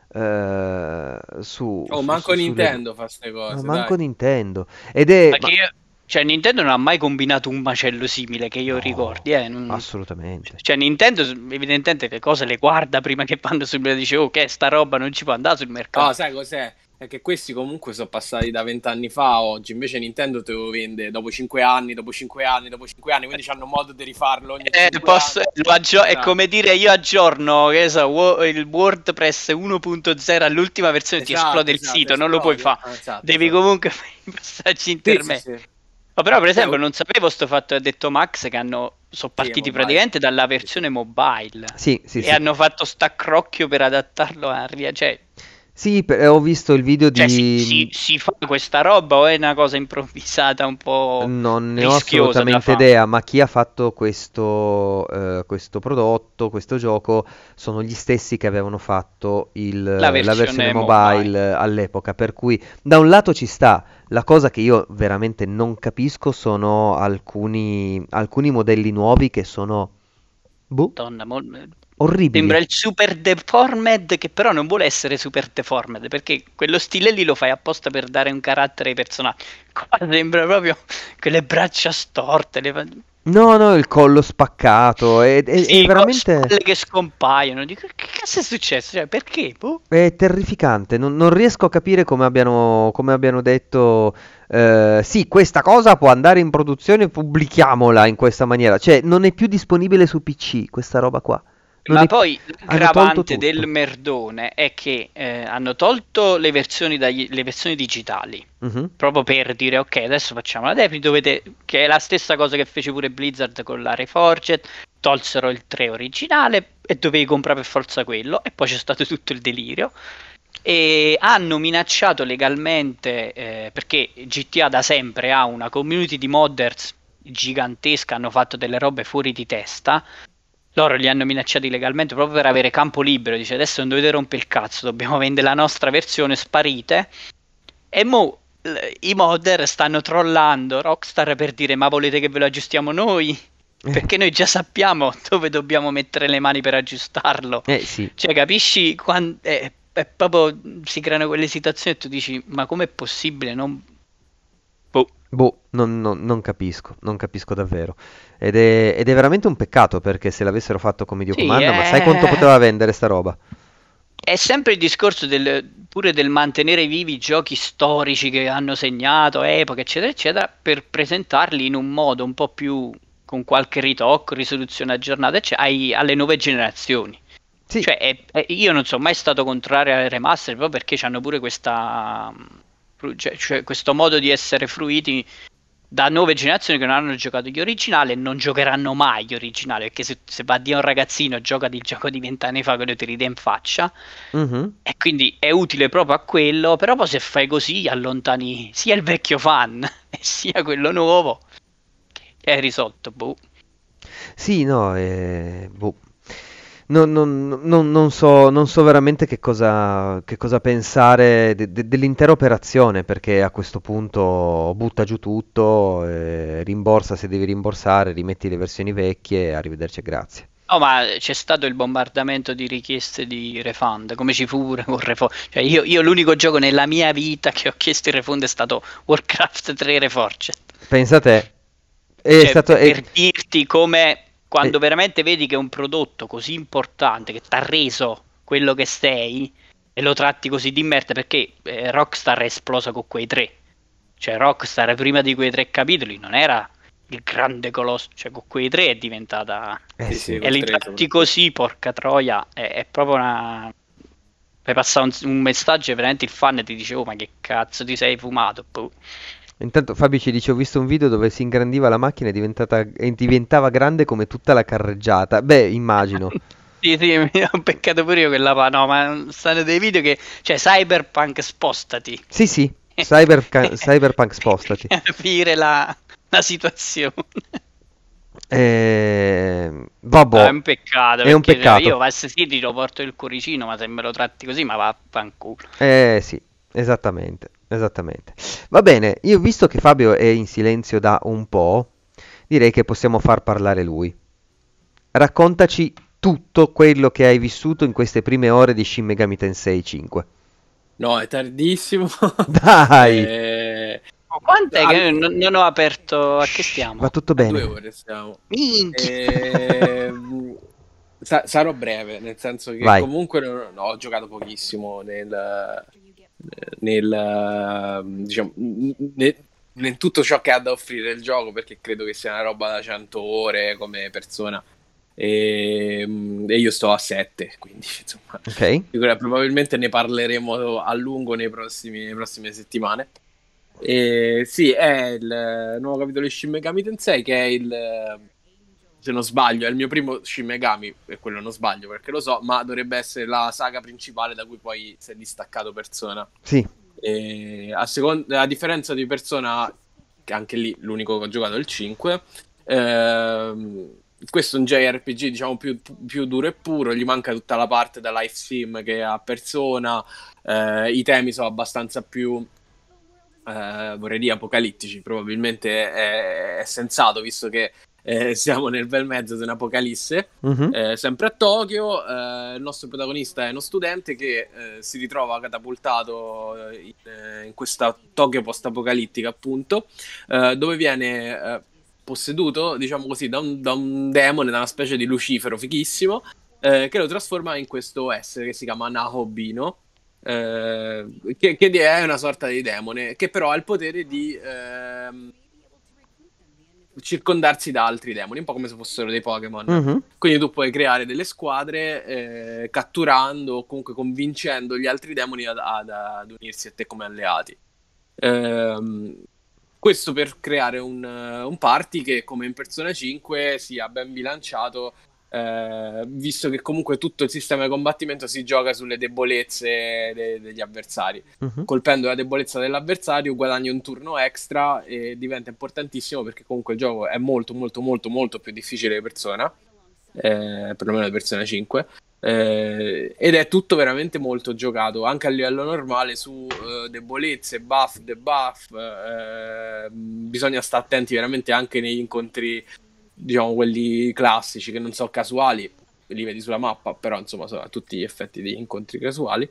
manco Nintendo fa queste cose. No, manco Nintendo. Ed è... Cioè, Nintendo non ha mai combinato un macello simile che io ricordi, assolutamente. Cioè, Nintendo evidentemente le cose le guarda prima che vanno sul mercato, dice ok, sta roba non ci può andare sul mercato. No, sai cos'è? È che questi comunque sono passati da 20 anni fa a oggi, invece Nintendo te lo vende dopo 5 anni, quindi hanno modo di rifarlo ogni 5 anni. È come dire io aggiorno, che so, il WordPress 1.0 all'ultima versione, ti esplode il sito, non lo puoi fare. Devi comunque fare i passaggi intermedi. Sì. Ma però per esempio non sapevo sto fatto che ha detto Max, che sono partiti praticamente dalla versione mobile hanno fatto sta crocchio per adattarlo a sì, ho visto il video cioè, di... si fa questa roba o è una cosa improvvisata un po' non ne ho assolutamente idea, ma chi ha fatto questo prodotto, questo gioco, sono gli stessi che avevano fatto la versione mobile all'epoca, per cui da un lato ci sta. La cosa che io veramente non capisco sono alcuni modelli nuovi che sono... orribili. Sembra il super deformed, che però non vuole essere super deformed, perché quello stile lì lo fai apposta per dare un carattere ai personaggi. Qua sembra proprio quelle braccia storte. No, il collo spaccato. È veramente. Spalle che scompaiono. Dico, che cazzo è successo? Cioè, perché? È terrificante. Non riesco a capire come abbiano detto. sì, questa cosa può andare in produzione, pubblichiamola in questa maniera. Cioè, non è più disponibile su PC questa roba qua. Ma poi Hanno tolto l'aggravante del tutto. merdone è che hanno tolto le versioni, le versioni digitali, Mhm. proprio per dire ok, adesso facciamo la demo, dovete, che è la stessa cosa che fece pure Blizzard con la Reforged, tolsero il 3 originale e dovevi comprare per forza quello, e poi c'è stato tutto il delirio. E hanno minacciato legalmente, perché GTA da sempre ha una community di modders gigantesca, hanno fatto delle robe fuori di testa. Loro li hanno minacciati legalmente proprio per avere campo libero. Dice adesso non dovete rompere il cazzo, dobbiamo vendere la nostra versione, sparite. E mo i modder stanno trollando Rockstar per dire ma volete che ve lo aggiustiamo noi? Perché noi già sappiamo dove dobbiamo mettere le mani per aggiustarlo. Sì. Cioè capisci quando è proprio si creano quelle situazioni e tu dici ma com'è possibile? Boh, non capisco, non capisco davvero. Ed è veramente un peccato perché se l'avessero fatto come Dio Sì, comanda, ma sai quanto poteva vendere sta roba? è sempre il discorso pure del mantenere vivi i giochi storici che hanno segnato, epoche, eccetera, eccetera, per presentarli in un modo un po' più con qualche ritocco, risoluzione aggiornata, eccetera, alle nuove generazioni. Sì, Cioè, io non sono mai stato contrario alle remaster proprio perché hanno pure questa, cioè, questo modo di essere fruiti da nuove generazioni che non hanno giocato gli originali e non giocheranno mai gli originali, perché se va a dire a un ragazzino gioca il gioco di 20 anni fa, quello ti ride in faccia, mhm. e quindi è utile proprio a quello, però poi se fai così allontani sia il vecchio fan e sia quello nuovo, che è risolto, boh. Sì, no, boh. Non so veramente che cosa pensare dell'intera operazione, perché a questo punto butta giù tutto, rimborsa se devi rimborsare, rimetti le versioni vecchie, arrivederci e grazie. No, ma c'è stato il bombardamento di richieste di refund, come ci fu pure con Refund. Cioè, io l'unico gioco nella mia vita che ho chiesto il refund è stato Warcraft 3 Reforged. Pensa a te, è Cioè, stato... per dirti come è- quando veramente vedi che è un prodotto così importante che ti ha reso quello che sei e lo tratti così di merda, perché Rockstar è esplosa con quei tre. Cioè, Rockstar prima di quei tre capitoli non era il grande colosso, cioè con quei tre è diventata. eh Sì, sì. sì, E col li 3 tratti soprattutto. così, porca troia, è proprio una. Fai passare un messaggio e veramente il fan ti dice: oh, ma che cazzo ti sei fumato? Boh. Intanto Fabio ci dice, ho visto un video dove si ingrandiva la macchina e diventava grande come tutta la carreggiata. Beh, immagino. Sì, sì, mi ha un peccato pure io quella no, ma stanno dei video che. Cioè, Cyberpunk spostati. Sì, sì, Cyberpunk spostati. Capire la situazione. No, è Vabbè, un peccato è un perché cioè, io peccato. Vice City lo porto il cuoricino, ma se me lo tratti così, ma vaffanculo. Sì, esattamente, esattamente. Va bene, io visto che Fabio è in silenzio da un po', direi che possiamo far parlare lui. Raccontaci tutto quello che hai vissuto in queste prime ore di Shin Megami Tensei 5. No, è tardissimo. Dai, Eh, Quant'è che al- non ho aperto? A che va stiamo? tutto a 2 bene. ore stiamo. Minchia. Sarò breve, nel senso che Vai. comunque ho giocato pochissimo diciamo, nel tutto ciò che ha da offrire il gioco, perché credo che sia una roba da 100 ore come persona. E io sto a 7, quindi insomma, Ok. probabilmente ne parleremo a lungo nelle prossime settimane. E sì, è il nuovo capitolo di Shin Megami Tensei, che è se non sbaglio, è il mio primo Shin Megami, e quello non sbaglio perché lo so, ma dovrebbe essere la saga principale da cui poi si è distaccato Persona. Sì. E a differenza di Persona, che anche lì l'unico che ho giocato è il 5, questo è un JRPG diciamo più duro e puro, gli manca tutta la parte da life sim che ha Persona, i temi sono abbastanza più vorrei dire apocalittici, probabilmente è sensato visto che siamo nel bel mezzo di un'apocalisse. Mhm. Sempre a Tokyo, il nostro protagonista è uno studente che si ritrova catapultato in questa Tokyo post-apocalittica, appunto, dove viene posseduto, diciamo così, da un demone, da una specie di Lucifero fighissimo, che lo trasforma in questo essere che si chiama Nahobino. che è una sorta di demone, che però ha il potere di circondarsi da altri demoni, un po' come se fossero dei Pokémon. Quindi tu puoi creare delle squadre catturando o comunque convincendo gli altri demoni ad unirsi a te come alleati. Questo per creare un party che, come in Persona 5, sia ben bilanciato, visto che comunque tutto il sistema di combattimento si gioca sulle debolezze degli avversari. Colpendo la debolezza dell'avversario guadagni un turno extra e diventa importantissimo, perché comunque il gioco è molto molto molto molto più difficile di Persona, perlomeno di Persona 5. Ed è tutto veramente molto giocato anche a livello normale su debolezze, buff, debuff. Bisogna stare attenti veramente anche negli incontri, diciamo quelli classici, che non so, casuali, li vedi sulla mappa, però insomma sono a tutti gli effetti degli incontri casuali.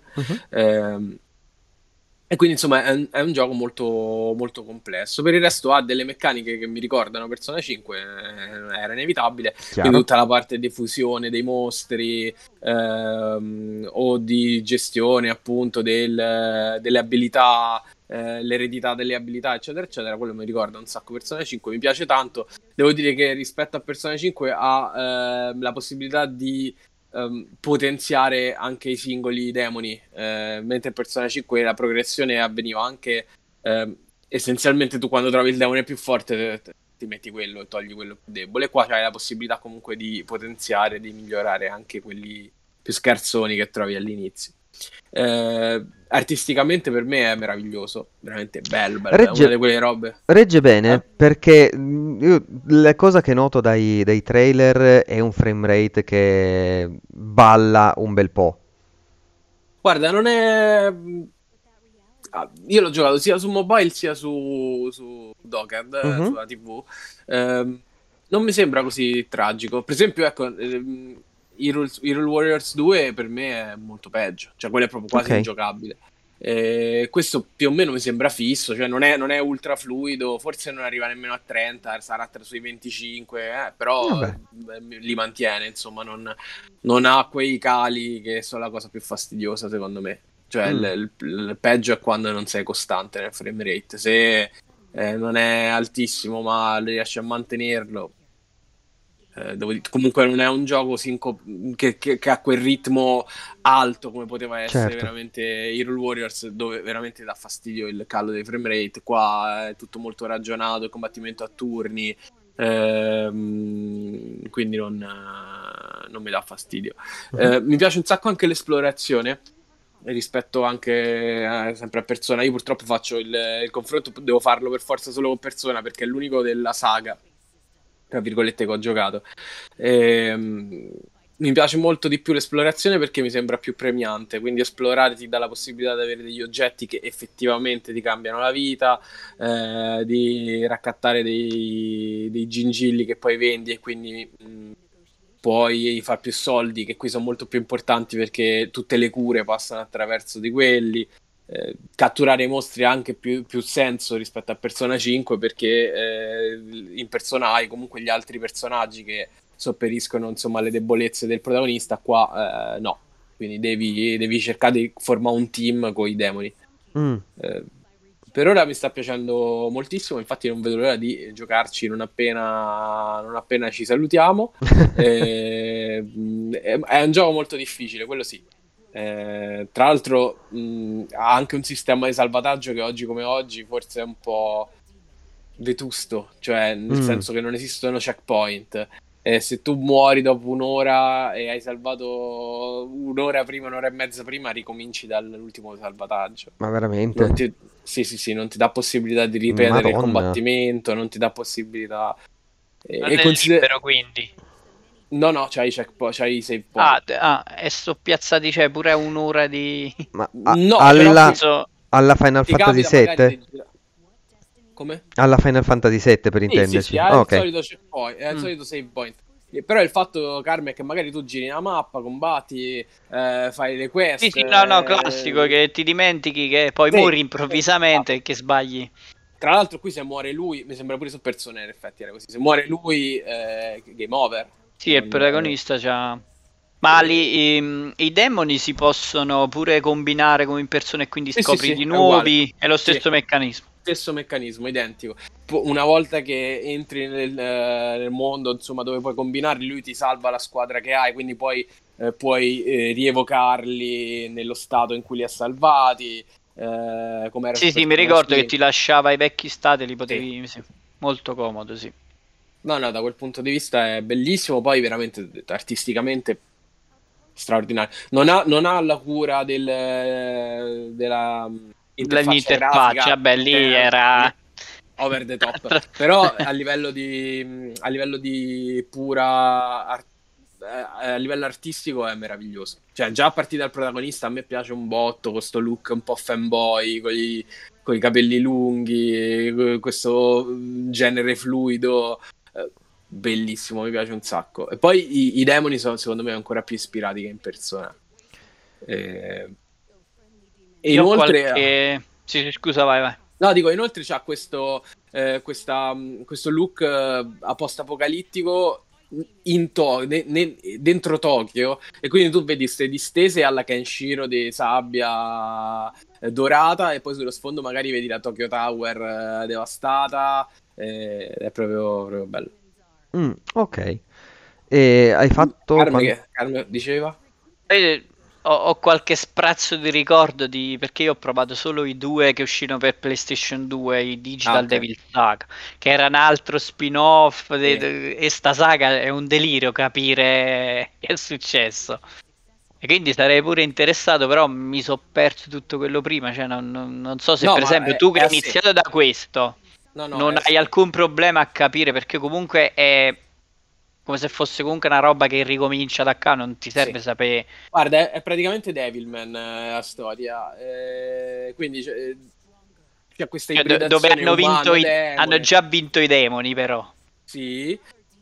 E quindi insomma è un gioco molto, molto complesso. Per il resto ha delle meccaniche che mi ricordano Persona 5, era inevitabile. Quindi tutta la parte di fusione dei mostri, o di gestione appunto delle abilità, l'eredità delle abilità, eccetera eccetera, quello mi ricorda un sacco Persona 5, mi piace tanto. Devo dire che rispetto a Persona 5 ha la possibilità di potenziare anche i singoli demoni, mentre in Persona 5 la progressione avveniva anche essenzialmente tu quando trovi il demone più forte ti metti quello e togli quello più debole. Qua c'hai la possibilità comunque di potenziare, di migliorare anche quelli più scarsoni che trovi all'inizio. Artisticamente per me è meraviglioso, veramente bello, una di quelle robe. Regge bene, perché io, la cosa che noto dai trailer è un frame rate che balla un bel po'. Guarda, non è... Io l'ho giocato sia su mobile sia su Docked, sulla TV. Non mi sembra così tragico. Per esempio, ecco, Hyrule Warriors 2 per me è molto peggio, cioè quello è proprio quasi ingiocabile. Questo più o meno mi sembra fisso, cioè non è ultra fluido, forse non arriva nemmeno a 30, sarà sui 25, però li mantiene, insomma, non ha quei cali che sono la cosa più fastidiosa secondo me. Cioè il peggio è quando non sei costante nel frame rate. Se non è altissimo ma riesci a mantenerlo, comunque non è un gioco che ha quel ritmo alto come poteva essere veramente Hyrule Warriors, dove veramente dà fastidio il calo dei frame rate. Qua è tutto molto ragionato, il combattimento a turni, quindi non mi dà fastidio. Mi piace un sacco anche l'esplorazione rispetto anche sempre a Persona. Io purtroppo faccio il confronto, devo farlo per forza solo con Persona perché è l'unico della saga, tra virgolette, che ho giocato. Mi piace molto di più l'esplorazione perché mi sembra più premiante, quindi esplorare ti dà la possibilità di avere degli oggetti che effettivamente ti cambiano la vita, di raccattare dei gingilli che poi vendi e quindi puoi fare più soldi, che qui sono molto più importanti perché tutte le cure passano attraverso di quelli. Catturare i mostri ha anche più senso rispetto a Persona 5 perché in Persona hai comunque gli altri personaggi che sopperiscono insomma alle debolezze del protagonista. Qua no, quindi devi cercare di formare un team con i demoni. Per ora mi sta piacendo moltissimo, infatti non vedo l'ora di giocarci non appena ci salutiamo. È un gioco molto difficile, quello sì. Tra l'altro ha anche un sistema di salvataggio che oggi come oggi forse è un po' vetusto, cioè nel senso che non esistono checkpoint. Se tu muori dopo un'ora e hai salvato un'ora prima, un'ora e mezza prima, ricominci dall'ultimo salvataggio. Ma veramente? Sì, non ti dà possibilità di ripetere il combattimento, non ti dà possibilità. Non è libero, quindi. No, c'hai i save point. E sto piazzati, cioè pure un'ora di... Ma no, alla Final Fantasy VII? Come? Alla Final Fantasy VII per intenderci. Sì, è il solito checkpoint, è il solito save point. Però il fatto, Carmen, è che magari tu giri la mappa, combatti, fai le quest. Sì, no, classico, che ti dimentichi che poi muori improvvisamente e che sbagli. Tra l'altro qui se muore lui, mi sembra pure su Persona in effetti era così, se muore lui, game over. Sì, il protagonista c'ha... Ma i demoni si possono pure combinare come in persona e quindi scopri di nuovi, è lo stesso meccanismo. Stesso meccanismo, identico. Una volta che entri nel mondo, insomma, dove puoi combinarli, lui ti salva la squadra che hai, quindi poi puoi rievocarli nello stato in cui li ha salvati. Come sì, mi ricordo che ti lasciava i vecchi stati, li potevi... Sì. Molto comodo, sì. No, da quel punto di vista è bellissimo, poi veramente artisticamente straordinario. Non ha la cura della interfaccia, vabbè, lì era over the top. Però a livello di pura a livello artistico è meraviglioso. Cioè, già a partire dal protagonista a me piace un botto, questo look un po' fanboy, con i capelli lunghi, questo genere fluido. Bellissimo, mi piace un sacco. E poi i demoni sono secondo me ancora più ispirati che in persona. E inoltre sì, scusa, vai. No, dico, inoltre c'ha questo look a post-apocalittico dentro Tokyo, e quindi tu vedi queste distese alla Kenshiro di sabbia dorata, e poi sullo sfondo magari vedi la Tokyo Tower devastata, è proprio bello. Ok. E hai fatto... Carme diceva? Ho qualche sprazzo di ricordo perché io ho provato solo i 2 che uscirono per PlayStation 2, i Digital Devil Saga, che era un altro spin-off e sta saga è un delirio capire che è successo. E quindi sarei pure interessato, però mi so perso tutto quello prima, cioè non so se per esempio tu che hai iniziato da questo non hai alcun problema a capire, perché comunque è come se fosse comunque una roba che ricomincia da capo, non ti serve sapere. Guarda, è praticamente Devilman la storia, quindi c'è questa ibridazione dove hanno già vinto i demoni, però. Sì,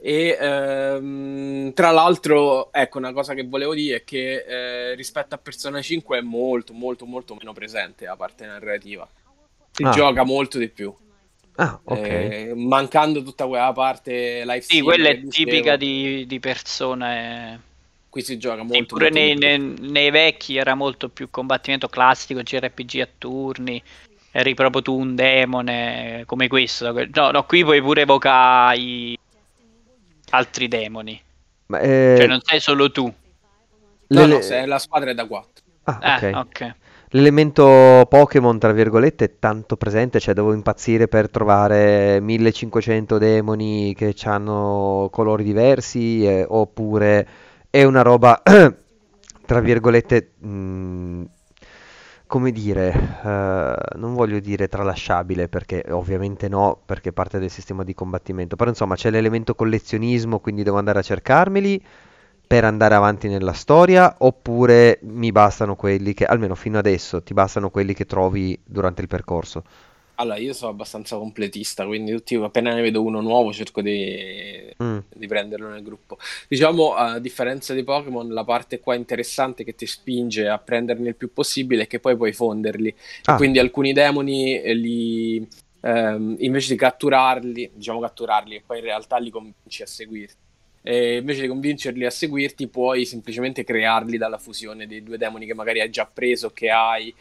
e tra l'altro, ecco, una cosa che volevo dire è che rispetto a Persona 5 è molto, molto, molto meno presente la parte narrativa. Si gioca molto di più. Ok. Mancando tutta quella parte life sì, quella è tipica di Persona. Qui si gioca molto, pure molto nei vecchi era molto più combattimento classico, JRPG a turni, eri proprio tu un demone come questo. No, qui puoi pure evocare altri demoni. Cioè non sei solo tu. No, la squadra è da 4. Ok. L'elemento Pokémon, tra virgolette, è tanto presente, cioè devo impazzire per trovare 1500 demoni che hanno colori diversi, oppure è una roba, tra virgolette, come dire, non voglio dire tralasciabile, perché ovviamente no, perché parte del sistema di combattimento, però insomma c'è l'elemento collezionismo, quindi devo andare a cercarmeli per andare avanti nella storia, oppure mi bastano quelli che, almeno fino adesso, ti bastano quelli che trovi durante il percorso? Allora, io sono abbastanza completista, quindi appena ne vedo uno nuovo cerco di prenderlo nel gruppo. Diciamo, a differenza di Pokémon, la parte qua interessante che ti spinge a prenderne il più possibile è che poi puoi fonderli. E quindi alcuni demoni invece di catturarli, e poi in realtà li convinci a seguirti. E invece di convincerli a seguirti, puoi semplicemente crearli dalla fusione dei 2 demoni che magari hai già preso, che hai...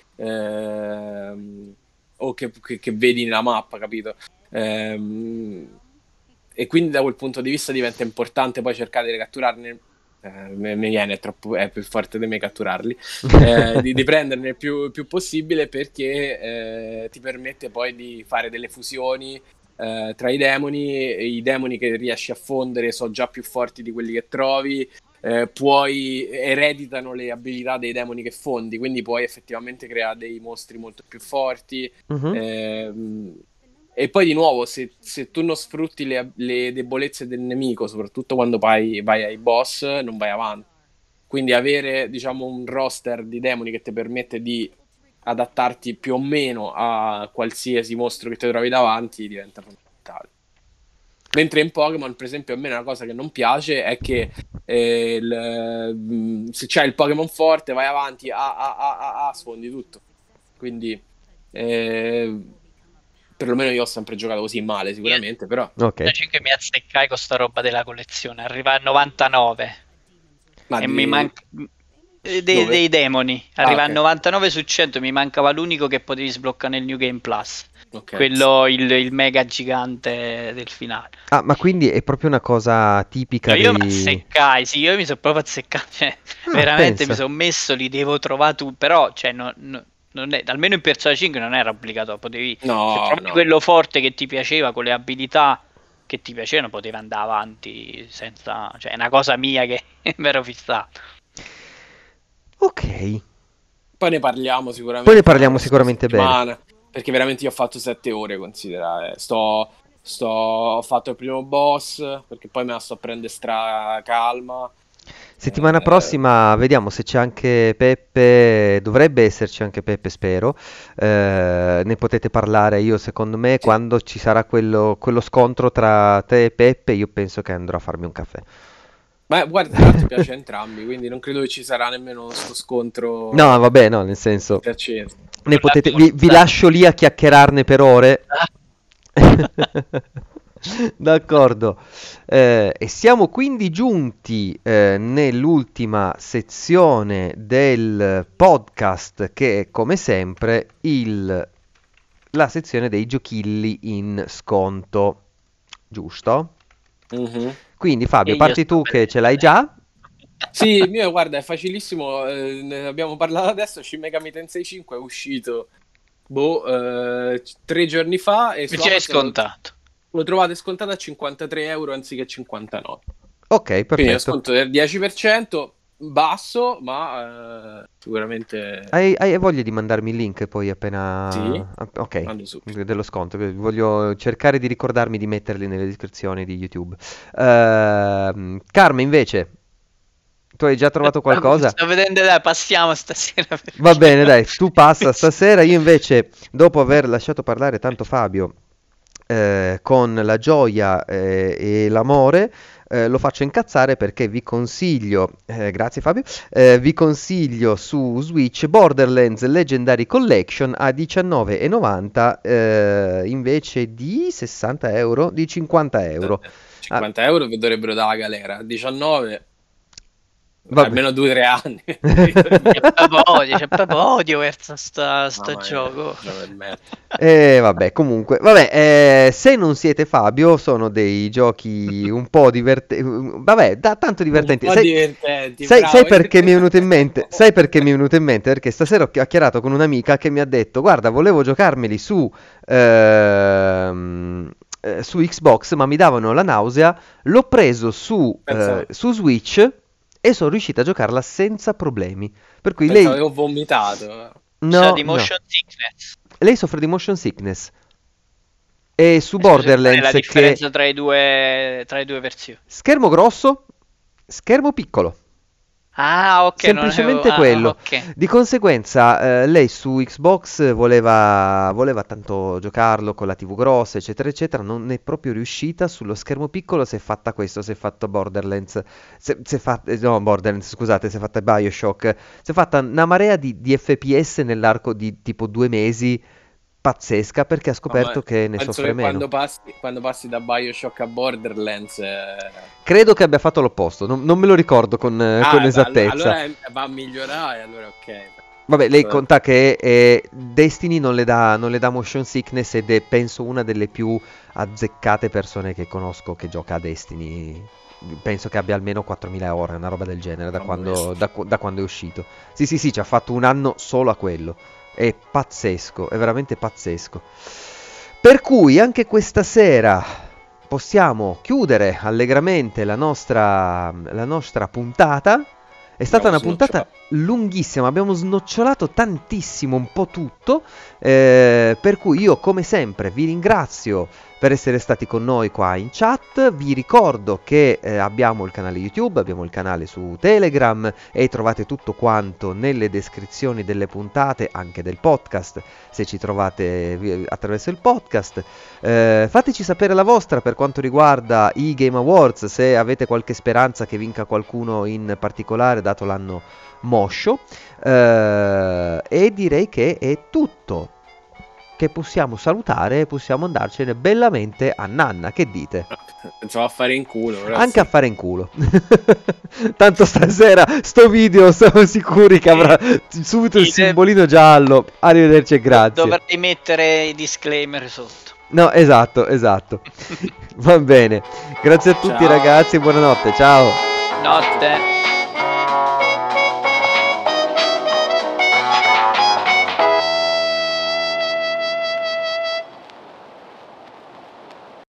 o che vedi nella mappa, capito? E quindi da quel punto di vista diventa importante poi cercare di catturarne. Mi viene è più forte di me catturarli, di prenderne il più possibile, perché ti permette poi di fare delle fusioni tra i demoni che riesci a fondere sono già più forti di quelli che trovi. Poi ereditano le abilità dei demoni che fondi, quindi puoi effettivamente creare dei mostri molto più forti. E poi di nuovo, se tu non sfrutti le debolezze del nemico, soprattutto quando vai ai boss, non vai avanti. Quindi avere, diciamo, un roster di demoni che ti permette di adattarti più o meno a qualsiasi mostro che ti trovi davanti diventa fondamentale. Mentre in Pokémon, per esempio, a me una cosa che non piace è che se c'hai il Pokémon forte, vai avanti, sfondi tutto. Quindi perlomeno io ho sempre giocato così, male sicuramente, però... Ok. Da 5 mi azzeccai con sta roba della collezione, arriva a 99. Ma mi manca dei demoni. Arriva a 99 su 100, mi mancava l'unico che potevi sbloccare nel New Game Plus. Quello, il mega gigante del finale. Ah, ma quindi è proprio una cosa tipica io mi azzeccai, sì, io mi sono proprio azzeccato, cioè, veramente pensa. Mi sono messo, li devo trovare tu, però, cioè, non è, almeno in Persona 5 non era obbligato, potevi, proprio quello forte che ti piaceva, con le abilità che ti piacevano, poteva andare avanti senza, cioè, è una cosa mia che mi ero fissato. Ok. Poi ne parliamo sicuramente. Bene. Perché veramente io ho fatto 7 ore, considerare. Ho fatto il primo boss, perché poi me la sto a prendere calma. Settimana prossima vediamo se c'è anche Peppe, dovrebbe esserci anche Peppe, spero. Ne potete parlare. Io, secondo me, sì. Quando ci sarà quello scontro tra te e Peppe, io penso che andrò a farmi un caffè. Beh, guarda, tra l'altro piace a entrambi, quindi non credo che ci sarà nemmeno questo scontro. No, vabbè, no, nel senso... Ne potete, vi lascio lì a chiacchierarne per ore. D'accordo. E siamo quindi giunti nell'ultima sezione del podcast, che è come sempre la sezione dei giochilli in sconto. Giusto? Mm-hmm. Quindi Fabio, parti tu che ce l'hai già. Sì, il mio, guarda, è facilissimo, ne abbiamo parlato adesso. Shin Megami Tensei 5 è uscito 3 giorni fa e ci hai scontato. Lo trovate scontato a 53 euro anziché 59. Ok, perfetto. Quindi è sconto del 10%, basso, ma sicuramente... Hai voglia di mandarmi il link poi appena... Sì, ok, dello sconto. Voglio cercare di ricordarmi di metterli nelle descrizioni di YouTube. Carme, invece... Tu hai già trovato qualcosa? Sto vedendo, dai, passiamo stasera. Va bene, dai, tu passa stasera. Io invece, dopo aver lasciato parlare tanto Fabio con la gioia e l'amore, lo faccio incazzare perché vi consiglio, grazie Fabio, vi consiglio su Switch Borderlands Legendary Collection a 19,90 invece di 60 euro, di 50 euro. 50 euro che dovrebbero dare la galera, 19... almeno 2 o 3 anni. C'è proprio odio verso sto gioco. Vabbè, comunque, vabbè, se non siete Fabio, sono dei giochi un po' divertenti. Vabbè, tanto divertenti. Sai perché mi è venuto in mente? Sai perché mi è venuto in mente? Perché stasera ho chiacchierato con un'amica che mi ha detto: guarda, volevo giocarmeli su Xbox, ma mi davano la nausea. L'ho preso su Switch. E sono riuscita a giocarla senza problemi. Per cui lei... avevo vomitato. No, di motion sickness. Lei soffre di motion sickness. E su Borderlands... la differenza tra le due versioni? Schermo grosso, schermo piccolo. Ah, ok. Semplicemente quello. Okay. Di conseguenza, lei su Xbox voleva tanto giocarlo con la TV grossa, eccetera, eccetera. Non è proprio riuscita. Sullo schermo piccolo si è fatta questo. Si è fatto Borderlands. Borderlands, scusate, si è fatta Bioshock. Si è fatta una marea di FPS nell'arco di tipo 2 mesi. Pazzesca, perché ha scoperto che ne soffre meno. Quando passi da Bioshock a Borderlands credo che abbia fatto l'opposto, non me lo ricordo con esattezza. Allora va a migliorare, allora ok. Vabbè, lei conta che Destiny non le dà motion sickness ed è penso una delle più azzeccate persone che conosco che gioca a Destiny. Penso che abbia almeno 4.000 ore, una roba del genere, da quando è uscito. Sì, ci ha fatto un anno solo a quello. È pazzesco, è veramente pazzesco. Per cui anche questa sera possiamo chiudere allegramente la nostra puntata. È stata una puntata lunghissima, abbiamo snocciolato tantissimo, un po' tutto, per cui io come sempre vi ringrazio per essere stati con noi qua in chat. Vi ricordo che abbiamo il canale YouTube, abbiamo il canale su Telegram e trovate tutto quanto nelle descrizioni delle puntate, anche del podcast, se ci trovate attraverso il podcast. Fateci sapere la vostra per quanto riguarda i Game Awards, se avete qualche speranza che vinca qualcuno in particolare dato l'anno moscio, e direi che è tutto. che possiamo salutare e possiamo andarcene bellamente a nanna, che dite? Pensavo a fare in culo. Anche a fare in culo. Tanto stasera sto video siamo sicuri che avrà subito il simbolino giallo. Arrivederci e grazie. Dovrei mettere i disclaimer sotto. No, esatto. Va bene. Grazie a tutti, ragazzi, buonanotte, ciao. Notte.